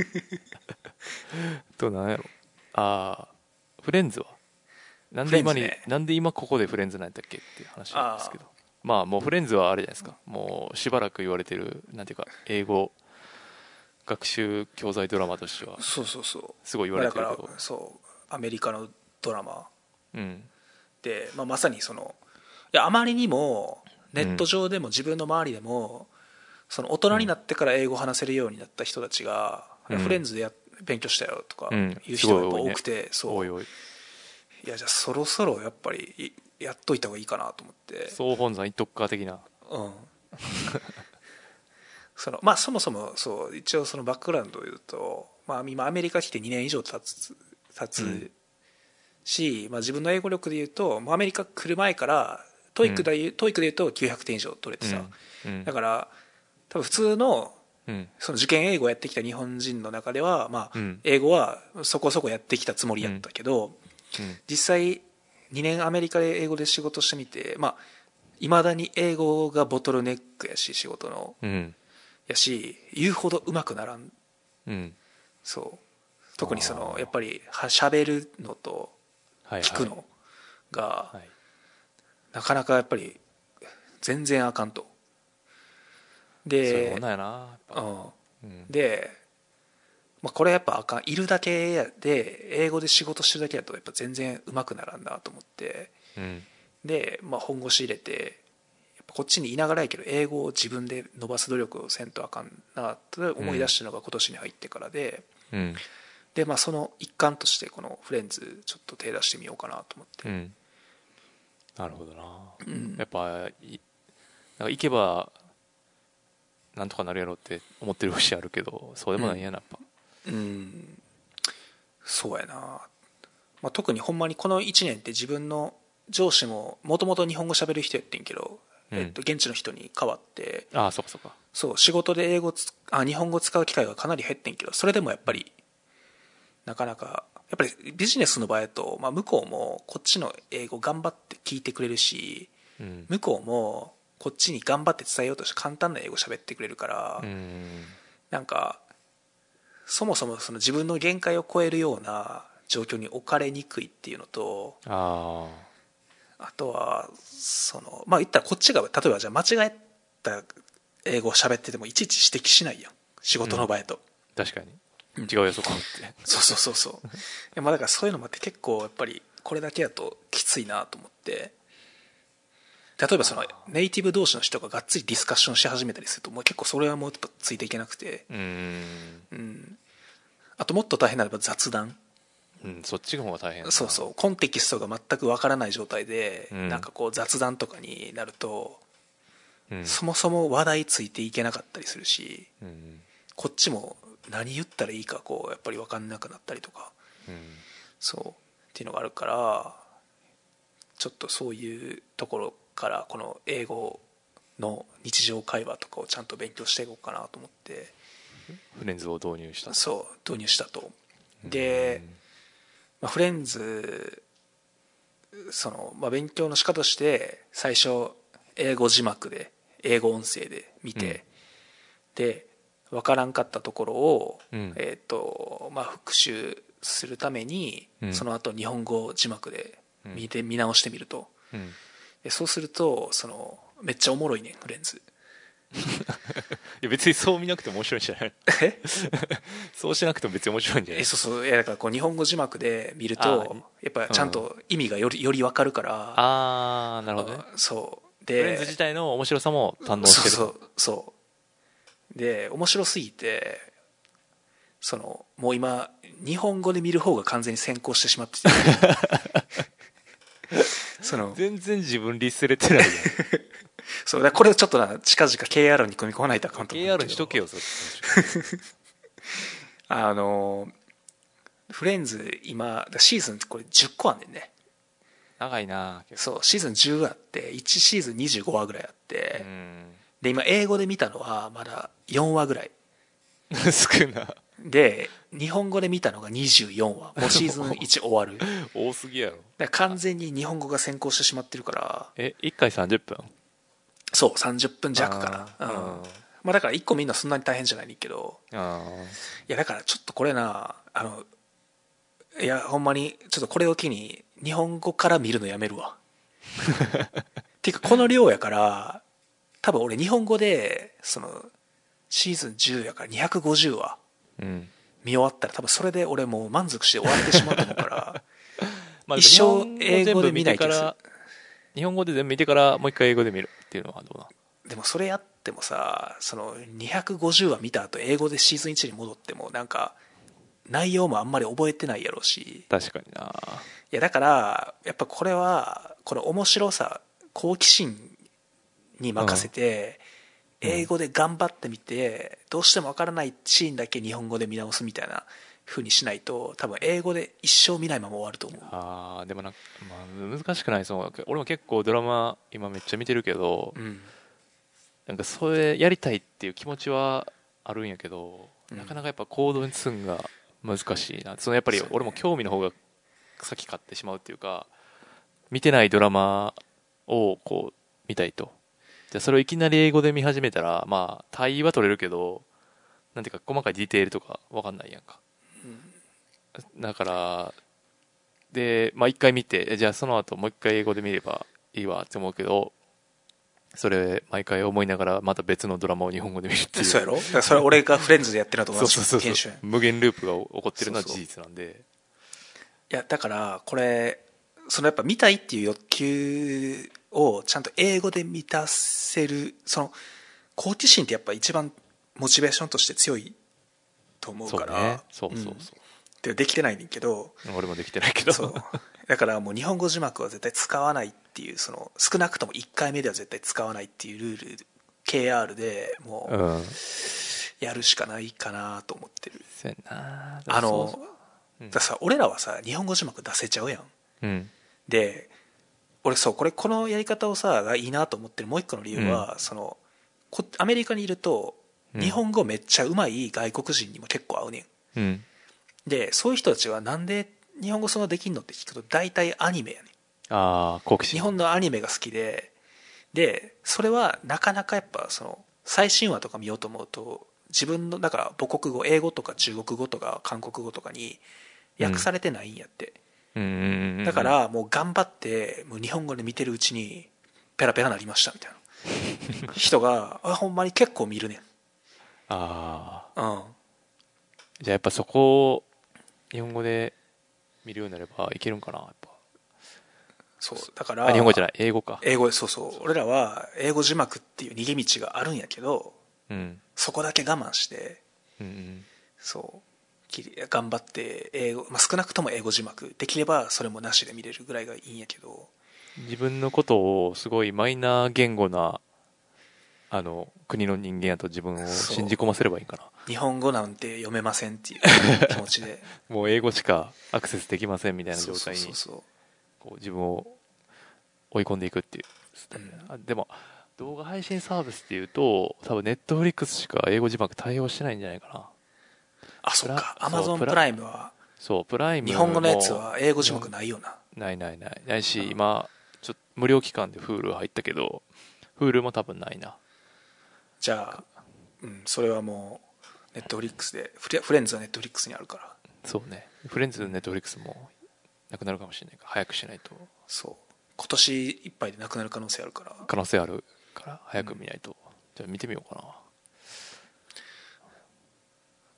A: と何やろ。フレンズはなんで今ここでフレンズなんだっけっていう話なんですけど、まあもうフレンズはあれじゃないですか、もうしばらく言われてるなんていうか英語学習教材ドラマとしては
B: そう
A: すごい言われてるけど、
B: だからそうアメリカのドラマ、
A: うん、
B: で、まさにいやあまりにもネット上でも自分の周りでも、その大人になってから英語を話せるようになった人たちが、フレンズで勉強したよとかいう人がやっぱ多くて、そういやじゃあそろそろやっぱりやっといた方がいいかなと思って。
A: 総本山一徳家的な、
B: そもそもそう一応そのバックグラウンドを言うと、今アメリカ来て2年以上経つし、自分の英語力で言うとアメリカ来る前からトイックで言うと900点以上取れてさ、だから多分普通のその受験英語をやってきた日本人の中では、英語はそこそこやってきたつもりやったけど、実際2年アメリカで英語で仕事してみて、いまだに英語がボトルネックやし仕事の、やし言うほど上手くならん、そう特にやっぱり喋るのと聞くのが、なかなかやっぱり全然あかんと。で
A: そういうもんなんやなやっぱ、
B: で、これやっぱあかん、いるだけで英語で仕事してるだけだとやっぱ全然上手くならんなと思って、で、本腰入れてやっぱこっちにいながらやけど英語を自分で伸ばす努力をせんとあかんなと思い出したのが今年に入ってからで、でその一環としてこのフレンズちょっと手出してみようかなと思って、
A: なるほどな、やっぱなんか行けばなんとかなるやろって思ってる節あるけど、そうでもないんやなやっぱ。
B: そうやな、特にほんまにこの1年って自分の上司ももともと日本語喋る人やってんけど、現地の人に変わって、そう仕事で日本語使う機会がかなり減ってんけど、それでもやっぱりなかなかやっぱりビジネスの場合だと、向こうもこっちの英語頑張って聞いてくれるし、向こうもこっちに頑張って伝えようとして簡単な英語喋ってくれるから、なんかそもそも自分の限界を超えるような状況に置かれにくいっていうのと、あとは言ったらこっちが例えばじゃあ間違えた英語を喋っててもいちいち指摘しないやん、仕事の場合と。
A: 確かに違うよそこって
B: そうだからそういうのもあって結構やっぱりこれだけだときついなと思って、例えばネイティブ同士の人ががっつりディスカッションし始めたりするともう結構それはもうついていけなくて、あともっと大変なのは雑談、
A: そっちの方が大変だな。
B: そうコンテキストが全くわからない状態で、なんかこう雑談とかになると、そもそも話題ついていけなかったりするし、こっちも何言ったらいいかこうやっぱり分かんなくなったりとか、そうっていうのがあるから、ちょっとそういうところからこの英語の日常会話とかをちゃんと勉強していこうかなと思って
A: フレンズを導入した
B: と。で、フレンズ勉強の仕方として最初英語字幕で英語音声で見て、で分からんかったところを、復習するために、その後日本語字幕で見直してみると、そうするとめっちゃおもろいねんフレンズ
A: や別にそう見なくても面白いんじゃないそうしなくても別に面白いんじゃない？
B: そうそう。いやだからこう日本語字幕で見るとやっぱちゃんと意味がより分かるから。
A: ああなるほどね。
B: そう
A: でフレンズ自体の面白さも堪能してる。
B: そうで面白すぎてもう今日本語で見る方が完全に先行してしまってて
A: 全然自分律せれてないやん
B: そうだこれをちょっと近々 KR に組み込まないとあかんと思う。
A: KR にしとけよそれ
B: フレンズ今シーズンこれ10個あんねんね。
A: 長いな。
B: そうシーズン10あって1シーズン25話ぐらいあって、で今英語で見たのはまだ4話ぐらい
A: 少な
B: で日本語で見たのが24話。もうシーズン1終わる
A: 多すぎやろ。
B: だから完全に日本語が先行してしまってるから。
A: 1回30分？
B: そう30分弱かな。まあだから1個みんなそんなに大変じゃないけど。いやだからちょっとこれいやほんまにちょっとこれを機に日本語から見るのやめるわっていうかこの量やから多分俺日本語でシーズン10やから250話見終わったら多分それで俺もう満足して終わってしまうと思うからまあ一生英語で見ないけど
A: 日本語で全部見てからもう一回英語で見るっていうのはどうな。
B: でもそれやってもさ250話見た後英語でシーズン1に戻ってもなんか内容もあんまり覚えてないやろうし。
A: 確かにな。
B: いやだからやっぱこれはこの面白さ好奇心に任せて、英語で頑張ってみてどうしてもわからないシーンだけ日本語で見直すみたいな風にしないと多分英語で一生見ないまま終わると思う。
A: でも難しくない？俺も結構ドラマ今めっちゃ見てるけど、なんかそれやりたいっていう気持ちはあるんやけど、なかなかやっぱ行動に移すんが難しいな。やっぱり俺も興味の方が先買ってしまうっていうか、見てないドラマをこう見たいと。じゃあそれをいきなり英語で見始めたらまあ単位は取れるけどなんていうか細かいディテールとか分かんないやんか、だからで一回見てじゃあその後もう一回英語で見ればいいわって思うけど、それ毎回思いながらまた別のドラマを日本語で見るっていう。
B: そうやろ。だからそれ俺がフレンズでやってるのと同じ研修や。
A: 無限ループが起こってるのは事実なんで。
B: いやだからこれやっぱ見たいっていう欲求をちゃんと英語で満たせる好奇心ってやっぱ一番モチベーションとして強いと思うから。
A: そう
B: できてないねんけど。
A: 俺もできてないけど。
B: そうだからもう日本語字幕は絶対使わないっていう少なくとも1回目では絶対使わないっていうルール KR でもうやるしかないかなと思ってる。
A: そうやな。
B: ださ俺らはさ日本語字幕出せちゃうやん、で俺このやり方をさがいいなと思ってるもう一個の理由は、アメリカにいると日本語めっちゃ上手い外国人にも結構合うねん、でそういう人たちはなんで日本語そんなできんのって聞くと大体アニメやねん。
A: 好奇心。
B: 日本のアニメが好きでそれはなかなかやっぱ最新話とか見ようと思うと自分のだから母国語英語とか中国語とか韓国語とかに訳されてないんやって、だからもう頑張ってもう日本語で見てるうちにペラペラなりましたみたいな人がほんまに結構見るねん。
A: じゃあやっぱそこを日本語で見るようになればいけるんかな。やっぱ
B: そうだから
A: 日本語じゃない英語か。
B: 英語でそう俺らは英語字幕っていう逃げ道があるんやけど、そこだけ我慢して、頑張って英語、少なくとも英語字幕できればそれもなしで見れるぐらいがいいんやけど、
A: 自分のことをすごいマイナー言語な国の人間やと自分を信じ込ませればいいかな。
B: 日本語なんて読めませんっていう気持ちで
A: もう英語しかアクセスできませんみたいな状態に自分を追い込んでいくっていう、でも動画配信サービスっていうと多分ネットフリックスしか英語字幕対応してないんじゃないかな。
B: そっか。アマゾンプライムは
A: プライム
B: 日本語のやつは英語字幕ないよな。
A: ないし、今ちょっと無料期間で Hulu 入ったけど Hulu も多分ないな。
B: じゃあそれはもうネットフリックスでフレンズはネットフリックスにあるから。
A: そうね。フレンズネットフリックスもなくなるかもしれないから早くしないと。
B: 今年いっぱいでなくなる可能性あるから
A: 早く見ないと。じゃあ見てみようかな。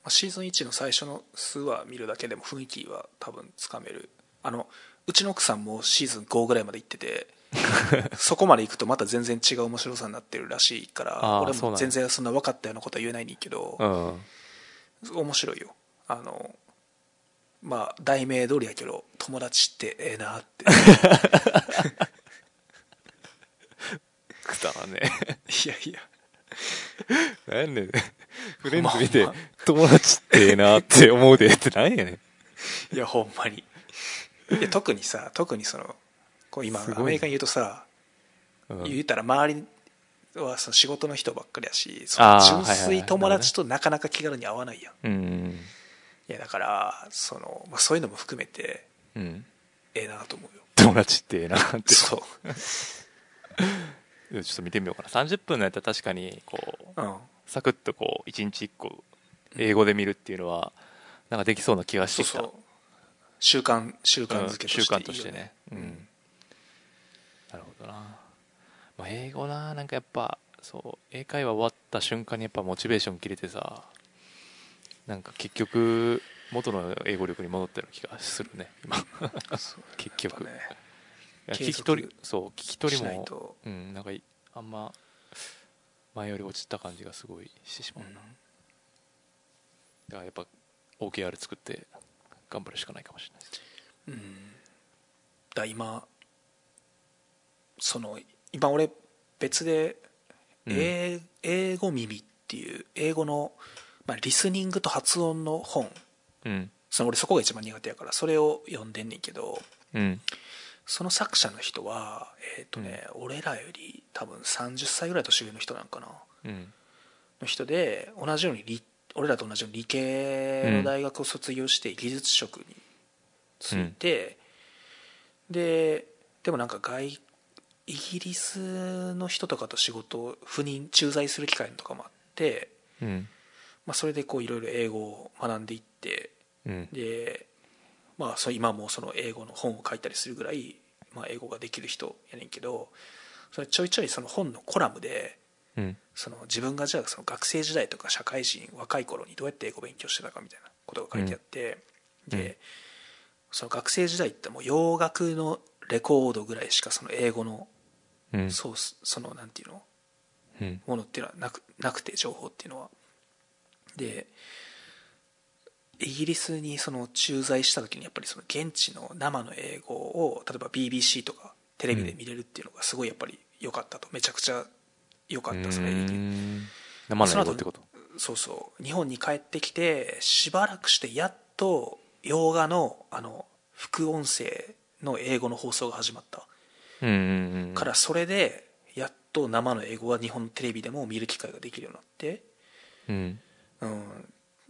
B: シーズン1の最初の数話見るだけでも雰囲気は多分つかめる。うちの奥さんもシーズン5ぐらいまで行っててそこまで行くとまた全然違う面白さになってるらしいから、俺も全然そんな分かったようなことは言えないねんけど、面白いよ。まあ題名通りやけど友達ってええなって
C: くだらね
B: いやいや
C: 何やねんフレンズ見て、友達ってええなって思うでって何やね
B: ん。いやほんまに。いや特にそのこう今アメリカに言うとさ、言うたら周りはその仕事の人ばっかりやし、その純粋友達となかなか気軽に会わないやん。いやだからそういうのも含めて、ええなと思うよ。
C: 友達ってええなって
B: そう
C: ちょっと見てみようかな。30分のやったら確かにこう、サクッとこう1日1個英語で見るっていうのはなんかできそうな気がしてきた。
B: そう習慣づけとしていいよね。
C: 習慣としてね。なるほどな。まあ、英語な、なんかやっぱそう英会話終わった瞬間にやっぱモチベーション切れてさ、なんか結局元の英語力に戻ったような気がするね今結局、ね、聞き取りもなんかあんま前より落ちた感じがすごいしてしまうな、だからやっぱ OKR 作って頑張るしかないかもしれないです。
B: だ今俺別で英語耳っていう英語の、リスニングと発音の本、俺そこが一番苦手やからそれを読んでんねんけど、その作者の人は俺らより多分30歳ぐらい年上の人なんかな、の人で同じように俺らと同じように理系の大学を卒業して技術職に就いて、でもなんかイギリスの人とかと仕事を駐在する機会とかもあって、それでこういろいろ英語を学んでいって、で今もその英語の本を書いたりするぐらい、英語ができる人やねんけど、それちょいちょいその本のコラムで、その自分がじゃあその学生時代とか社会人若い頃にどうやって英語を勉強してたかみたいなことが書いてあって、でその学生時代ってもう洋楽のレコードぐらいしかその英語の、そのなんていうの、ものっていうのはなくて、情報っていうのは。でイギリスにその駐在した時にやっぱりその現地の生の英語を例えば BBC とかテレビで見れるっていうのがすごいやっぱり良かったと。めちゃくちゃ良かった。それ
C: 生の英語ってこと。
B: そう日本に帰ってきてしばらくしてやっと洋画の副音声の英語の放送が始まった、からそれでやっと生の英語が日本のテレビでも見る機会ができるようになって、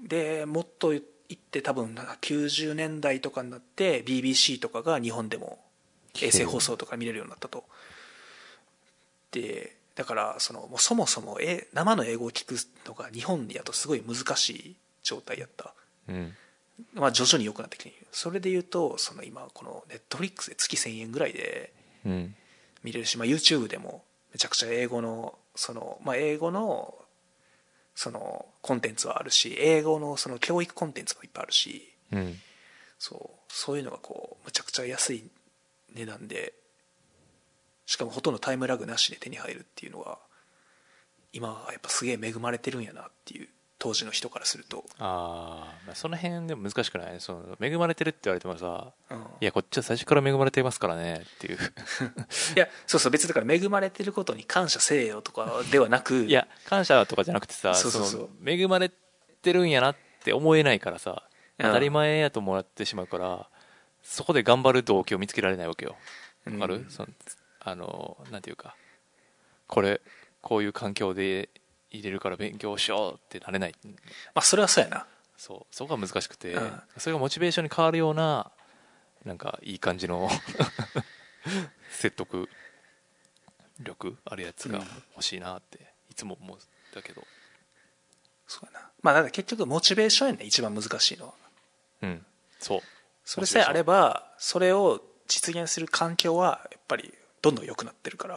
B: でもっと言って多分90年代とかになって BBC とかが日本でも衛星放送とか見れるようになったと。でだからもうそもそも生の英語を聞くのが日本やとすごい難しい状態やった、徐々に良くなってきている。それで言うと今このネットフリックスで月1000円ぐらいで見れるし、YouTube でもめちゃくちゃ英語の英語のコンテンツはあるし、英語の教育コンテンツもいっぱいあるし、そういうのがこうむちゃくちゃ安い値段で、しかもほとんどタイムラグなしで手に入るっていうのは今はやっぱすげえ恵まれてるんやなっていう、当時の人からすると。
C: その辺でも難しくない？恵まれてるって言われてもさ、いやこっちは最初から恵まれてますからねっていう
B: いやそう別にだから恵まれてることに感謝せえよとかではなく
C: いや感謝とかじゃなくてさ、恵まれてるんやなって思えないからさ、当たり前やともらってしまうから、そこで頑張る動機を見つけられないわけよ。わかる？なんていうか、こういう環境で入れるから勉強しようってなれない。
B: それはそうやな。
C: そこが難しくて、それがモチベーションに変わるようななんかいい感じの説得力あるやつが欲しいなっていつも思うんだけど、
B: そうやな。だから結局モチベーションやね、一番難しいのは。それさえあればそれを実現する環境はやっぱりどんどん良くなってるから。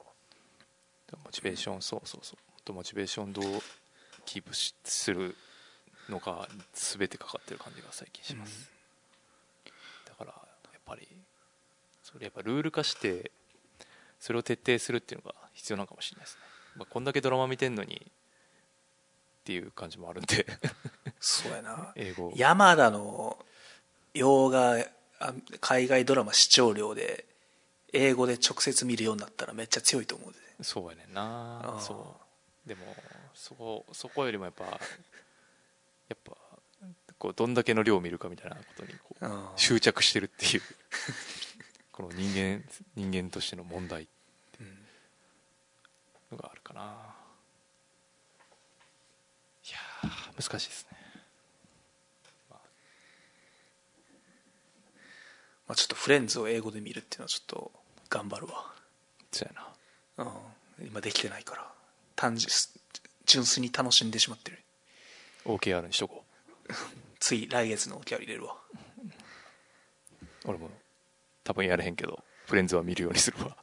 C: モチベーション、モチベーションどうキープする
A: のが全てかかってる感じが最近します、だからやっぱりそれやっぱルール化してそれを徹底するっていうのが必要なのかもしれないですね、まあ、こんだけドラマ見てんのにっていう感じもあるんで
B: そうやな、
A: 英語
B: 山田の洋画海外ドラマ視聴量で英語で直接見るようになったらめっちゃ強いと思うで。
A: そうやねんな。そうでもそこよりもやっぱこうどんだけの量を見るかみたいなことにこう執着してるっていうこの人間としての問題っていうのがあるかな。いや難しいですね。
B: まあ、ちょっとフレンズを英語で見るっていうのはちょっと頑張るわ。
A: そうや
B: な、今できてないから純粋に楽しんでしまってる。
A: OKR にしとこう
B: つい来月の OKR 入れるわ。
A: 俺も多分やれへんけどフレンズは見るようにするわ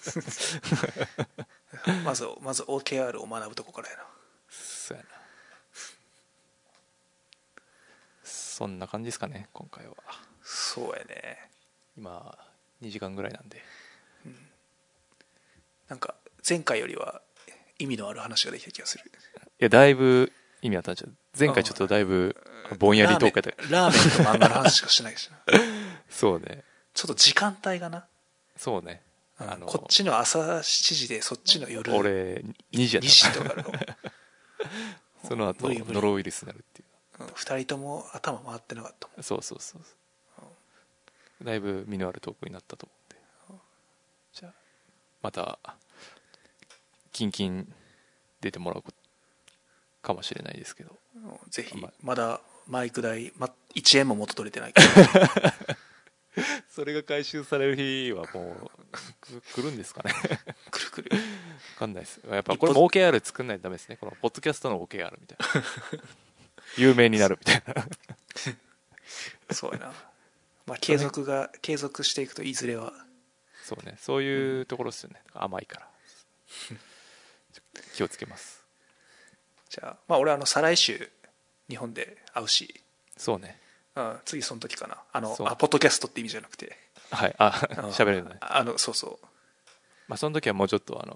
B: まず OKR を学ぶとこからやな。
A: そうやな。そんな感じですかね今回は。
B: そうやね。
A: 今2時間ぐらいなんで、
B: なんか前回よりは意味のある話ができた気がする。い
A: やだいぶ意味あったんちゃう。前回ちょっとだいぶぼんやりトークやった
B: ラーメンと漫画の話しかしないしな
A: そうね。
B: ちょっと時間帯がな。
A: そうね、
B: こっちの朝7時でそっちの夜
A: 俺2時やった
B: 2時とかの
A: その後ノロウイルスになるっていう、
B: 2人とも頭回ってなかったもん。
A: そうだいぶ身のあるトークになったと思って、じゃあまたキンキン出てもらうかもしれないですけど、
B: ぜひ。まだマイク代、1円も元取れてないから
A: それが回収される日はもう来るんですかね
B: 来る
A: 分かんないです。やっぱこれも OKR 作んないとダメですね。このポッドキャストの OKR みたいな有名になるみたいな
B: そうやな。まあ継続していくといずれは。
A: そうね、そういうところですよね。甘いから気をつけます。
B: じゃあまあ俺再来週日本で会うし。
A: そうね、
B: 次その時かな。ポッドキャストって意味じゃなくて、
A: はい、喋れるね。
B: そう
A: まあその時はもうちょっと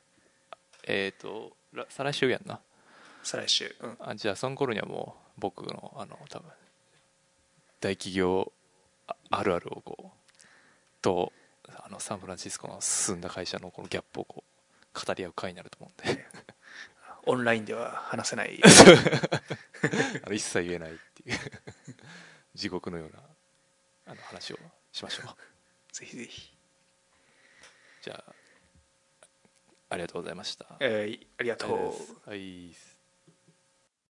A: 再来週やんな。
B: 再来週、
A: じゃあその頃にはもう僕の多分大企業あるあるをとサンフランシスコの進んだ会社のこのギャップを語り合う会になると思うんで
B: オンラインでは話せない
A: 一切言えないっていう地獄のような話をしましょう
B: ぜひぜひ。
A: じゃあありがとうございました。
B: ありがとう。
A: はい。